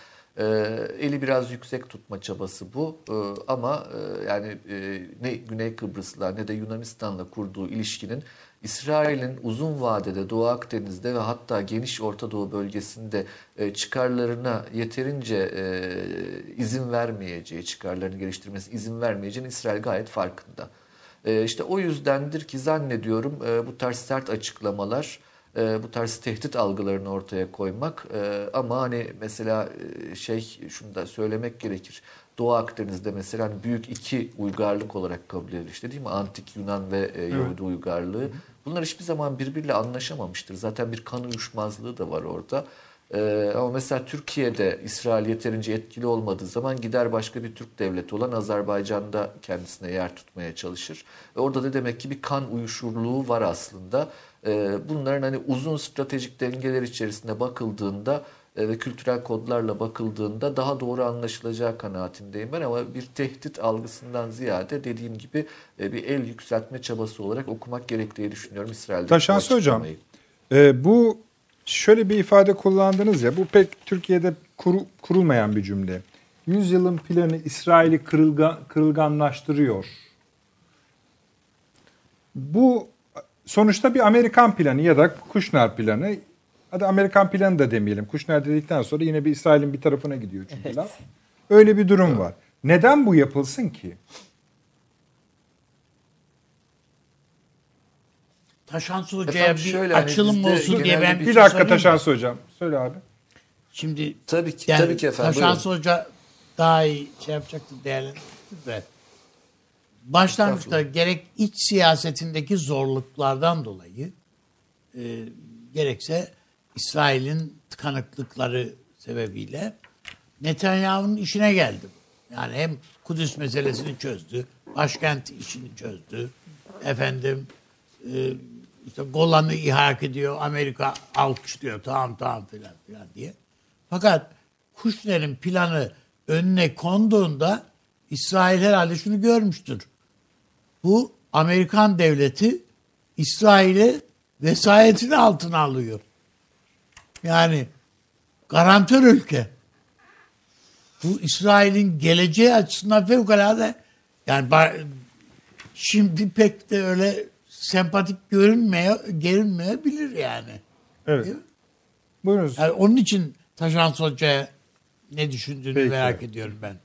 Eli biraz yüksek tutma çabası bu. Ama yani ne Güney Kıbrıs'la ne de Yunanistan'la kurduğu ilişkinin İsrail'in uzun vadede Doğu Akdeniz'de ve hatta geniş Orta Doğu bölgesinde çıkarlarına yeterince izin vermeyeceği, çıkarlarını geliştirmesine izin vermeyeceğini İsrail gayet farkında. İşte o yüzdendir ki zannediyorum bu tarz sert açıklamalar, bu tarz tehdit algılarını ortaya koymak, ama hani mesela şey şunu da söylemek gerekir. Doğu Akdeniz'de mesela hani büyük iki uygarlık olarak kabul edilir işte, değil mi? Antik Yunan ve e, Yahudi evet. uygarlığı. Bunlar hiçbir zaman birbiriyle anlaşamamıştır. Zaten bir kan uyuşmazlığı da var orada. Ee, ama mesela Türkiye'de İsrail yeterince etkili olmadığı zaman gider başka bir Türk devleti olan Azerbaycan'da kendisine yer tutmaya çalışır. Ve orada da demek ki bir kan uyuşurluğu var aslında. Ee, bunların hani uzun stratejik dengeler içerisinde bakıldığında ve kültürel kodlarla bakıldığında daha doğru anlaşılacağı kanaatindeyim ben, ama bir tehdit algısından ziyade dediğim gibi bir el yükseltme çabası olarak okumak gerektiği düşünüyorum İsrail'de. Taşansı Hocam, e, bu şöyle bir ifade kullandınız ya, bu pek Türkiye'de kuru, kurulmayan bir cümle. Yüzyılın planı İsrail'i kırılga, kırılganlaştırıyor. Bu sonuçta bir Amerikan planı ya da Kushner planı. Hadi Amerikan planı da demeyelim. Kushner dedikten sonra yine bir İsrail'in bir tarafına gidiyor çünkü evet. laf. Öyle bir durum var. Neden bu yapılsın ki? Taşansı Hoca'ya bir şöyle, açılım hani olsun diye ben bir, bir dakika Taşansı Hocam. Söyle abi. Şimdi tabii ki, yani, tabii ki efendim. Taşansı Hoca daha iyi şey yapacaktır, değerlendirecektir de. Başlangıçta gerek iç siyasetindeki zorluklardan dolayı e, gerekse İsrail'in tıkanıklıkları sebebiyle Netanyahu'nun işine geldi. Yani hem Kudüs meselesini çözdü, başkent işini çözdü. Efendim e, işte Golan'ı ihrak ediyor, Amerika alkışlıyor, tamam tamam filan filan diye. Fakat Kushner'in planı önüne konduğunda İsrail herhalde şunu görmüştür. Bu Amerikan devleti İsrail'i vesayetini altına alıyor. Yani garantör ülke. Bu İsrail'in geleceği açısından fevkalade Yani ba- şimdi pek de öyle sempatik görünmeye görünmeyebilir yani. Evet. Değil mi? Buyurunuz. Yani onun için Taşans Hoca'ya ne düşündüğünü Peki. merak ediyorum ben.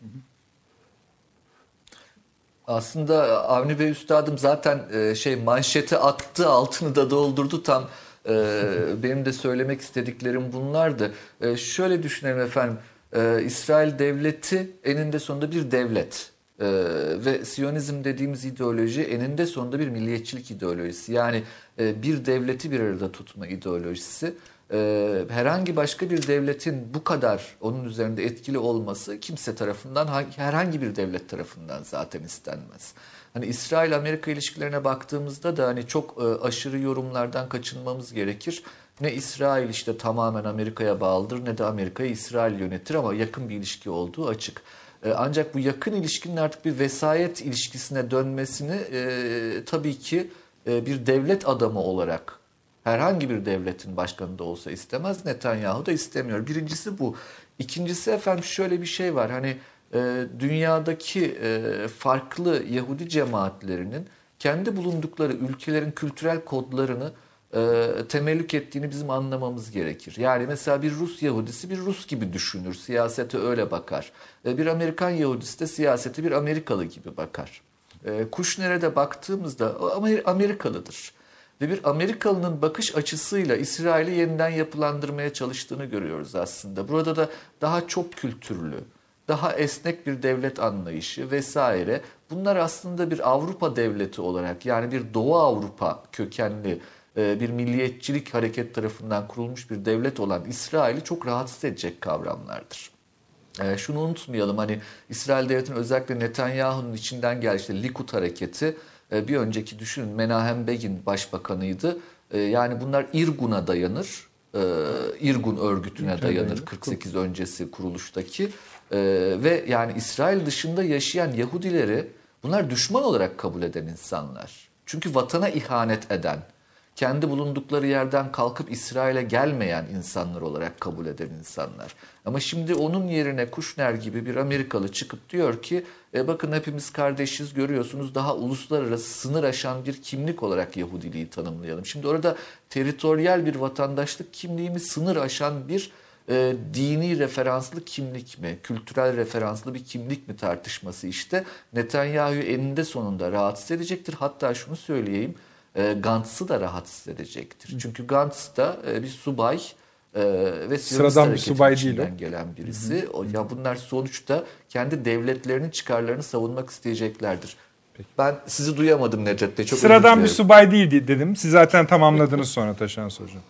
Aslında Avni Bey Üstadım zaten e, şey manşeti attı, altını da doldurdu tam. e, benim de söylemek istediklerim bunlardı. E, şöyle düşünelim efendim. e, İsrail devleti eninde sonunda bir devlet. E, ve Siyonizm dediğimiz ideoloji eninde sonunda bir milliyetçilik ideolojisi. Yani e, bir devleti bir arada tutma ideolojisi. Ee, herhangi başka bir devletin bu kadar onun üzerinde etkili olması kimse tarafından, herhangi bir devlet tarafından zaten istenmez. Hani İsrail-Amerika ilişkilerine baktığımızda da hani çok e, aşırı yorumlardan kaçınmamız gerekir. Ne İsrail işte tamamen Amerika'ya bağlıdır ne de Amerika'yı İsrail yönetir ama yakın bir ilişki olduğu açık. E, ancak bu yakın ilişkinin artık bir vesayet ilişkisine dönmesini e, tabii ki e, bir devlet adamı olarak herhangi bir devletin başkanı da olsa istemez. Netanyahu da istemiyor. Birincisi bu. İkincisi efendim şöyle bir şey var. Hani e, dünyadaki e, farklı Yahudi cemaatlerinin kendi bulundukları ülkelerin kültürel kodlarını e, temellük ettiğini bizim anlamamız gerekir. Yani mesela bir Rus Yahudisi bir Rus gibi düşünür. Siyasete öyle bakar. E, bir Amerikan Yahudisi de siyasete bir Amerikalı gibi bakar. E, Kushner'e de baktığımızda o Amerikalıdır. Ve bir Amerikalı'nın bakış açısıyla İsrail'i yeniden yapılandırmaya çalıştığını görüyoruz aslında. Burada da daha çok kültürlü, daha esnek bir devlet anlayışı vesaire. Bunlar aslında bir Avrupa devleti olarak yani bir Doğu Avrupa kökenli bir milliyetçilik hareket tarafından kurulmuş bir devlet olan İsrail'i çok rahatsız edecek kavramlardır. E, şunu unutmayalım hani İsrail devletinin özellikle Netanyahu'nun içinden geldiği işte Likud hareketi e, bir önceki düşünün Menahem Begin başbakanıydı. E, yani bunlar İrgun'a dayanır. E, İrgun örgütüne dayanır kırk sekiz öncesi kuruluştaki. E, ve yani İsrail dışında yaşayan Yahudileri bunlar düşman olarak kabul eden insanlar. Çünkü vatana ihanet eden, kendi bulundukları yerden kalkıp İsrail'e gelmeyen insanlar olarak kabul eden insanlar. Ama şimdi onun yerine Kushner gibi bir Amerikalı çıkıp diyor ki e bakın hepimiz kardeşiz görüyorsunuz daha uluslararası sınır aşan bir kimlik olarak Yahudiliği tanımlayalım. Şimdi orada teritoryal bir vatandaşlık kimliği mi sınır aşan bir e, dini referanslı kimlik mi, kültürel referanslı bir kimlik mi tartışması işte Netanyahu'yu eninde sonunda rahatsız edecektir. Hatta şunu söyleyeyim. Gantz'ı da rahatsız edecektir. Çünkü Gantz da bir subay e, ve sıradan bir subay değil o. gelen birisi. O, ya bunlar sonuçta kendi devletlerinin çıkarlarını savunmak isteyeceklerdir. Peki. Ben sizi duyamadım Necdet Bey. Çok sıradan bir subay değil dedim. Siz zaten tamamladınız sonra Taşans Hocam.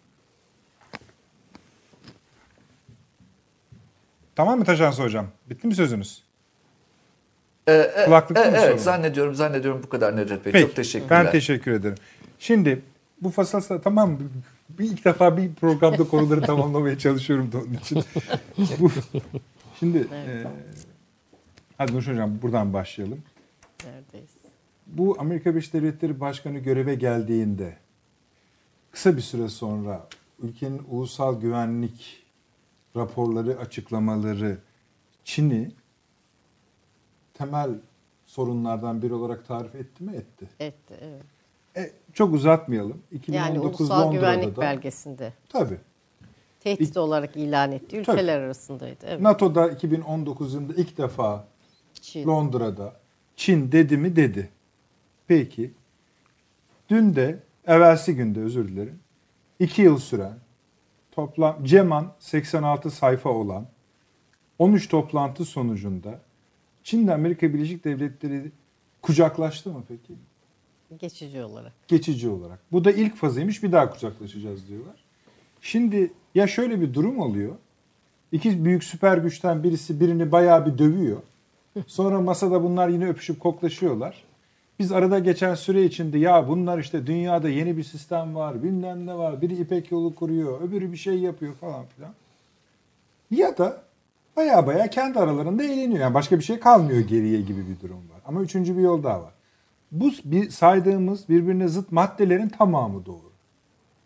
Tamam mı Taşans Hocam? Bitti mi sözünüz? Ee, Kulaklıklı e, mı evet sorun? zannediyorum zannediyorum bu kadar Necdet Bey. Peki, çok teşekkürler. Ben teşekkür ederim. Şimdi bu fasılda tamam bir ilk defa bir programda konuları tamamlamaya çalışıyorum da onun için. bu, şimdi e, hadi Nur Hocam buradan başlayalım. Neredeyiz? Bu Amerika Birleşik Devletleri Başkanı göreve geldiğinde kısa bir süre sonra ülkenin ulusal güvenlik raporları, açıklamaları Çin'i temel sorunlardan biri olarak tarif etti mi? Etti. Etti, evet. E, çok uzatmayalım. iki bin on dokuz yani ulusal Londra'da güvenlik da, belgesinde. Tabii. Tehdit İlk, olarak ilan ettiği ülkeler tabii. arasındaydı. Evet. NATO'da iki bin on dokuz yılında ilk defa Çin. Londra'da Çin dedi mi dedi. Peki. Dün de, evvelsi günde özür dilerim, iki yıl süren toplam Ceman seksen altı sayfa olan on üç toplantı sonucunda Çin'le Amerika Birleşik Devletleri kucaklaştı mı peki? Geçici olarak. Geçici olarak. Bu da ilk fazıymış, bir daha kucaklaşacağız diyorlar. Şimdi ya şöyle bir durum oluyor. İki büyük süper güçten birisi birini bayağı bir dövüyor. Sonra masada bunlar yine öpüşüp koklaşıyorlar. Biz arada geçen süre içinde ya bunlar işte dünyada yeni bir sistem var, bilmem ne var. Biri İpek yolu kuruyor, öbürü bir şey yapıyor falan filan. Ya da baya baya kendi aralarında eğleniyor. Yani başka bir şey kalmıyor geriye gibi bir durum var. Ama üçüncü bir yol daha var. Bu bir saydığımız birbirine zıt maddelerin tamamı doğru.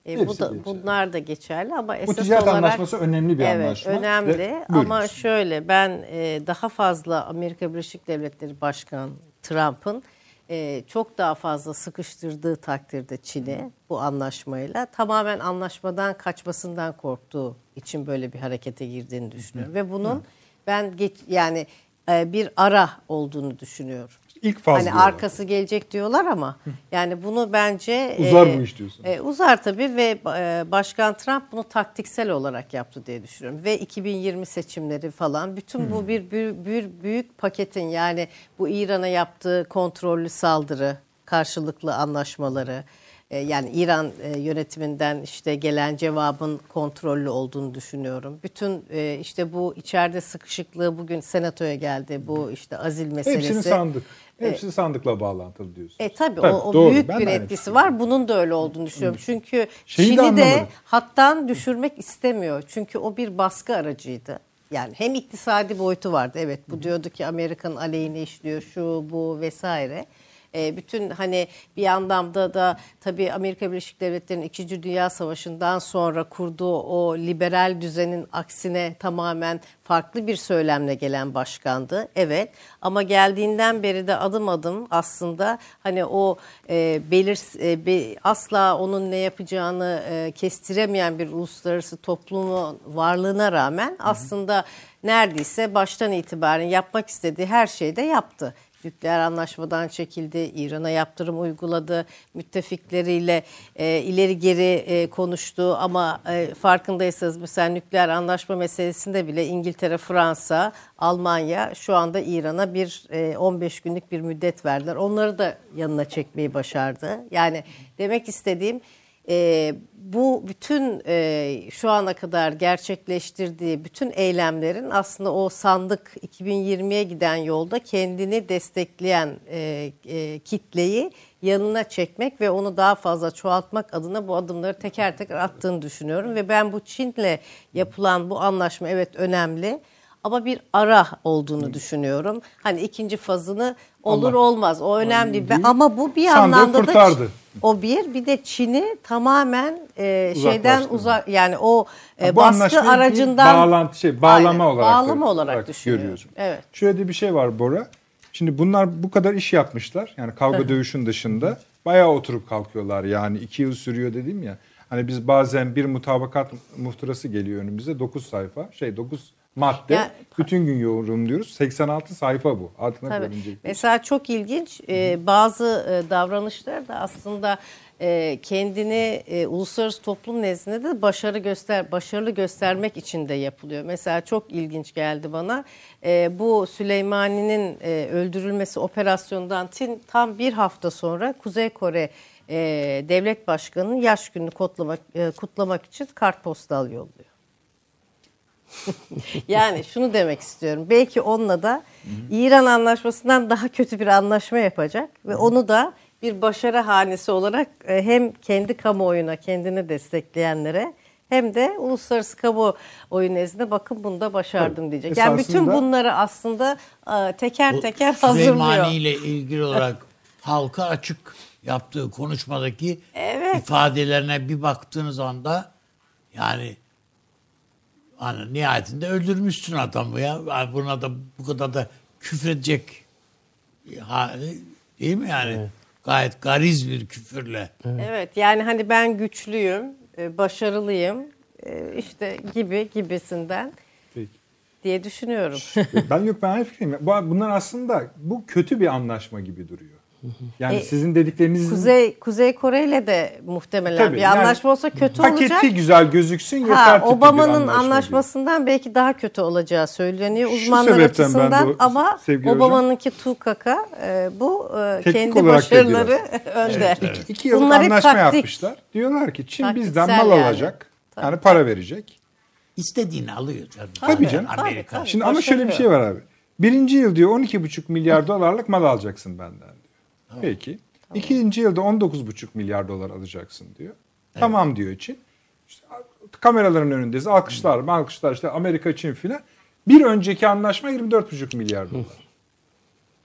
E, bu Hepsi da geçerli. bunlar da geçerli ama esas Bu ticaret olarak anlaşması önemli bir evet, anlaşma. önemli Ve ama buyurunuz. şöyle ben e, daha fazla Amerika Birleşik Devletleri Başkanı Trump'ın e, çok daha fazla sıkıştırdığı takdirde Çin'i bu anlaşmayla tamamen anlaşmadan kaçmasından korktuğu için böyle bir harekete girdiğini düşünüyorum. Ve bunun ben geç, yani e, bir ara olduğunu düşünüyorum. İlk faz Hani diyorlar. arkası gelecek diyorlar ama yani bunu bence Uzar e, bu iş diyorsun. e, uzar tabii ve e, Başkan Trump bunu taktiksel olarak yaptı diye düşünüyorum. Ve iki bin yirmi seçimleri falan bütün bu bir, bir, bir büyük paketin yani bu İran'a yaptığı kontrollü saldırı, karşılıklı anlaşmaları, e, yani İran e, yönetiminden işte gelen cevabın kontrollü olduğunu düşünüyorum. Bütün e, işte bu içeride sıkışıklığı bugün senatoya geldi. Bu işte azil meselesi. Hepsini sandık. Hepsi sandıkla bağlantılı diyorsun. E tabii, Tabii, o, o doğru. büyük Ben bir de aynı etkisi fikirdeyim. var. Bunun da öyle olduğunu düşünüyorum. Çünkü Şeyi de Çin'i de anlamadım. hattan düşürmek istemiyor. Çünkü o bir baskı aracıydı. Yani hem iktisadi boyutu vardı. Evet, bu diyordu ki Amerika'nın aleyhine işliyor şu bu vesaire. E, bütün hani bir anlamda da tabii Amerika Birleşik Devletleri'nin İkinci Dünya Savaşı'ndan sonra kurduğu o liberal düzenin aksine tamamen farklı bir söylemle gelen başkandı. Evet, ama geldiğinden beri de adım adım aslında hani o e, belir e, be, asla onun ne yapacağını e, kestiremeyen bir uluslararası toplumun varlığına rağmen aslında neredeyse baştan itibaren yapmak istediği her şeyi de yaptı. Nükleer anlaşmadan çekildi, İran'a yaptırım uyguladı, müttefikleriyle e, ileri geri e, konuştu ama e, farkındaysanız mesela nükleer anlaşma meselesinde bile İngiltere, Fransa, Almanya şu anda İran'a bir e, on beş günlük bir müddet verdiler. Onları da yanına çekmeyi başardı. Yani demek istediğim e, bu bütün e, şu ana kadar gerçekleştirdiği bütün eylemlerin aslında o sandık iki bin yirmiye giden yolda kendini destekleyen e, e, kitleyi yanına çekmek ve onu daha fazla çoğaltmak adına bu adımları teker teker attığını düşünüyorum. Ve ben bu Çin'le yapılan bu anlaşma evet önemli ama bir ara olduğunu düşünüyorum. Hani ikinci fazını olur Allah. olmaz o önemli değil. Değil. Ama bu bir Sandığı anlamda da kurtardı. o bir bir de Çin'i tamamen e, şeyden Uzaklaştırma. uzak yani o e, Ha, bu baskı anlaşmayı bir aracından bağlantı şey bağlama Aynen, olarak bağlama da- olarak, olarak düşünüyorum. görüyorsun. Evet. Şöyle de bir şey var Bora. Şimdi bunlar bu kadar iş yapmışlar. Yani kavga dövüşün dışında bayağı oturup kalkıyorlar. Yani iki yıl sürüyor dedim ya. Hani biz bazen bir mutabakat muhtırası geliyor önümüze. dokuz sayfa. Şey dokuz madde. Ya- bütün gün yorumluyoruz. seksen altı sayfa bu. Altına Tabii. görünecek. Mesela çok ilginç e, bazı e, davranışlar da aslında e, kendini e, uluslararası toplum nezdinde de başarı göster başarılı göstermek için de yapılıyor. Mesela çok ilginç geldi bana. E, bu Süleymani'nin e, öldürülmesi operasyondan tin- tam bir hafta sonra Kuzey Kore e, devlet başkanının yaş gününü kutlamak e, kutlamak için kartpostal yolluyor. Yani şunu demek istiyorum. Belki onunla da İran anlaşmasından daha kötü bir anlaşma yapacak ve onu da bir başarı hanesi olarak e, hem kendi kamuoyuna, kendini destekleyenlere hem de uluslararası kamuoyu nezdinde bakın bunu da başardım Tabii. diyecek. Yani bütün Esasında- bunları aslında e, teker Bu teker Süleymani hazırlıyor. ile ilgili olarak halka açık yaptığı konuşmadaki Evet. ifadelerine bir baktığınız anda yani hani nihayetinde öldürmüşsün adamı ya. Yani buna da bu kadar da küfredecek hali değil mi yani? Gayet gariz bir küfürle. Evet, yani hani ben güçlüyüm, e, başarılıyım e, işte gibi gibisinden Peki. diye düşünüyorum. Ben yok ben aynı fikirdeyim. Bu- Bunlar aslında bu kötü bir anlaşma gibi duruyor. Yani E, sizin dediklerinizin Kuzey Kuzey Kore ile de muhtemelen Tabii, bir yani anlaşma olsa kötü paketi olacak. güzel gözüksün yeter Ha, tipi bir Obama'nın anlaşma değil. anlaşmasından belki daha kötü olacağı söyleniyor Şu uzmanlar sebepten ben açısından de o- ama sevgili hocam- Obama'nınki tukaka e, bu e, Teknik kendi olarak da başarıları önde. İki yıllık Bunlar hep anlaşma taktik. yapmışlar. Diyorlar ki Çin Taktiksel bizden mal yani. alacak. Tabii, yani para verecek. İstediğini alıyor canım. Tabii canım. Amerika. Tabii, Şimdi ama şöyle bir başarıyor. şey var abi. Birinci yıl diyor on iki buçuk milyar dolarlık mal alacaksın benden diyor. Peki. İkinci yılda on dokuz buçuk milyar dolar alacaksın diyor. Tamam diyor Çin. İşte kameraların önündeyiz. Alkışlar mı alkışlar işte Amerika Çin filan. Bir önceki anlaşma yirmi dört buçuk milyar dolar.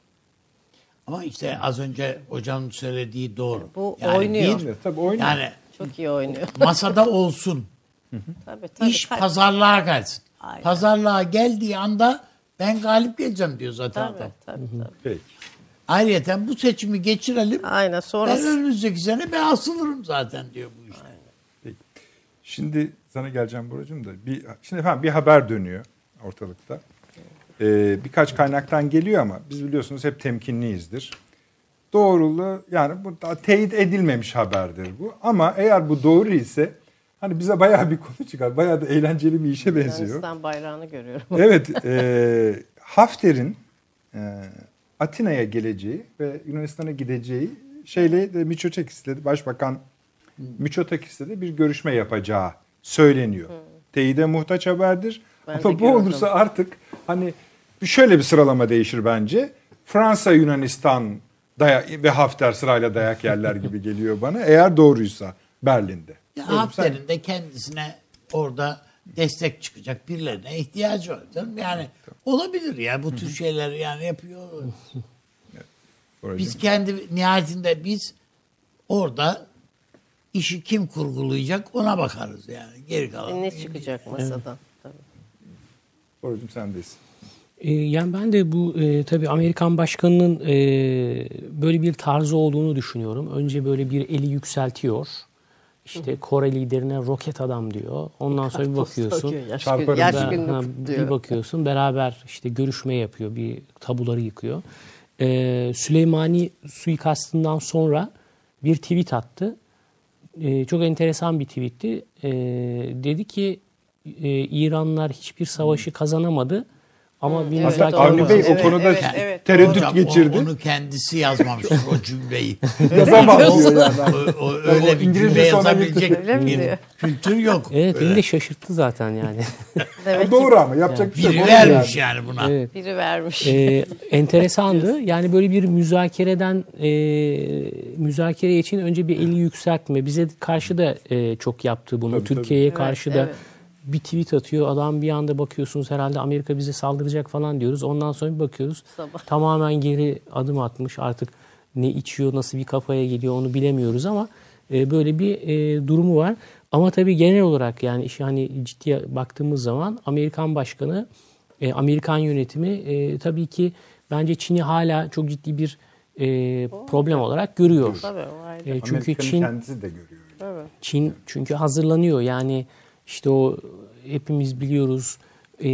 Ama işte az önce hocam söylediği doğru. Bu Yani oynuyor. bir- Evet, tabii oynuyor. Yani Çok iyi oynuyor. masada olsun. Tabii, tabii. İş Kalp- pazarlığa gelsin. Aynen. Pazarlığa geldiği anda ben galip geleceğim diyor zaten Tabii, adam. tabii, tabii. Peki. Ayrıca bu seçimi geçirelim. Aynen, sonra Ben önümüzdeki sene ben asılırım zaten diyor bu işte. Peki. Şimdi sana geleceğim Buracığım da. Bir, şimdi efendim bir haber dönüyor ortalıkta. Ee, birkaç kaynaktan geliyor ama biz biliyorsunuz hep temkinliyizdir. Doğruluğu yani bu daha teyit edilmemiş haberdir bu. Ama eğer bu doğru ise hani bize bayağı bir konu çıkar. Bayağı da eğlenceli bir işe benziyor. Yunanistan bayrağını görüyorum. Evet, e, Hafter'in e, Atina'ya geleceği ve Yunanistan'a gideceği şeyle de Mitsotakis'le de Başbakan Mitsotakis'le de bir görüşme yapacağı söyleniyor. Hmm. Teyide muhtaç haberdir. Ben Ama de bu gördüm. olursa artık hani şöyle bir sıralama değişir bence. Fransa, Yunanistan dayak ve Hafter sırayla dayak yerler gibi geliyor bana. Eğer doğruysa Berlin'de. Ya Buyurun, Hafter'in sen- de kendisine orada destek çıkacak birilerine ihtiyacı var. Canım. Yani olabilir ya bu tür şeyler yani yapıyor. Buracığım. Biz kendi nihayetinde biz orada işi kim kurgulayacak ona bakarız yani. Geri kalan. Ne çıkacak masadan? Tabii. Buracığım sendeyiz. E, yani ben de bu e, tabii Amerikan başkanının e, böyle bir tarzı olduğunu düşünüyorum. Önce böyle bir eli yükseltiyor. İşte Kore liderine roket adam diyor. Ondan sonra bir bakıyorsun. Yaş, Çarparım yaş da- gününü Ha, kutluyor. bir bakıyorsun beraber işte görüşme yapıyor. Bir tabuları yıkıyor. Ee, Süleymani suikastından sonra bir tweet attı. Ee, çok enteresan bir tweetti. Ee, dedi ki e, İranlılar hiçbir savaşı kazanamadı. Ama bir evet, Hatta müzakere Avni Bey o Evet, konuda evet, evet. tereddüt Hocam, geçirdi. O, onu kendisi yazmamıştır o cümleyi. Yazamaz diyor yani. O, o öyle bir İngilizce cümle sonra yazabilecek Öyle mi bir diyor? kültür yok. Evet, Öyle. beni de şaşırttı zaten yani. Demek ki Doğru ama yapacak bir şey Biri yok. vermiş yani buna. Evet. biri vermiş. Ee, enteresandı. Yani böyle bir müzakereden e, müzakere için önce bir eli yükseltme. Bize karşı da e, çok yaptı bunu. Tabii, tabii. Türkiye'ye Evet, karşı da evet. bir tweet atıyor. Adam bir anda bakıyorsunuz herhalde Amerika bize saldıracak falan diyoruz. Ondan sonra bir bakıyoruz Sabah. tamamen geri adım atmış. Artık ne içiyor, nasıl bir kafaya geliyor onu bilemiyoruz ama e, böyle bir e, durumu var. Ama tabii genel olarak yani işi hani ciddiye baktığımız zaman Amerikan başkanı, e, Amerikan yönetimi e, tabii ki bence Çin'i hala çok ciddi bir e, problem olarak görüyor. Tabii, o ayrı. E, çünkü Amerika'nın Çin kendisi de görüyor. öyle. Evet. Çin çünkü hazırlanıyor. Yani işte o hepimiz biliyoruz e,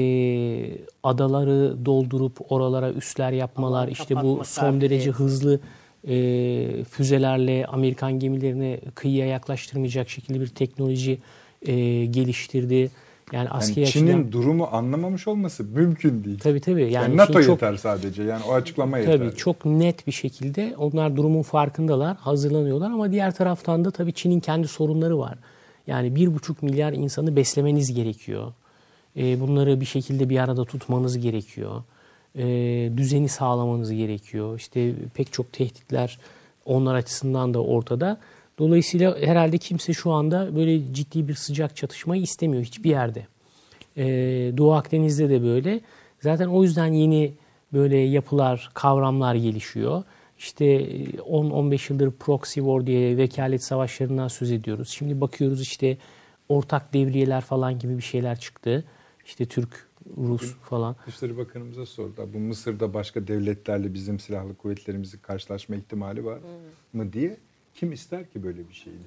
adaları doldurup oralara üsler yapmalar, Alan işte bu kapatma son kabiliyeti. derece hızlı e, füzelerle Amerikan gemilerini kıyıya yaklaştırmayacak şekilde bir teknoloji e, geliştirdi. Yani askeri Yani Çin'in açıdan durumu anlamamış olması mümkün değil. tabii tabii yani, Yani NATO Çin çok yeter sadece. Yani o açıklama yeter. Tabii çok net bir şekilde onlar durumun farkındalar, hazırlanıyorlar ama diğer taraftan da tabii Çin'in kendi sorunları var. Yani bir buçuk milyar insanı beslemeniz gerekiyor. Ee, bunları bir şekilde bir arada tutmanız gerekiyor. Ee, düzeni sağlamanız gerekiyor. İşte pek çok tehditler onlar açısından da ortada. Dolayısıyla herhalde kimse şu anda böyle ciddi bir sıcak çatışmayı istemiyor hiçbir yerde. Ee, Doğu Akdeniz'de de böyle. Zaten o yüzden yeni böyle yapılar, kavramlar gelişiyor. İşte on on beş yıldır proxy war diye vekalet savaşlarından söz ediyoruz. Şimdi bakıyoruz işte ortak devriyeler falan gibi bir şeyler çıktı. İşte Türk, Rus falan. Dışişleri Bakanımıza sordu. Bu Mısır'da başka devletlerle bizim silahlı kuvvetlerimizin karşılaşma ihtimali var mı diye. Kim ister ki böyle bir şeyi?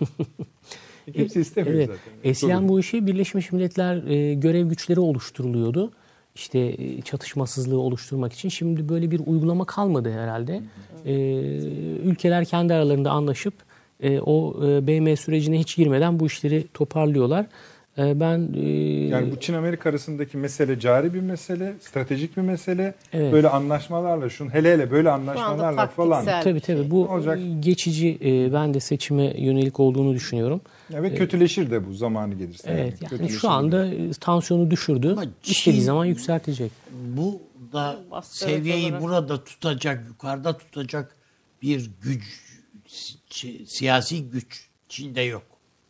Kimse istemiyor Evet. zaten. Eskiden Sorun. bu işi Birleşmiş Milletler e, görev güçleri oluşturuluyordu. İşte e, çatışmasızlığı oluşturmak için. Şimdi böyle bir uygulama kalmadı herhalde. E, ülkeler kendi aralarında anlaşıp e, o e, B M sürecine hiç girmeden bu işleri toparlıyorlar. E, ben e, Yani bu Çin-Amerika arasındaki mesele cari bir mesele, stratejik bir mesele. Evet. Böyle anlaşmalarla, şun hele hele böyle anlaşmalarla falan. taktiksel. tabii tabii bu olacak? geçici e, ben de seçime yönelik olduğunu düşünüyorum. Ya ve kötüleşir de bu zamanı gelirse. Evet yani Kötüleşir şu anda e, tansiyonu düşürdü. Ama Çin- İstediği zaman yükseltecek. Bu da Bastırıcı seviyeyi olarak. burada tutacak, yukarıda tutacak bir güç, si- siyasi güç Çin'de yok.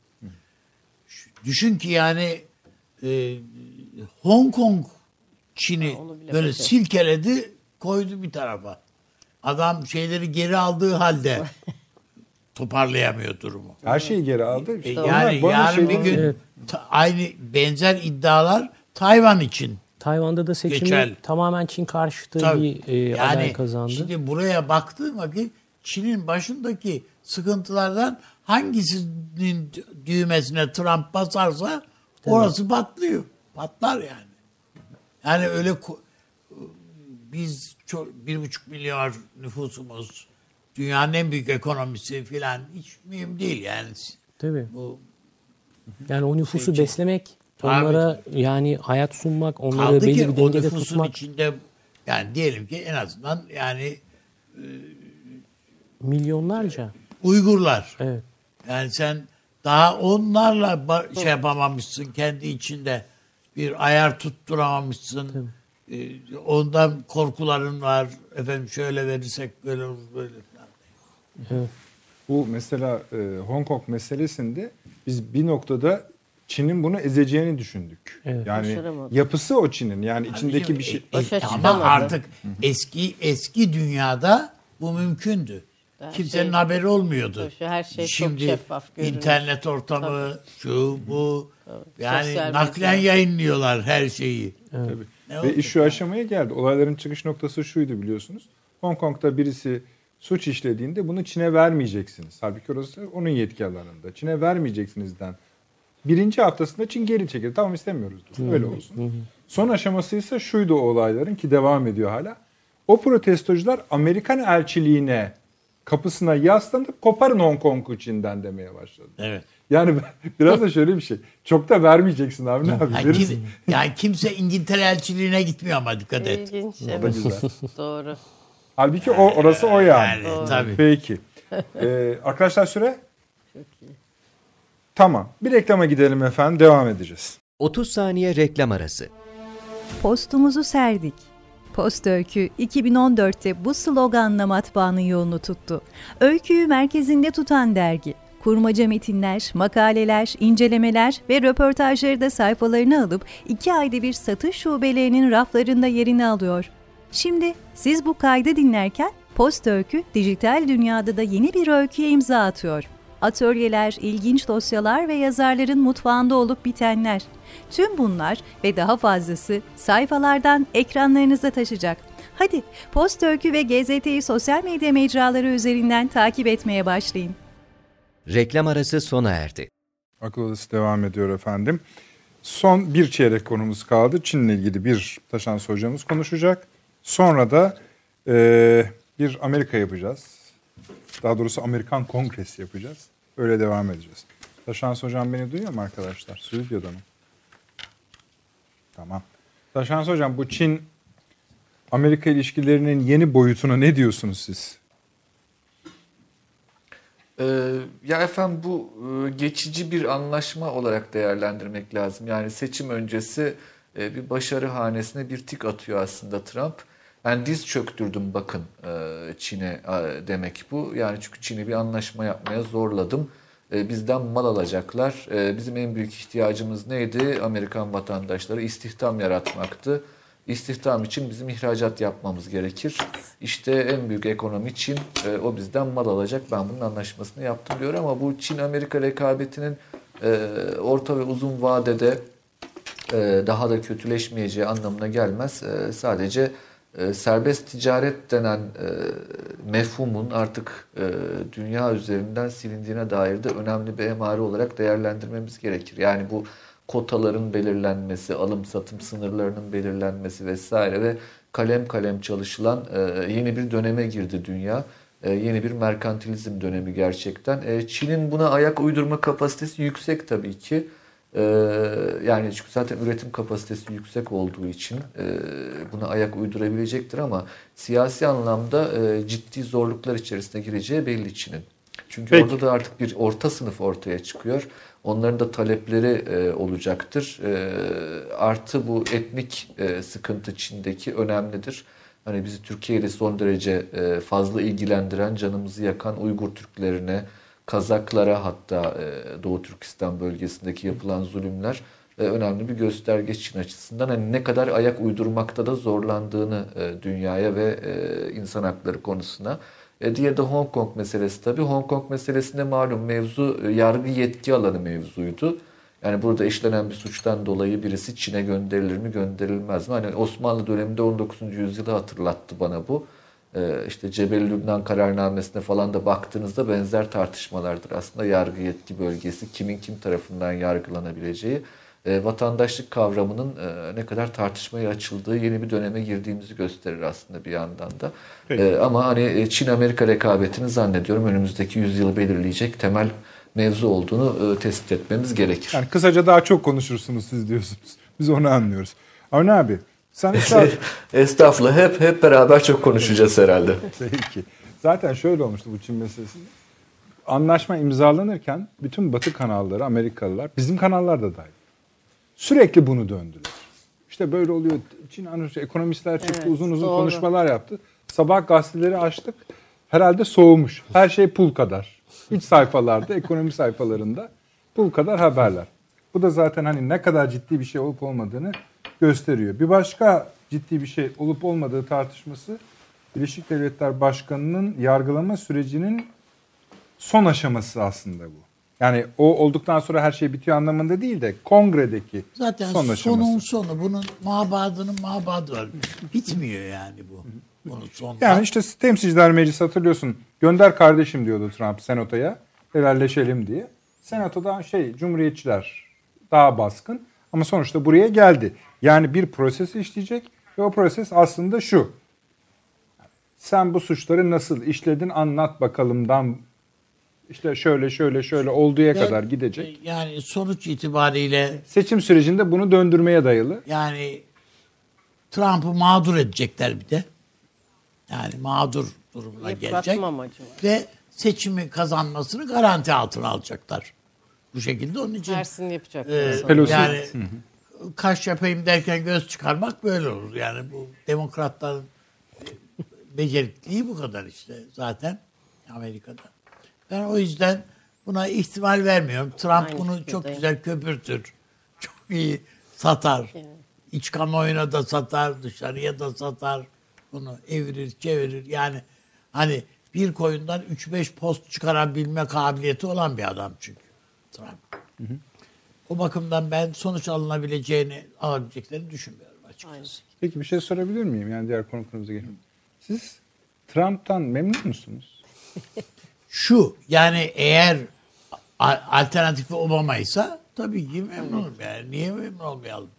Şu- Düşün ki yani e, Hong Kong Çin'i Ha, onu bile böyle başardı. silkeledi, koydu bir tarafa. Adam şeyleri geri aldığı halde toparlayamıyor durumu. Her şeyi geri aldı. E, İşte yani onlar bana yarın şey bir değil. gün ta- aynı benzer iddialar Tayvan için. Tayvan'da da seçimi Geçerli. tamamen Çin karşıtı Tabii. bir e, yani aday kazandı. şimdi buraya baktığım vakit Çin'in başındaki sıkıntılardan hangisinin düğmesine Trump basarsa orası patlıyor. Patlar yani. Yani öyle ko- biz çok, bir buçuk milyar nüfusumuz, dünyanın en büyük ekonomisi filan hiç mühim değil yani. Tabii. Bu Yani o nüfusu Şey için. beslemek, Tabii. onlara yani hayat sunmak, onları kaldı belli ki bir o dengede nüfusun tutmak. içinde yani diyelim ki en azından yani Milyonlarca. Uygurlar. Evet. Yani sen daha onlarla ba- şey yapamamışsın kendi içinde bir ayar tutturamamışsın. Ee, ondan korkuların var. Efendim şöyle verirsek böyle olur böyle falan. Evet. Bu mesela e, Hong Kong meselesinde biz bir noktada Çin'in bunu ezeceğini düşündük. Evet. Yani Başaramadı. yapısı o Çin'in. Yani içindeki bir şey. E, Başa e, çıkamadı. ama artık eski eski dünyada bu mümkündü. Her Kimsenin şey- haberi olmuyordu. Şu her şey çok Şimdi şeffaf görünüyor. internet ortamı, şu bu yani Sosyal naklen medya. yayınlıyorlar her şeyi. Tabii. Ne Ve olacak iş şu yani? aşamaya geldi. Olayların çıkış noktası şuydu biliyorsunuz. Hong Kong'da birisi suç işlediğinde bunu Çin'e vermeyeceksiniz. Halbuki orası onun yetki alanında. Çin'e vermeyeceksinizden. Birinci haftasında Çin geri çekildi. Tamam istemiyoruz. Öyle olsun. Son aşaması ise şuydu o olayların ki devam ediyor hala. O protestocular Amerikan elçiliğine kapısına yaslanıp koparın Hong Kong'u Çin'den demeye başladı. Evet. Yani biraz da şöyle bir şey. Çok da vermeyeceksin abi ne abi? Yani, Verirsin. kim- yani kimse İngiltere elçiliğine gitmiyor ama dikkat et. İlginç. O da Evet. güzel. Doğru. Halbuki o orası o yani. Yani tabii. Peki. Ee, arkadaşlar süre? Tamam. Bir reklama gidelim efendim. Devam edeceğiz. otuz saniye reklam arası. Postumuzu serdik. Post Öykü iki bin on dörtte bu sloganla matbaanın yolunu tuttu. Öyküyü merkezinde tutan dergi. Kurmaca metinler, makaleler, incelemeler ve röportajları da sayfalarına alıp iki ayda bir satış şubelerinin raflarında yerini alıyor. Şimdi siz bu kaydı dinlerken Post Öykü dijital dünyada da yeni bir öyküye imza atıyor. Atölyeler, ilginç dosyalar ve yazarların mutfağında olup bitenler. Tüm bunlar ve daha fazlası sayfalardan ekranlarınıza taşacak. Hadi Post Öykü ve G Z T'yi sosyal medya mecraları üzerinden takip etmeye başlayın. Reklam arası sona erdi. Akıl Odası devam ediyor efendim. Son bir çeyrek konumuz kaldı. Çin'le ilgili bir Taşans hocamız konuşacak. Sonra da e, bir Amerika yapacağız. Daha doğrusu Amerikan Kongresi yapacağız. Öyle devam edeceğiz. Taşans hocam beni duyuyor mu arkadaşlar? Stüdyoda mı? Tamam. Taşans hocam bu Çin-Amerika ilişkilerinin yeni boyutuna ne diyorsunuz siz? Ee, ya efendim bu e, geçici bir anlaşma olarak değerlendirmek lazım. Yani seçim öncesi e, bir başarı hanesine bir tik atıyor aslında Trump. Ben diz çöktürdüm bakın e, Çin'e e, demek bu. Yani çünkü Çin'i bir anlaşma yapmaya zorladım. E, bizden mal alacaklar. E, bizim en büyük ihtiyacımız neydi? Amerikan vatandaşları istihdam yaratmaktı. İstihdam için bizim ihracat yapmamız gerekir. İşte en büyük ekonomi Çin. E, o bizden mal alacak. Ben bunun anlaşmasını yaptım diyor ama bu Çin-Amerika rekabetinin e, orta ve uzun vadede e, daha da kötüleşmeyeceği anlamına gelmez. E, sadece e, serbest ticaret denen e, mefhumun artık e, dünya üzerinden silindiğine dair de önemli bir emare olarak değerlendirmemiz gerekir. Yani bu kotaların belirlenmesi, alım satım sınırlarının belirlenmesi vesaire ve kalem kalem çalışılan e, yeni bir döneme girdi dünya. E, yeni bir merkantilizm dönemi gerçekten. E, Çin'in buna ayak uydurma kapasitesi yüksek tabii ki. E, yani çünkü zaten üretim kapasitesi yüksek olduğu için e, buna ayak uydurabilecektir ama siyasi anlamda e, ciddi zorluklar içerisine gireceği belli Çin'in. Çünkü Peki. orada da artık bir orta sınıf ortaya çıkıyor. Onların da talepleri e, olacaktır. E, artı bu etnik e, sıkıntı Çin'deki önemlidir. Hani bizi Türkiye'de son derece e, fazla ilgilendiren, canımızı yakan Uygur Türklerine, Kazaklara hatta e, Doğu Türkistan bölgesindeki yapılan zulümler e, önemli bir gösterge Çin açısından. Hani ne kadar ayak uydurmakta da zorlandığını e, dünyaya ve e, insan hakları konusuna. E, diğeri de Hong Kong meselesi tabii. Hong Kong meselesinde malum mevzu e, yargı yetki alanı mevzuydu. Yani burada işlenen bir suçtan dolayı birisi Çin'e gönderilir mi gönderilmez mi? Hani Osmanlı döneminde on dokuzuncu yüzyılı hatırlattı bana bu. Ee, işte Cebeli Lübnan kararnamesine falan da baktığınızda benzer tartışmalardır. Aslında yargı yetki bölgesi, kimin kim tarafından yargılanabileceği, e, vatandaşlık kavramının e, ne kadar tartışmaya açıldığı yeni bir döneme girdiğimizi gösterir aslında bir yandan da. E, ama hani Çin-Amerika rekabetinin zannediyorum önümüzdeki yüzyılı belirleyecek temel mevzu olduğunu e, tespit etmemiz gerekir. Yani kısaca daha çok konuşursunuz siz diyorsunuz. Biz onu anlıyoruz. Avni abi sen işte... Estağfurullah, hep hep beraber çok konuşacağız herhalde. Peki. Zaten şöyle olmuştu bu Çin meselesinde. Anlaşma imzalanırken bütün Batı kanalları, Amerikalılar, bizim kanallar da dahil. Sürekli bunu döndüler. İşte böyle oluyor. Çin anlaşması, ekonomistler çıktı, Evet, uzun uzun doğru. konuşmalar yaptı. Sabah gazeteleri açtık. Herhalde soğumuş. Her şey pul kadar. İç sayfalarda, ekonomi sayfalarında pul kadar haberler. Bu da zaten hani ne kadar ciddi bir şey olup olmadığını gösteriyor. Bir başka ciddi bir şey olup olmadığı tartışması Birleşik Devletler Başkanı'nın yargılama sürecinin son aşaması aslında bu. Yani o olduktan sonra her şey bitiyor anlamında değil de kongredeki Zaten son aşaması. sonun sonu. Bunun mabadının mabadı var. Bitmiyor yani bu. Bunun sonunda. Yani işte Temsilciler Meclisi hatırlıyorsun. Gönder kardeşim diyordu Trump senatoya. Helalleşelim diye. Senatoda şey Cumhuriyetçiler daha baskın ama sonuçta buraya geldi. Yani bir proses işleyecek ve o proses aslında şu. Sen bu suçları nasıl işledin anlat bakalımdan işte şöyle şöyle şöyle olduğuya Ve, kadar gidecek. Yani sonuç itibariyle Seçim sürecinde bunu döndürmeye dayalı. yani Trump'ı mağdur edecekler bir de. Yani mağdur durumuna gelecek. Yıpratma amacı var. Ve seçimi kazanmasını garanti altına alacaklar. Bu şekilde onun için Tersini yapacaklar. e, sanırım. Pelosi. yani kaş yapayım derken göz çıkarmak böyle olur. Yani bu demokratların becerikliği bu kadar işte zaten Amerika'da. Ben o yüzden buna ihtimal vermiyorum. Trump Aynı bunu fikirdeyim. çok güzel köpürtür. Çok iyi satar. İç kamuoyuna da satar, dışarıya da satar. Bunu evirir, çevirir. Yani hani bir koyundan üç beş post çıkarabilme kabiliyeti olan bir adam çünkü Trump. Hı hı. O bakımdan ben sonuç alınabileceğini, alabileceklerini düşünmüyorum açıkçası. Peki bir şey sorabilir miyim? Yani diğer konu konumuza geçelim. Siz Trump'tan memnun musunuz? Şu yani eğer a- alternatifi Obama'ysa tabii ki memnunum yani. Niye memnun olmayalım?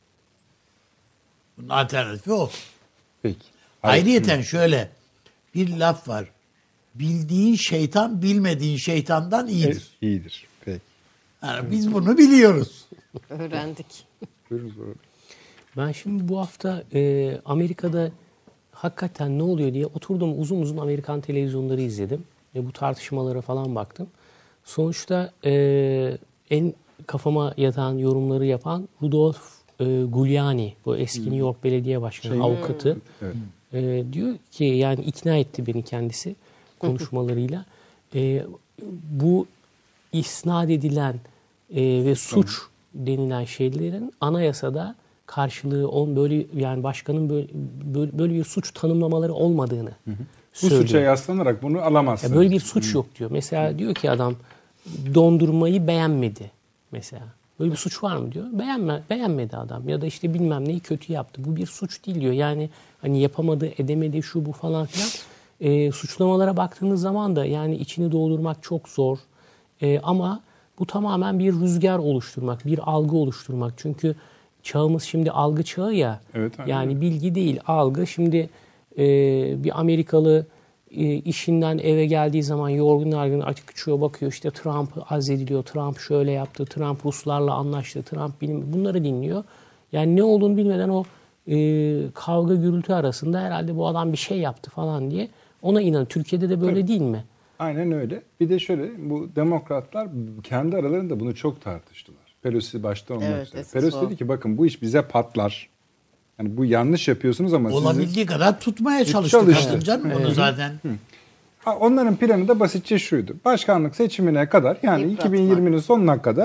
Bunun alternatifi o. Peki. Ayrıyeten şöyle bir laf var. Bildiğin şeytan bilmediğin şeytandan iyidir. E, iyidir. Peki. Yani biz bunu biliyoruz. Öğrendik. Buyurunuz orada. Ben şimdi bu hafta e, Amerika'da hakikaten ne oluyor diye oturdum uzun uzun Amerikan televizyonları izledim. E, bu tartışmalara falan baktım. Sonuçta e, en kafama yatan yorumları yapan Rudolph e, Giuliani, bu eski New York Belediye Başkanı, Şey- avukatı. Evet. E, diyor ki yani ikna etti beni kendisi konuşmalarıyla. E, bu isnat edilen e, ve suç denilen şeylerin anayasada karşılığı on böyle yani başkanın böyle, böyle, böyle bir suç tanımlamaları olmadığını Bu söylüyor. suça yaslanarak bunu alamazsınız. Ya böyle bir suç yok diyor. Mesela diyor ki adam dondurmayı beğenmedi mesela. Böyle bir suç var mı diyor. Beğenme, beğenmedi adam ya da işte bilmem neyi kötü yaptı. Bu bir suç değil diyor. Yani hani yapamadı, edemedi, şu bu falan filan. E, suçlamalara baktığınız zaman da yani içini doldurmak çok zor. E, ama bu tamamen bir rüzgar oluşturmak, bir algı oluşturmak. Çünkü çağımız şimdi algı çağı ya. Evet, aynen yani öyle. bilgi değil, algı. Şimdi e, bir Amerikalı e, işinden eve geldiği zaman yorgun argın açık açıyor bakıyor işte Trump azlediliyor, Trump şöyle yaptı, Trump Ruslarla anlaştı, Trump bilim bunları dinliyor. Yani ne olduğunu bilmeden o e, kavga gürültü arasında herhalde bu adam bir şey yaptı falan diye ona inanıyor. Türkiye'de de böyle Tabii. değil mi? Aynen öyle. Bir de şöyle bu demokratlar kendi aralarında bunu çok tartıştılar. Pelosi başta olmak Evet, üzere. esas Pelosi o. dedi ki bakın bu iş bize patlar. Yani bu yanlış yapıyorsunuz ama sizin... Olabildiği kadar tutmaya çalıştık. Çalıştı. Evet. Canım bunu zaten. Ha, onların planı da basitçe şuydu. Başkanlık seçimine kadar yani Yıpratmak. iki bin yirminin sonuna kadar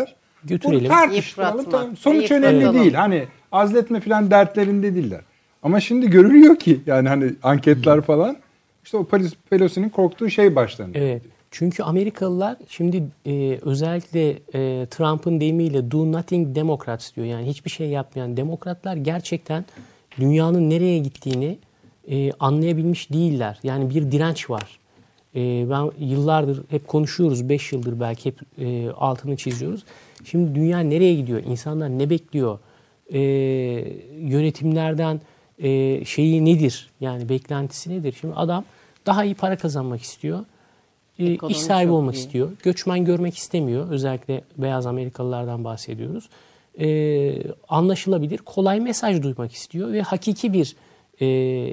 götürelim. Bunu tartıştıralım. Yıpratma. Tamam. Sonuç Yıpratalım. önemli değil. Hani azletme falan dertlerinde değiller. Ama şimdi görülüyor ki yani hani anketler falan işte o Pelosi'nin korktuğu şey başlanıyor. Evet. Çünkü Amerikalılar şimdi e, özellikle e, Trump'ın deyimiyle do nothing Democrats diyor. Yani hiçbir şey yapmayan demokratlar gerçekten dünyanın nereye gittiğini e, anlayabilmiş değiller. Yani bir direnç var. E, ben yıllardır hep konuşuyoruz, beş yıldır belki hep e, altını çiziyoruz. Şimdi dünya nereye gidiyor? İnsanlar ne bekliyor? E, yönetimlerden e, şeyi nedir? Yani beklentisi nedir? Şimdi adam daha iyi para kazanmak istiyor. Ekonomi İş sahibi çok olmak iyi. istiyor. Göçmen görmek istemiyor. Özellikle beyaz Amerikalılardan bahsediyoruz. Ee, anlaşılabilir, kolay mesaj duymak istiyor ve hakiki bir e,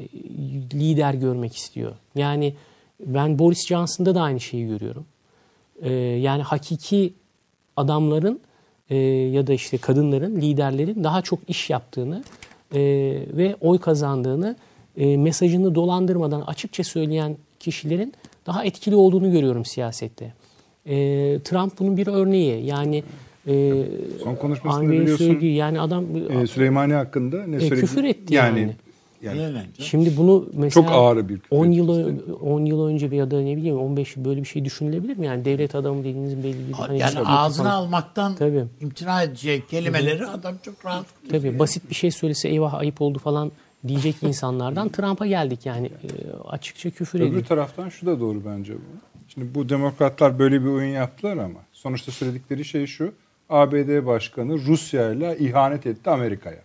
lider görmek istiyor. Yani ben Boris Johnson'da da aynı şeyi görüyorum. Ee, yani hakiki adamların e, ya da işte kadınların, liderlerin daha çok iş yaptığını e, ve oy kazandığını, e, mesajını dolandırmadan açıkça söyleyen kişilerin daha etkili olduğunu görüyorum siyasette. E, Trump bunun bir örneği. Yani e, Son konuşmasında Anve'nin biliyorsun söylediği, yani adam e, Süleymani hakkında ne e, söyledi? küfür etti yani. yani. yani. Öyle. Şimdi bunu mesela Çok ağır bir küfür on yıl etmişti. on yıl önce ya da ne bileyim on beş yıl böyle bir şey düşünülebilir mi? Yani devlet adamı dediğiniz belli bir hani Yani işte- ağzına almaktan Tabii. imtina edeceği kelimeleri adam çok rahat tutuyor. Tabii basit bir şey söylese eyvah ayıp oldu falan diyecek insanlardan Trump'a geldik yani e, açıkça küfür Öbür ediyor. taraftan şu da doğru bence bu. Şimdi bu demokratlar böyle bir oyun yaptılar ama sonuçta söyledikleri şey şu. A B D Başkanı Rusya ile ihanet etti Amerika'ya.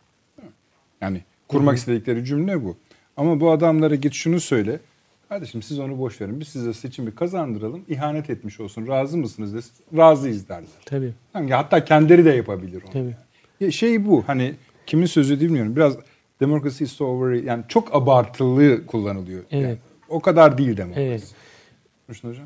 Yani kurmak istedikleri cümle bu. Ama bu adamlara git şunu söyle. Kardeşim siz onu boş verin. Biz size seçimi kazandıralım. İhanet etmiş olsun. Razı mısınız desin. Razıyız derler. Tabii. Yani hatta kendileri de yapabilir onu. Tabii. Ya şey bu hani kimin sözü bilmiyorum. Biraz democracy is so over yani çok abartılı kullanılıyor. Evet. Yani o kadar değil demokrasi. Evet. Rüştü Hocam.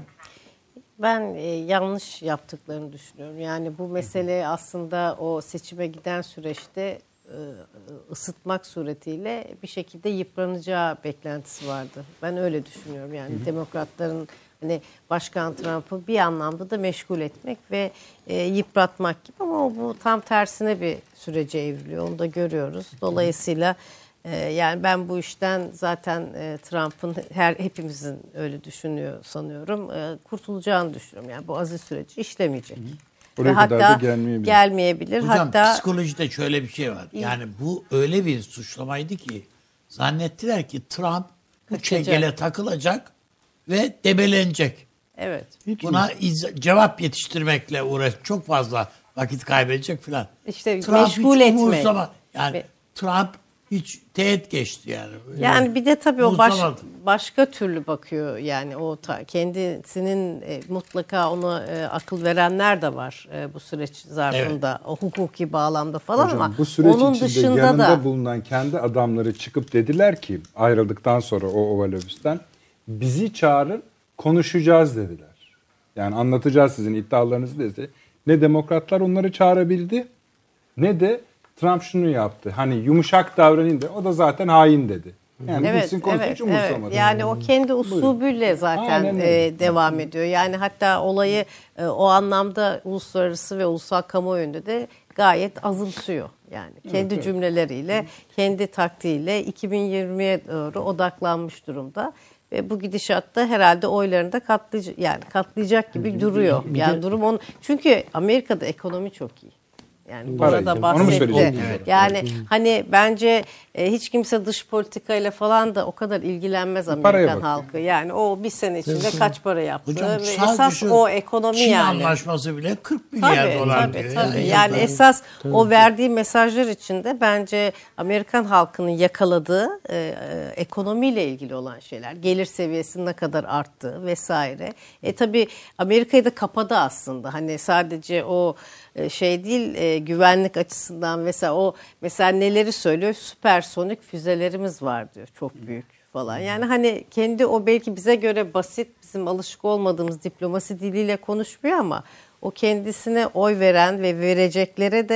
Ben e, yanlış yaptıklarını düşünüyorum. Yani bu mesele aslında o seçime giden süreçte e, ısıtmak suretiyle bir şekilde yıpranacağı beklentisi vardı. Ben öyle düşünüyorum. Yani hı hı. demokratların hani Başkan Trump'ı bir anlamda da meşgul etmek ve e, yıpratmak gibi ama bu tam tersine bir sürece evriliyor. Onu da görüyoruz. Dolayısıyla yani ben bu işten zaten Trump'ın her hepimizin öyle düşünüyor sanıyorum. Kurtulacağını düşünüyorum. Yani bu aziz süreci işlemeyecek. Oraya Ve kadar hatta da gelmeyebilir. gelmeyebilir. Hocam hatta psikolojide şöyle bir şey var. Yani bu öyle bir suçlamaydı ki zannettiler ki Trump bu Kaçacak. çengele takılacak ve debelenecek. evet. Buna iz- cevap yetiştirmekle uğraş çok fazla vakit kaybedecek filan. İşte Trump meşgul hiç etmek. umursama- Yani Ve- Trump hiç teğet geçti yani. Yani bir de tabii o baş, Umursamadı. başka türlü bakıyor. Yani o ta, kendisinin e, mutlaka ona e, akıl verenler de var e, bu süreç zarfında. O hukuki bağlamda falan Hocam, ama bu süreç onun içinde dışında yanında da bulunan kendi adamları çıkıp dediler ki ayrıldıktan sonra o Oval Ofis'ten bizi çağırın konuşacağız dediler. Yani anlatacağız sizin iddialarınızı dedi. Ne demokratlar onları çağırabildi ne de Trump şunu yaptı. Hani yumuşak davranın da o da zaten hain dedi. Yani Evet, gitsin konuşsun evet, hiç umursamadı. evet. Yani o kendi usulüyle zaten Aynen öyle. e, devam ediyor. Yani hatta olayı e, o anlamda uluslararası ve ulusal kamuoyunda da gayet azımsıyor. Yani kendi evet. cümleleriyle, kendi taktiğiyle iki bin yirmiye doğru odaklanmış durumda. Ve bu gidişatta herhalde oylarını da katlayacak, yani katlayacak gibi duruyor. Bir Yani de- durum onun. Çünkü Amerika'da ekonomi çok iyi. Yani Para burada iyi. Onu mu bahsetti. söyleyecektim? Yani hani bence e, hiç kimse dış politikayla falan da o kadar ilgilenmez Paraya Amerikan bak. halkı. Yani o bir sene içinde kaç para yaptı Hocam ve sadece esas şu o ekonomi Çin yani. anlaşması bile kırk milyar Tabii, dolar tabii, diyor. tabii. Yani. Yani esas o verdiği mesajlar içinde bence Amerikan halkının yakaladığı e, e, ekonomiyle ilgili olan şeyler. Gelir seviyesinin ne kadar arttığı vesaire. E tabii Amerika'yı da kapadı aslında. Hani sadece o e, şey değil e, güvenlik açısından mesela o mesela neleri söylüyor? Süpersonik füzelerimiz var diyor. Çok büyük falan. Yani hani kendi o belki bize göre basit, bizim alışık olmadığımız diplomasi diliyle konuşmuyor ama o kendisine oy veren ve vereceklere de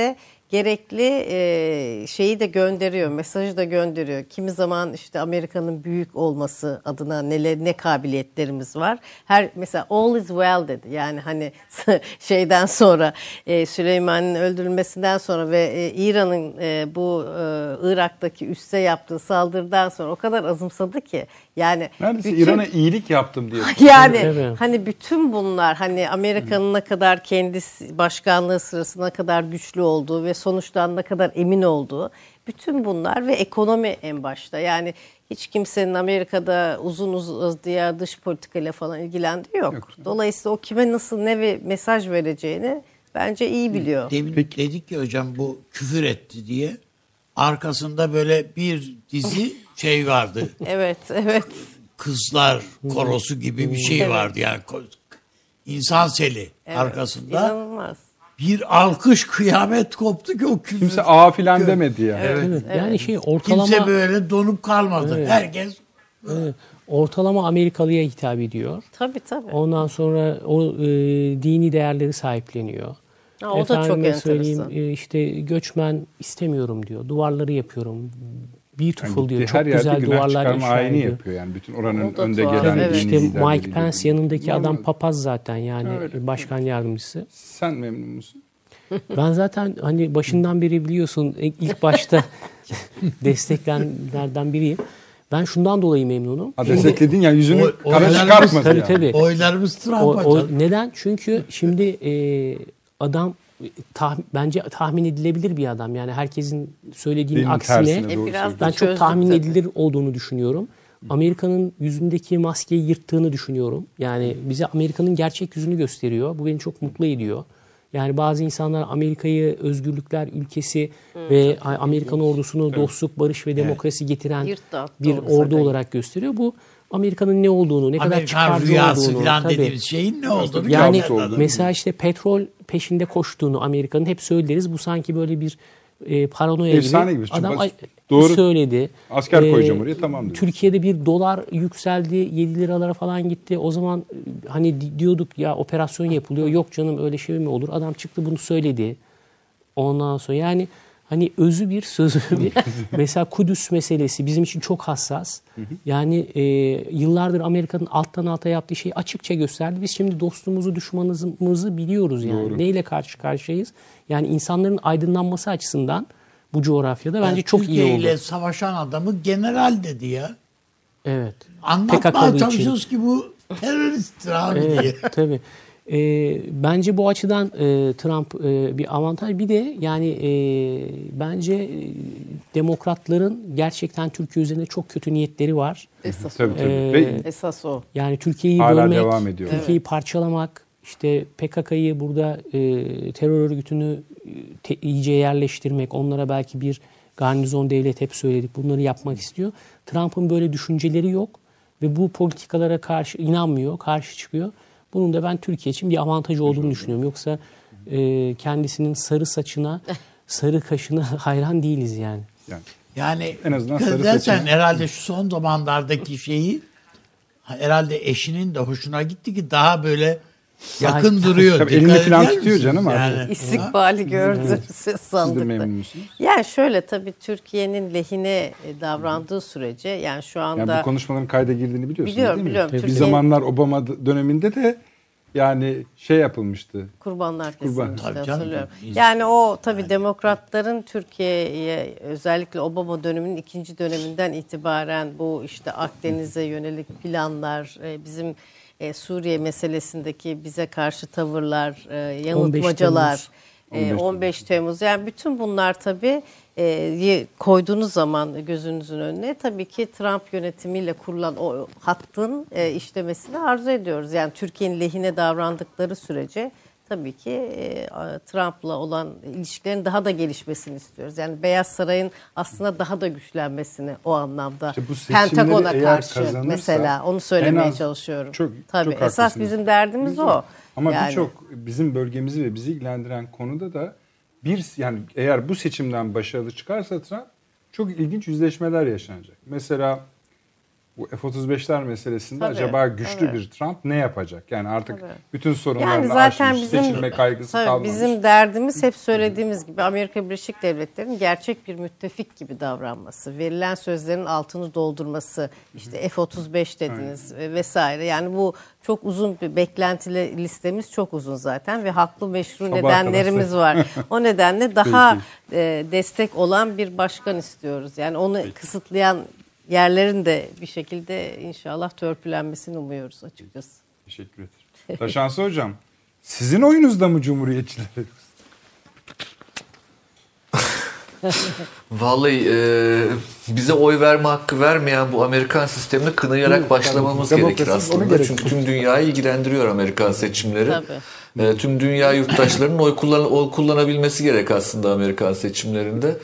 gerekli e, şeyi de gönderiyor, mesajı da gönderiyor. Kimi zaman işte Amerika'nın büyük olması adına neler ne kabiliyetlerimiz var. Her mesela all is well dedi. Yani hani şeyden sonra e, Süleyman'ın öldürülmesinden sonra ve e, İran'ın e, bu e, Irak'taki üsse yaptığı saldırıdan sonra o kadar azımsadı ki yani neredeyse bütün- İran'a iyilik yaptım diye. yani Evet. hani bütün bunlar hani Amerika'nın ne kadar kendisi başkanlığı sırasında ne kadar güçlü olduğu ve sonuçtan ne kadar emin olduğu, bütün bunlar ve ekonomi en başta. Yani hiç kimsenin Amerika'da uzun uzadıya dış politikayla falan ilgilendiği yok. Yok. Dolayısıyla o kime nasıl ne ve mesaj vereceğini bence iyi biliyor. Demin dedik ki hocam bu küfür etti diye. Arkasında böyle bir dizi şey vardı. Evet, evet. Kızlar korosu gibi bir şey vardı yani. Ko- İnsan seli Evet. arkasında. İnanılmaz. Bir alkış, kıyamet koptu ki o küfür. Kimse A filan demedi yani. Evet, yani şey ortalama Kimse böyle donup kalmadı. Herkes evet, ortalama Amerikalıya hitap ediyor. Tabii tabii. Ondan sonra o e, dini değerleri sahipleniyor. Ha, o da çok Efendime söyleyeyim, enteresan. e, işte göçmen istemiyorum diyor. Duvarları yapıyorum. Beautiful Yani diyor. her Çok yerde güzel günah duvarlar çıkarma inşa ayini ediyor. yapıyor yani. Bütün oranın O da önde tuhaf, gelen evet. dini İşte liderleriyle Mike Pence birlikte. yanındaki adam Normal. papaz zaten yani Evet. başkan yardımcısı. Sen memnun musun? Ben zaten hani başından beri biliyorsun ilk başta destekleyenlerden biriyim. Ben şundan dolayı memnunum. Ha, destekledin ya yüzünü O- kara oylarımız- çıkartmadı Tabii yani. tabii. oylarımız O, Trump'a. o, canım. neden? Çünkü şimdi e, adam tah, bence tahmin edilebilir bir adam. Yani herkesin söylediğinin Benim aksine tersine E, doğru biraz söylüyorsun. ben da çok çözdük tahmin tabii. edilir olduğunu düşünüyorum. Amerika'nın yüzündeki maskeyi yırttığını düşünüyorum. Yani bize Amerika'nın gerçek yüzünü gösteriyor. Bu beni çok mutlu ediyor. Yani bazı insanlar Amerika'yı özgürlükler ülkesi ve Amerikan ordusunu dostluk, barış ve demokrasi getiren Yırttı attı bir onu ordu zaten. olarak gösteriyor. Bu Amerika'nın ne olduğunu, ne kadar Amerikan çıkarcı rüyası olduğunu. falan tabii. dediğimiz şeyin ne olduğunu Yani görmedi adam. mesela işte petrol peşinde koştuğunu Amerika'nın hep söyleriz. Bu sanki böyle bir e, paranoya Efsane gibi. gibi. Çünkü Adam bas- ay- doğru. söyledi. Asker koyacağım Ee, oraya, tamam dedi. Türkiye'de bir dolar yükseldi. yedi liralara falan gitti. O zaman e, hani di- diyorduk ya operasyon yapılıyor. Yok canım öyle şey mi olur? Adam çıktı bunu söyledi. Ondan sonra yani hani özü bir sözü bir. Mesela Kudüs meselesi bizim için çok hassas. Yani e, yıllardır Amerika'nın alttan alta yaptığı şeyi açıkça gösterdi. Biz şimdi dostumuzu, düşmanımızı biliyoruz yani. Doğru. Neyle karşı karşıyayız? Yani insanların aydınlanması açısından bu coğrafyada bence Yani çok Türkiye iyi oldu. ile savaşan adamı general dedi ya. Evet. Anlatmaya P K K'lı için. çalışıyoruz ki bu teröristtir abi diye. Evet, tabii. Ee, bence bu açıdan e, Trump e, bir avantaj. Bir de yani e, bence e, demokratların gerçekten Türkiye üzerinde çok kötü niyetleri var. Esas, Tabii o. tabii. Ee, Ve Esas o. Yani Türkiye'yi Hala bölmek, devam ediyor. Türkiye'yi parçalamak, işte P K K'yı burada e, terör örgütünü e, te- iyice yerleştirmek, onlara belki bir garnizon devlet hep söyledik. Bunları yapmak istiyor. Trump'ın böyle düşünceleri yok ve bu politikalara karşı inanmıyor, karşı çıkıyor. Bunun da ben Türkiye için bir avantajı olduğunu düşünüyorum. Yoksa e, kendisinin sarı saçına, sarı kaşına hayran değiliz yani. yani Yani En azından dikkat sarı edersen saçını- herhalde şu son zamanlardaki şeyi herhalde eşinin de hoşuna gitti ki daha böyle yakın duruyor. Tabii Dikkat elini falan eder tutuyor misiniz? canım abi. Yani, İstikbali gördü siz de sandıkta. memnun musunuz? Yani şöyle tabii Türkiye'nin lehine e, davrandığı sürece yani şu anda Yani bu konuşmaların kayda girdiğini biliyorsunuz Biliyorum, değil mi? biliyorum. Bir Türkiye- zamanlar Obama d- döneminde de yani şey yapılmıştı. kurbanlar Kurban. kesilmişti Tabii canım. hatırlıyorum. Biz- Yani o tabii demokratların Türkiye'ye özellikle Obama döneminin ikinci döneminden itibaren bu işte Akdeniz'e yönelik planlar, e, bizim e, Suriye meselesindeki bize karşı tavırlar, e, yanıltmacalar, e, on beş Temmuz yani bütün bunlar tabii e, ye- koyduğunuz zaman gözünüzün önüne tabii ki Trump yönetimiyle kurulan o hattın e, işlemesini arzu ediyoruz. Yani Türkiye'nin lehine davrandıkları sürece tabii ki e, Trump'la olan ilişkilerin daha da gelişmesini istiyoruz. Yani Beyaz Saray'ın aslında daha da güçlenmesini o anlamda. İşte bu seçimleri Pentagon'a eğer karşı kazanırsa mesela onu söylemeye en az- çalışıyorum. çok- tabii çok esas haklısınız. bizim derdimiz o. Ama Yani. birçok bizim bölgemizi ve bizi ilgilendiren konuda da bir yani eğer bu seçimden başarılı çıkarsa Trump çok ilginç yüzleşmeler yaşanacak. Mesela bu F otuz beşler meselesinde Tabii, acaba güçlü evet. bir Trump ne yapacak? Yani artık Tabii. bütün sorunlarını Yani zaten aşmış, bizim seçilme kaygısı tabii kalmamış. bizim derdimiz hep söylediğimiz gibi Amerika Birleşik Devletleri'nin gerçek bir müttefik gibi davranması, verilen sözlerin altını doldurması, işte F otuz beş dediniz evet. vesaire. Yani bu çok uzun bir beklenti listemiz çok uzun zaten ve haklı meşru Sabah nedenlerimiz kadar. var. O nedenle daha e, destek olan bir başkan istiyoruz. Yani onu Peki. kısıtlayan yerlerin de bir şekilde inşallah törpülenmesini umuyoruz açıkçası. Teşekkür ederim. Taşansı Hocam, sizin oyunuzda mı Cumhuriyetçiler? Vallahi e, bize oy verme hakkı vermeyen bu Amerikan sistemini kınayarak başlamamız Tabii, gerekir aslında. Çünkü tüm dünyayı ilgilendiriyor Amerikan seçimleri. Tabii. E, tüm dünya yurttaşlarının oy, kullan, oy kullanabilmesi gerek aslında Amerikan seçimlerinde.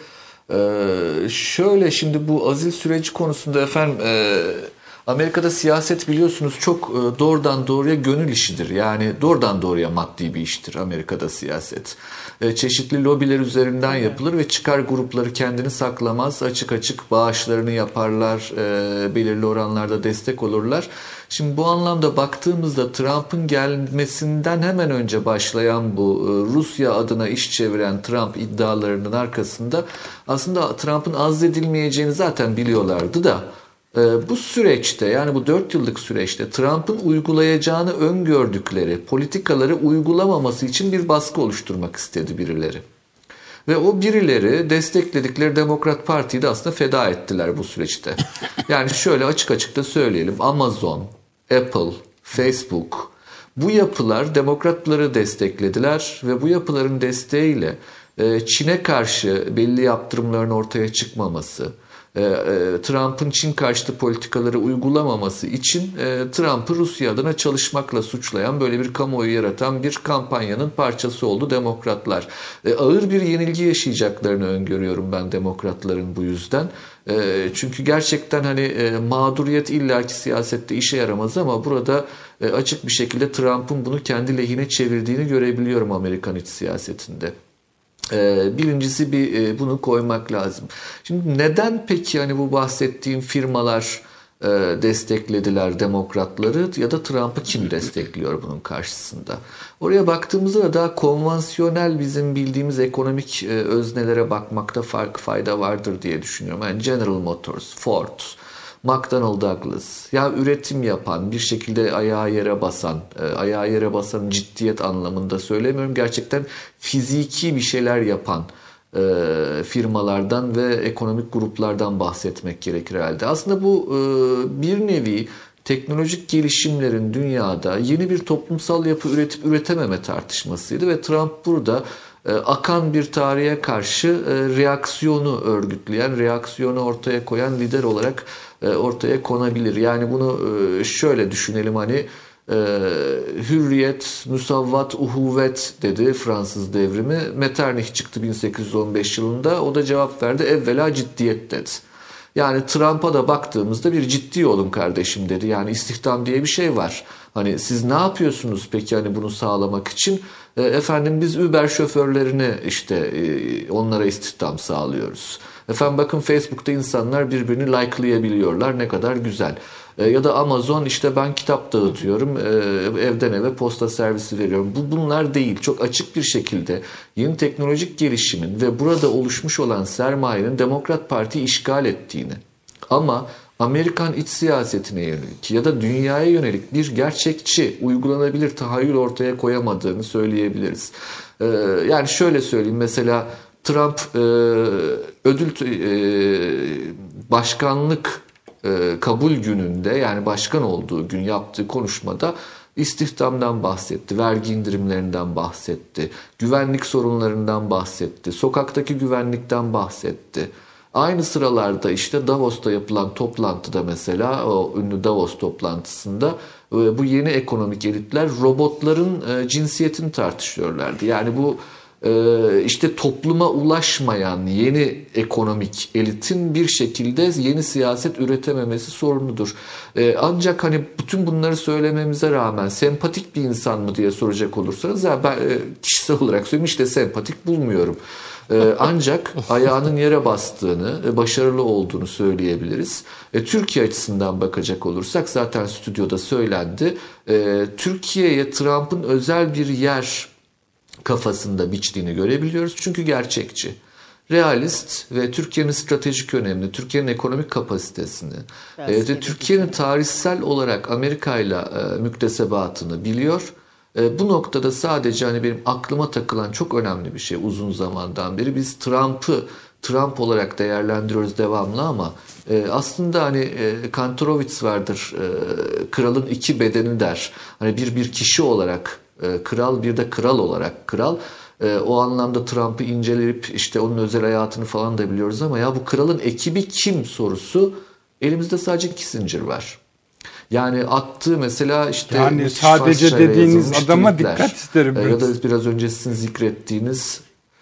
Ee, şöyle şimdi bu azil süreci konusunda efendim e, Amerika'da siyaset biliyorsunuz çok e, doğrudan doğruya gönül işidir. Yani doğrudan doğruya maddi bir iştir Amerika'da siyaset. E, çeşitli lobiler üzerinden yapılır ve çıkar grupları kendini saklamaz. Açık açık bağışlarını yaparlar. E, belirli oranlarda destek olurlar. Şimdi bu anlamda baktığımızda Trump'ın gelmesinden hemen önce başlayan bu e, Rusya adına iş çeviren Trump iddialarının arkasında aslında Trump'ın azledilmeyeceğini zaten biliyorlardı da bu süreçte yani bu dört yıllık süreçte Trump'ın uygulayacağını öngördükleri politikaları uygulamaması için bir baskı oluşturmak istedi birileri. Ve o birileri destekledikleri Demokrat Parti'yi de aslında feda ettiler bu süreçte. Yani şöyle açık açık da söyleyelim, Amazon, Apple, Facebook bu yapılar Demokratları desteklediler ve bu yapıların desteğiyle Çin'e karşı belli yaptırımların ortaya çıkmaması, Trump'ın Çin karşıtı politikaları uygulamaması için Trump'ı Rusya adına çalışmakla suçlayan böyle bir kamuoyu yaratan bir kampanyanın parçası oldu Demokratlar. Ağır bir yenilgi yaşayacaklarını öngörüyorum ben Demokratların bu yüzden. Çünkü gerçekten hani mağduriyet illaki siyasette işe yaramaz ama burada açık bir şekilde Trump'ın bunu kendi lehine çevirdiğini görebiliyorum Amerikan iç siyasetinde. Birincisi bir bunu koymak lazım. Şimdi neden peki hani bu bahsettiğim firmalar desteklediler Demokratları ya da Trump'ı kim destekliyor bunun karşısında? Oraya baktığımızda da daha konvansiyonel bizim bildiğimiz ekonomik öznelere bakmakta fark fayda vardır diye düşünüyorum. Yani General Motors, Ford, McDonnell Douglas, ya üretim yapan, bir şekilde ayağa yere basan, ayağa yere basan ciddiyet anlamında söylemiyorum. Gerçekten fiziki bir şeyler yapan e, firmalardan ve ekonomik gruplardan bahsetmek gerekir herhalde. Aslında bu e, bir nevi teknolojik gelişimlerin dünyada yeni bir toplumsal yapı üretip üretememe tartışmasıydı ve Trump burada e, akan bir tarihe karşı e, reaksiyonu örgütleyen, reaksiyonu ortaya koyan lider olarak ortaya konabilir. Yani bunu şöyle düşünelim, hani hürriyet, müsavvat, uhuvvet dedi Fransız devrimi. Metternich çıktı bin sekiz yüz on beş yılında. O da cevap verdi, evvela ciddiyet dedi. Yani Trump'a da baktığımızda bir ciddi olun kardeşim dedi. Yani istihdam diye bir şey var. Hani siz ne yapıyorsunuz peki hani bunu sağlamak için? E, efendim biz Uber şoförlerini işte e, onlara istihdam sağlıyoruz. Efendim bakın Facebook'ta insanlar birbirini like'layabiliyorlar. Ne kadar güzel. E, ya da Amazon işte ben kitap dağıtıyorum. E, evden eve posta servisi veriyorum. Bu bunlar değil. Çok açık bir şekilde yeni teknolojik gelişimin ve burada oluşmuş olan sermayenin Demokrat Parti'yi işgal ettiğini ama Amerikan iç siyasetine yönelik ya da dünyaya yönelik bir gerçekçi, uygulanabilir tahayyül ortaya koyamadığını söyleyebiliriz. Ee, yani şöyle söyleyeyim, mesela Trump e, ödül e, başkanlık e, kabul gününde, yani başkan olduğu gün yaptığı konuşmada istihdamdan bahsetti, vergi indirimlerinden bahsetti, güvenlik sorunlarından bahsetti, sokaktaki güvenlikten bahsetti. Aynı sıralarda işte Davos'ta yapılan toplantıda, mesela o ünlü Davos toplantısında bu yeni ekonomik elitler robotların cinsiyetini tartışıyorlardı. Yani bu Ee, işte topluma ulaşmayan yeni ekonomik elitin bir şekilde yeni siyaset üretememesi sorunudur. Ee, ancak hani bütün bunları söylememize rağmen sempatik bir insan mı diye soracak olursanız ya ben e, kişisel olarak söyleyeyim işte sempatik bulmuyorum. Ee, ancak ayağının yere bastığını, başarılı olduğunu söyleyebiliriz. E, Türkiye açısından bakacak olursak zaten stüdyoda söylendi. E, Türkiye'ye Trump'ın özel bir yer kafasında biçtiğini görebiliyoruz. Çünkü gerçekçi, realist ve Türkiye'nin stratejik önemini, Türkiye'nin ekonomik kapasitesini, e, ve Türkiye'nin tarihsel olarak Amerika ile müktesebatını biliyor. E, bu noktada sadece hani benim aklıma takılan çok önemli bir şey uzun zamandan beri. Biz Trump'ı Trump olarak değerlendiriyoruz devamlı ama e, aslında hani e, Kantorowicz vardır, e, kralın iki bedeni der. Hani bir bir kişi olarak e, kral, bir de kral olarak kral. E, o anlamda Trump'ı inceleyip işte onun özel hayatını falan da biliyoruz ama ya bu kralın ekibi kim sorusu elimizde sadece Kissinger var. Yani attığı mesela işte yani sadece dediğiniz adama tweetler, dikkat isterim. E, ya da biraz önce sizin zikrettiğiniz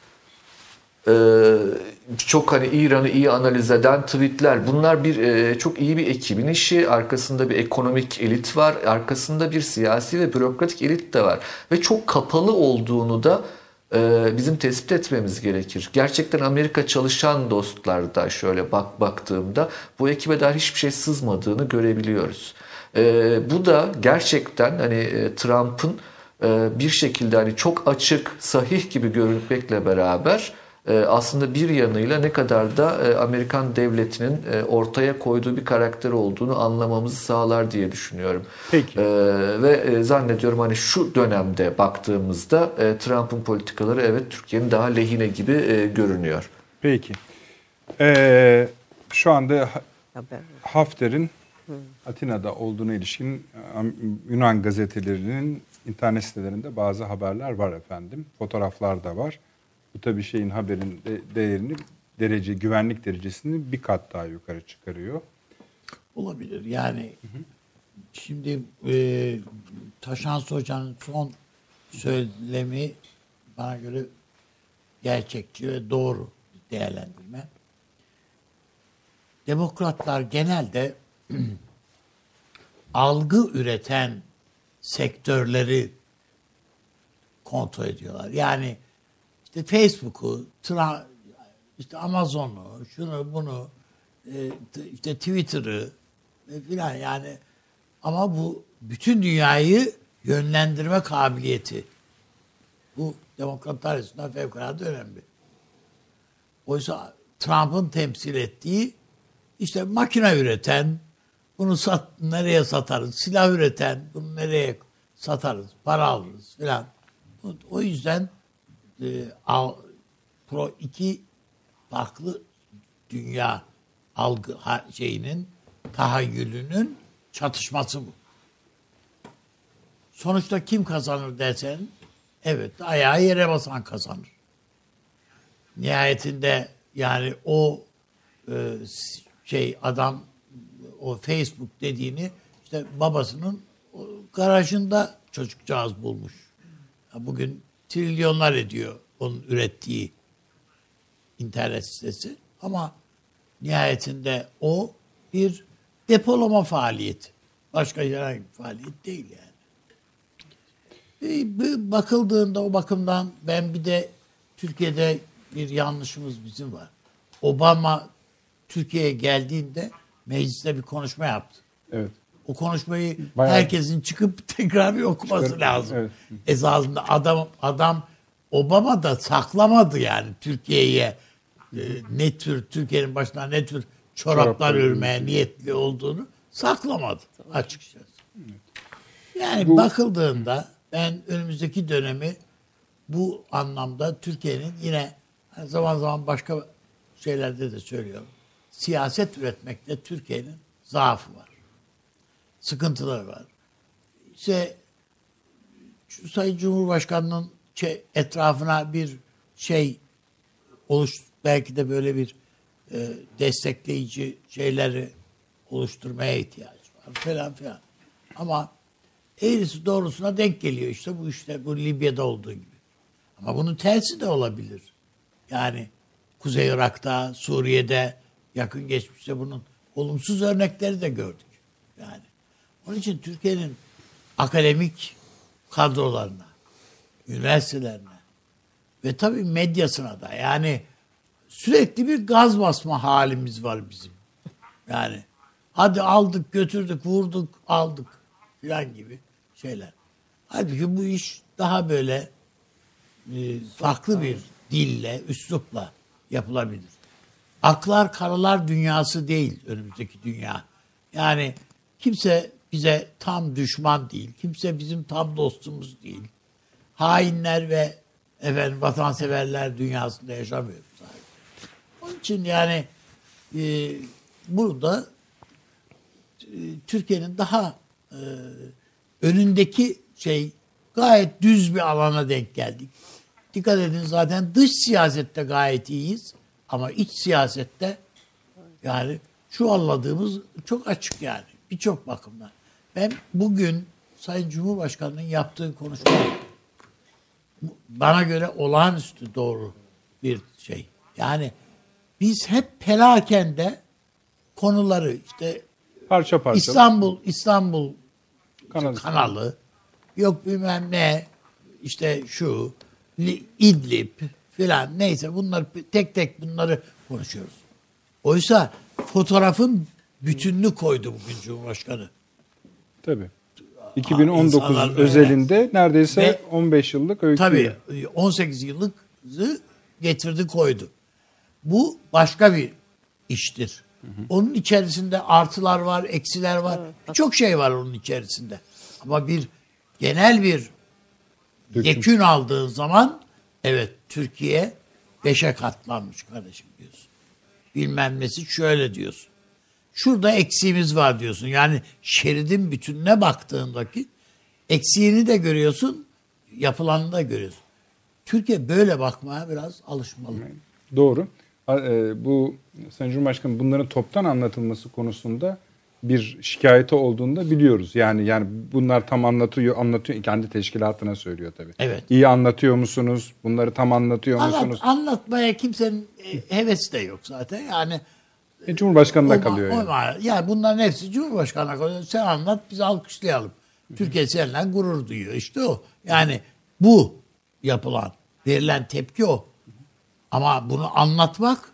e, çok hani İran'ı iyi analiz eden tweetler. Bunlar bir e, çok iyi bir ekibin işi. Arkasında bir ekonomik elit var. Arkasında bir siyasi ve bürokratik elit de var. Ve çok kapalı olduğunu da e, bizim tespit etmemiz gerekir. Gerçekten Amerika çalışan dostlarda şöyle bak baktığımda bu ekibe dair hiçbir şey sızmadığını görebiliyoruz. E, bu da gerçekten hani e, Trump'ın e, bir şekilde hani çok açık, sahih gibi görünmekle beraber aslında bir yanıyla ne kadar da Amerikan devletinin ortaya koyduğu bir karakter olduğunu anlamamızı sağlar diye düşünüyorum. Peki. Ee, ve zannediyorum hani şu dönemde baktığımızda Trump'ın politikaları evet Türkiye'nin daha lehine gibi görünüyor. Peki. Ee, şu anda Hafter'in Atina'da olduğuna ilişkin Yunan gazetelerinin internet sitelerinde bazı haberler var efendim. Fotoğraflar da var. Bu tabii şeyin haberin de değerini, derece, güvenlik derecesini bir kat daha yukarı çıkarıyor. Olabilir. Yani hı hı. Şimdi e, Taşans Hoca'nın son söylemi bana göre gerçekçi ve doğru bir değerlendirme. Demokratlar genelde algı üreten sektörleri kontrol ediyorlar. Yani İşte Facebook'u, işte Amazon'u, şunu bunu, işte Twitter'ı filan yani ama bu bütün dünyayı yönlendirme kabiliyeti. Bu demokratlar açısından fevkalade önemli. Oysa Trump'ın temsil ettiği işte makine üreten, bunu sat, nereye satarız, silah üreten, bunu nereye satarız, para alırız filan. O yüzden E, pro iki farklı dünya algı ha, şeyinin tahayyülünün çatışması bu. Sonuçta kim kazanır dersen evet ayağı yere basan kazanır. Nihayetinde yani o e, şey adam o Facebook dediğini işte babasının garajında çocukcağız bulmuş. Bugün trilyonlar ediyor onun ürettiği internet sitesi. Ama nihayetinde o bir depolama faaliyeti. Başka herhangi bir faaliyet değil yani. E, bakıldığında o bakımdan ben bir de Türkiye'de bir yanlışımız bizim var. Obama Türkiye'ye geldiğinde mecliste bir konuşma yaptı. Evet. O konuşmayı bayağı herkesin çıkıp tekrar bir okuması çıkar, lazım. Evet. Esasında adam adam Obama da saklamadı yani Türkiye'ye e, ne tür Türkiye'nin başına ne tür çoraplar örmeye niyetli olduğunu saklamadı açıkçası. Evet. Yani bu, bakıldığında ben önümüzdeki dönemi bu anlamda Türkiye'nin yine zaman zaman başka şeylerde de söylüyorum. Siyaset üretmekte Türkiye'nin zaafı var. Sıkıntıları var. İşte şu Sayın Cumhurbaşkanı'nın şey, etrafına bir şey oluş, belki de böyle bir e, destekleyici şeyleri oluşturmaya ihtiyaç var falan filan. Ama eğrisi doğrusuna denk geliyor işte bu işte bu Libya'da olduğu gibi. Ama bunun tersi de olabilir. Yani Kuzey Irak'ta, Suriye'de, yakın geçmişte bunun olumsuz örnekleri de gördük. Yani onun için Türkiye'nin akademik kadrolarına, üniversitelerine ve tabii medyasına da, yani sürekli bir gaz basma halimiz var bizim. Yani hadi aldık, götürdük, vurduk, aldık filan gibi şeyler. Halbuki bu iş daha böyle e, farklı bir dille, üslupla yapılabilir. Aklar karalar dünyası değil önümüzdeki dünya. Yani kimse bize tam düşman değil. Kimse bizim tam dostumuz değil. Hainler ve efendim vatanseverler dünyasında yaşamıyoruz. Onun için yani e, burada e, Türkiye'nin daha e, önündeki şey gayet düz bir alana denk geldik. Dikkat edin, zaten dış siyasette gayet iyiyiz ama iç siyasette yani şu anladığımız çok açık yani birçok bakımdan. Ben bugün Sayın Cumhurbaşkanı'nın yaptığı konuşma bana göre olağanüstü doğru bir şey. Yani biz hep perakende konuları işte Parça parça. İstanbul İstanbul Kanalı. kanalı yok bilmem ne işte şu İdlib filan neyse bunlar tek tek bunları konuşuyoruz. Oysa fotoğrafın bütününü koydu bugün Cumhurbaşkanı. Tabii. iki bin on dokuz İnsanlar, özelinde evet. neredeyse Ve, on beş yıllık öykü. Tabii on sekiz yıllık getirdi koydu. Bu başka bir iştir. Hı hı. Onun içerisinde artılar var, eksiler var. Evet. Çok şey var onun içerisinde. Ama bir genel bir Döküm. yekün aldığın zaman evet Türkiye beşe katlanmış kardeşim diyorsun. Bilmem nesi şöyle diyorsun. Şurada eksiğimiz var diyorsun. Yani şeridin bütününe baktığındaki eksiğini de görüyorsun, yapılanını da görüyorsun. Türkiye böyle bakmaya biraz alışmalı. Doğru. Bu Sayın Cumhurbaşkanı bunların toptan anlatılması konusunda bir şikayeti olduğunu da biliyoruz. Yani yani bunlar tam anlatıyor, anlatıyor kendi teşkilatına söylüyor tabii. Evet. İyi anlatıyor musunuz? Bunları tam anlatıyor Anlat, musunuz? Anlatmaya kimsenin hevesi de yok zaten. Yani e, Cumhurbaşkanı'na o, kalıyor. O, yani. yani bunların hepsi Cumhurbaşkanı'na kalıyor. Sen anlat, biz alkışlayalım. Türkiye seninle gurur duyuyor. İşte o. Yani bu yapılan, verilen tepki o. Ama bunu anlatmak,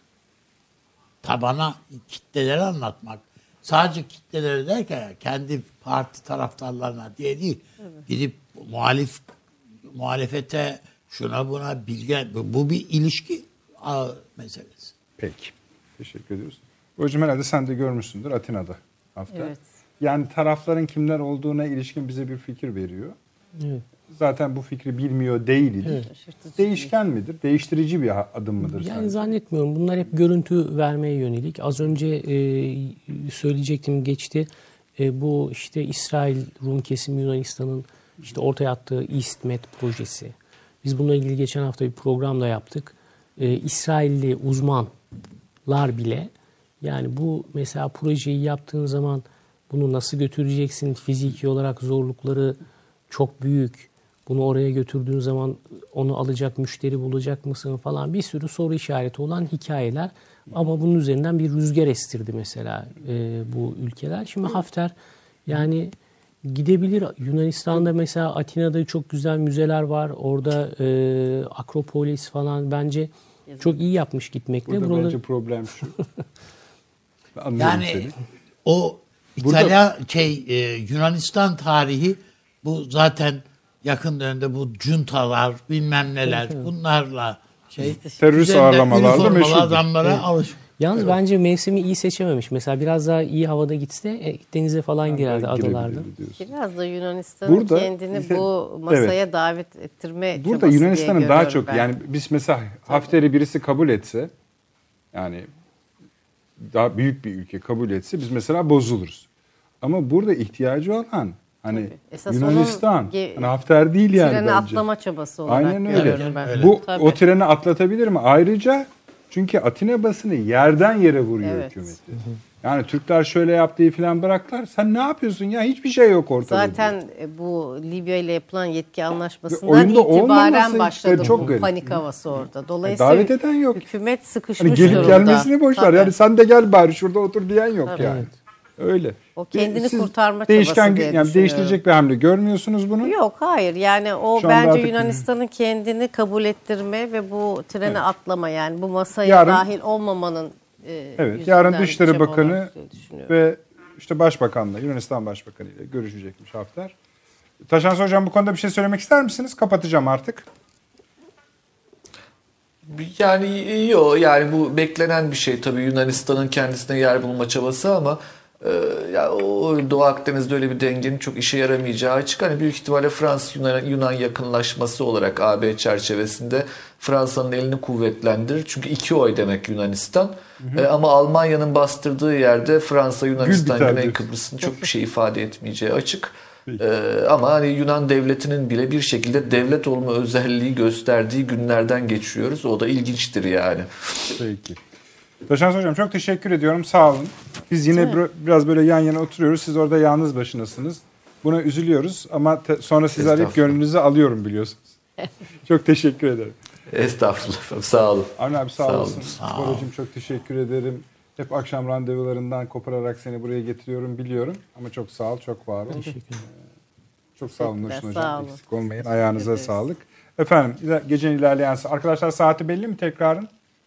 tabana, kitlelere anlatmak. Sadece kitlelere derken kendi parti taraftarlarına diye değil. Evet. Gidip muhalif muhalefete, şuna buna bilgi, bu bir ilişki meselesi. Peki. Teşekkür ediyoruz. Hocam herhalde sen de görmüşsündür Atina'da hafta. Evet. Yani tarafların kimler olduğuna ilişkin bize bir fikir veriyor. Evet. Zaten bu fikri bilmiyor değiliz. Evet. Değişken midir? Değiştirici bir adım mıdır? Yani sence? Zannetmiyorum. Bunlar hep görüntü vermeye yönelik. Az önce e, söyleyecektim geçti. E, bu işte İsrail, Rum kesimi Yunanistan'ın işte ortaya attığı EastMed projesi. Biz bununla ilgili geçen hafta bir program da yaptık. E, İsrailli uzmanlar bile yani bu mesela projeyi yaptığın zaman bunu nasıl götüreceksin? Fiziki olarak zorlukları çok büyük. Bunu oraya götürdüğün zaman onu alacak müşteri bulacak mısın falan bir sürü soru işareti olan hikayeler. Ama bunun üzerinden bir rüzgar estirdi mesela e, bu ülkeler. Şimdi Hafter yani gidebilir. Yunanistan'da mesela Atina'da çok güzel müzeler var. Orada e, Akropolis falan bence çok iyi yapmış gitmekle. Burada Buraları... bence problem şu. Yani seni. o İtalya Burada... şey e, Yunanistan tarihi bu zaten yakın dönemde bu juntalar bilmem neler evet, evet. bunlarla şey terörist ağırlamalarla meşhur. Adamlara evet. alış. Yalnız evet. bence mevsimi iyi seçememiş. Mesela biraz daha iyi havada gitse e, denize falan yani girerdi adalarda. Biraz da Yunanistan'ın Burada, kendini işte, bu masaya evet. davet ettirme Burada Yunanistan'ın daha çok ben. yani biz mesela Hafter'i birisi kabul etse yani daha büyük bir ülke kabul etse biz mesela bozuluruz. Ama burada ihtiyacı olan hani Esas Yunanistan, ge- hani Hafter değil yani treni bence. atlama çabası olarak Aynen öyle. görüyorum ben. Bu Tabii. o treni atlatabilir mi? Ayrıca çünkü Atina basını yerden yere vuruyor evet. hükümeti. Yani Türkler şöyle yaptığı falan bıraktılar. Sen ne yapıyorsun ya? Hiçbir şey yok ortada. Zaten e, bu Libya ile yapılan yetki anlaşmasından Oyunda itibaren olmaması başladı çok bu garip. panik havası orada. Dolayısıyla davet eden yok. hükümet sıkışmış Hani gelip durumda. gelmesini boş ver. Tabii. Yani sen de gel bari şurada otur diyen yok Tabii. yani. Öyle. O kendini Siz kurtarma değişken, çabası diye yani düşünüyorum. değiştirecek bir hamle görmüyorsunuz bunu. Yok hayır yani o Şu anda bence artık- Yunanistan'ın kendini kabul ettirme ve bu trene Evet. atlama yani bu masaya Yarın- dahil olmamanın e, Evet. yüzünden Yarın bir Dışişleri çaba Bakanı olarak diye düşünüyorum. ve işte Başbakanla, Yunanistan Başbakanı ile görüşecekmiş Hafter. Taşans Hocam bu konuda bir şey söylemek ister misiniz? Kapatacağım artık. Yani yok yani bu beklenen bir şey tabii Yunanistan'ın kendisine yer bulma çabası ama e, ya o Doğu Akdeniz'de öyle bir dengenin çok işe yaramayacağı açık. Hani büyük ihtimalle Fransız Yunan, Yunan yakınlaşması olarak A B çerçevesinde Fransa'nın elini kuvvetlendirir. Çünkü iki oy demek Yunanistan. E, ama Almanya'nın bastırdığı yerde Fransa, Yunanistan, biter Güney diyorsun. Kıbrıs'ın çok bir şey ifade etmeyeceği açık. Ee, ama hani Yunan devletinin bile bir şekilde devlet olma özelliği gösterdiği günlerden geçiyoruz. O da ilginçtir yani. Peki. Taşans Hocam çok teşekkür ediyorum. Sağ olun. Biz yine bro- biraz böyle yan yana oturuyoruz. Siz orada yalnız başınasınız. Buna üzülüyoruz ama te- sonra sizi arayıp Estağfurullah. gönlünüzü alıyorum biliyorsunuz. Çok teşekkür ederim. Estağfurullah efendim, sağ olun. Avni abi sağ, Sağ olasın. olun. Sağ ol. Boracığım çok teşekkür ederim. Hep akşam randevularından kopararak seni buraya getiriyorum biliyorum. Ama çok sağ ol, çok var ol. Teşekkür ederim. Çok sağ olun Teşekkürler, Nurşin sağ Hocam. olun. Eksik olmayın. Teşekkür Ayağınıza ederiz. sağlık. Efendim iler- gecenin ilerleyen sa- Arkadaşlar saati belli mi tekrarın?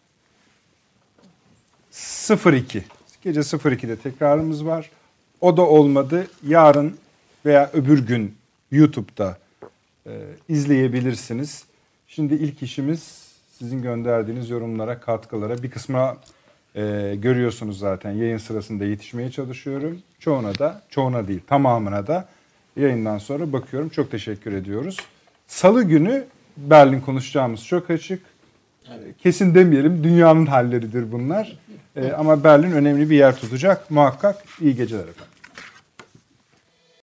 sıfır iki. Gece sıfır ikide tekrarımız var. O da olmadı. Yarın veya öbür gün YouTube'da e, izleyebilirsiniz. Şimdi ilk işimiz sizin gönderdiğiniz yorumlara, katkılara. Bir kısmına e, görüyorsunuz zaten yayın sırasında yetişmeye çalışıyorum. Çoğuna da, çoğuna değil tamamına da yayından sonra bakıyorum. Çok teşekkür ediyoruz. Salı günü Berlin konuşacağımız çok açık. Kesin demeyelim, dünyanın halleridir bunlar. E, ama Berlin önemli bir yer tutacak muhakkak. İyi geceler efendim.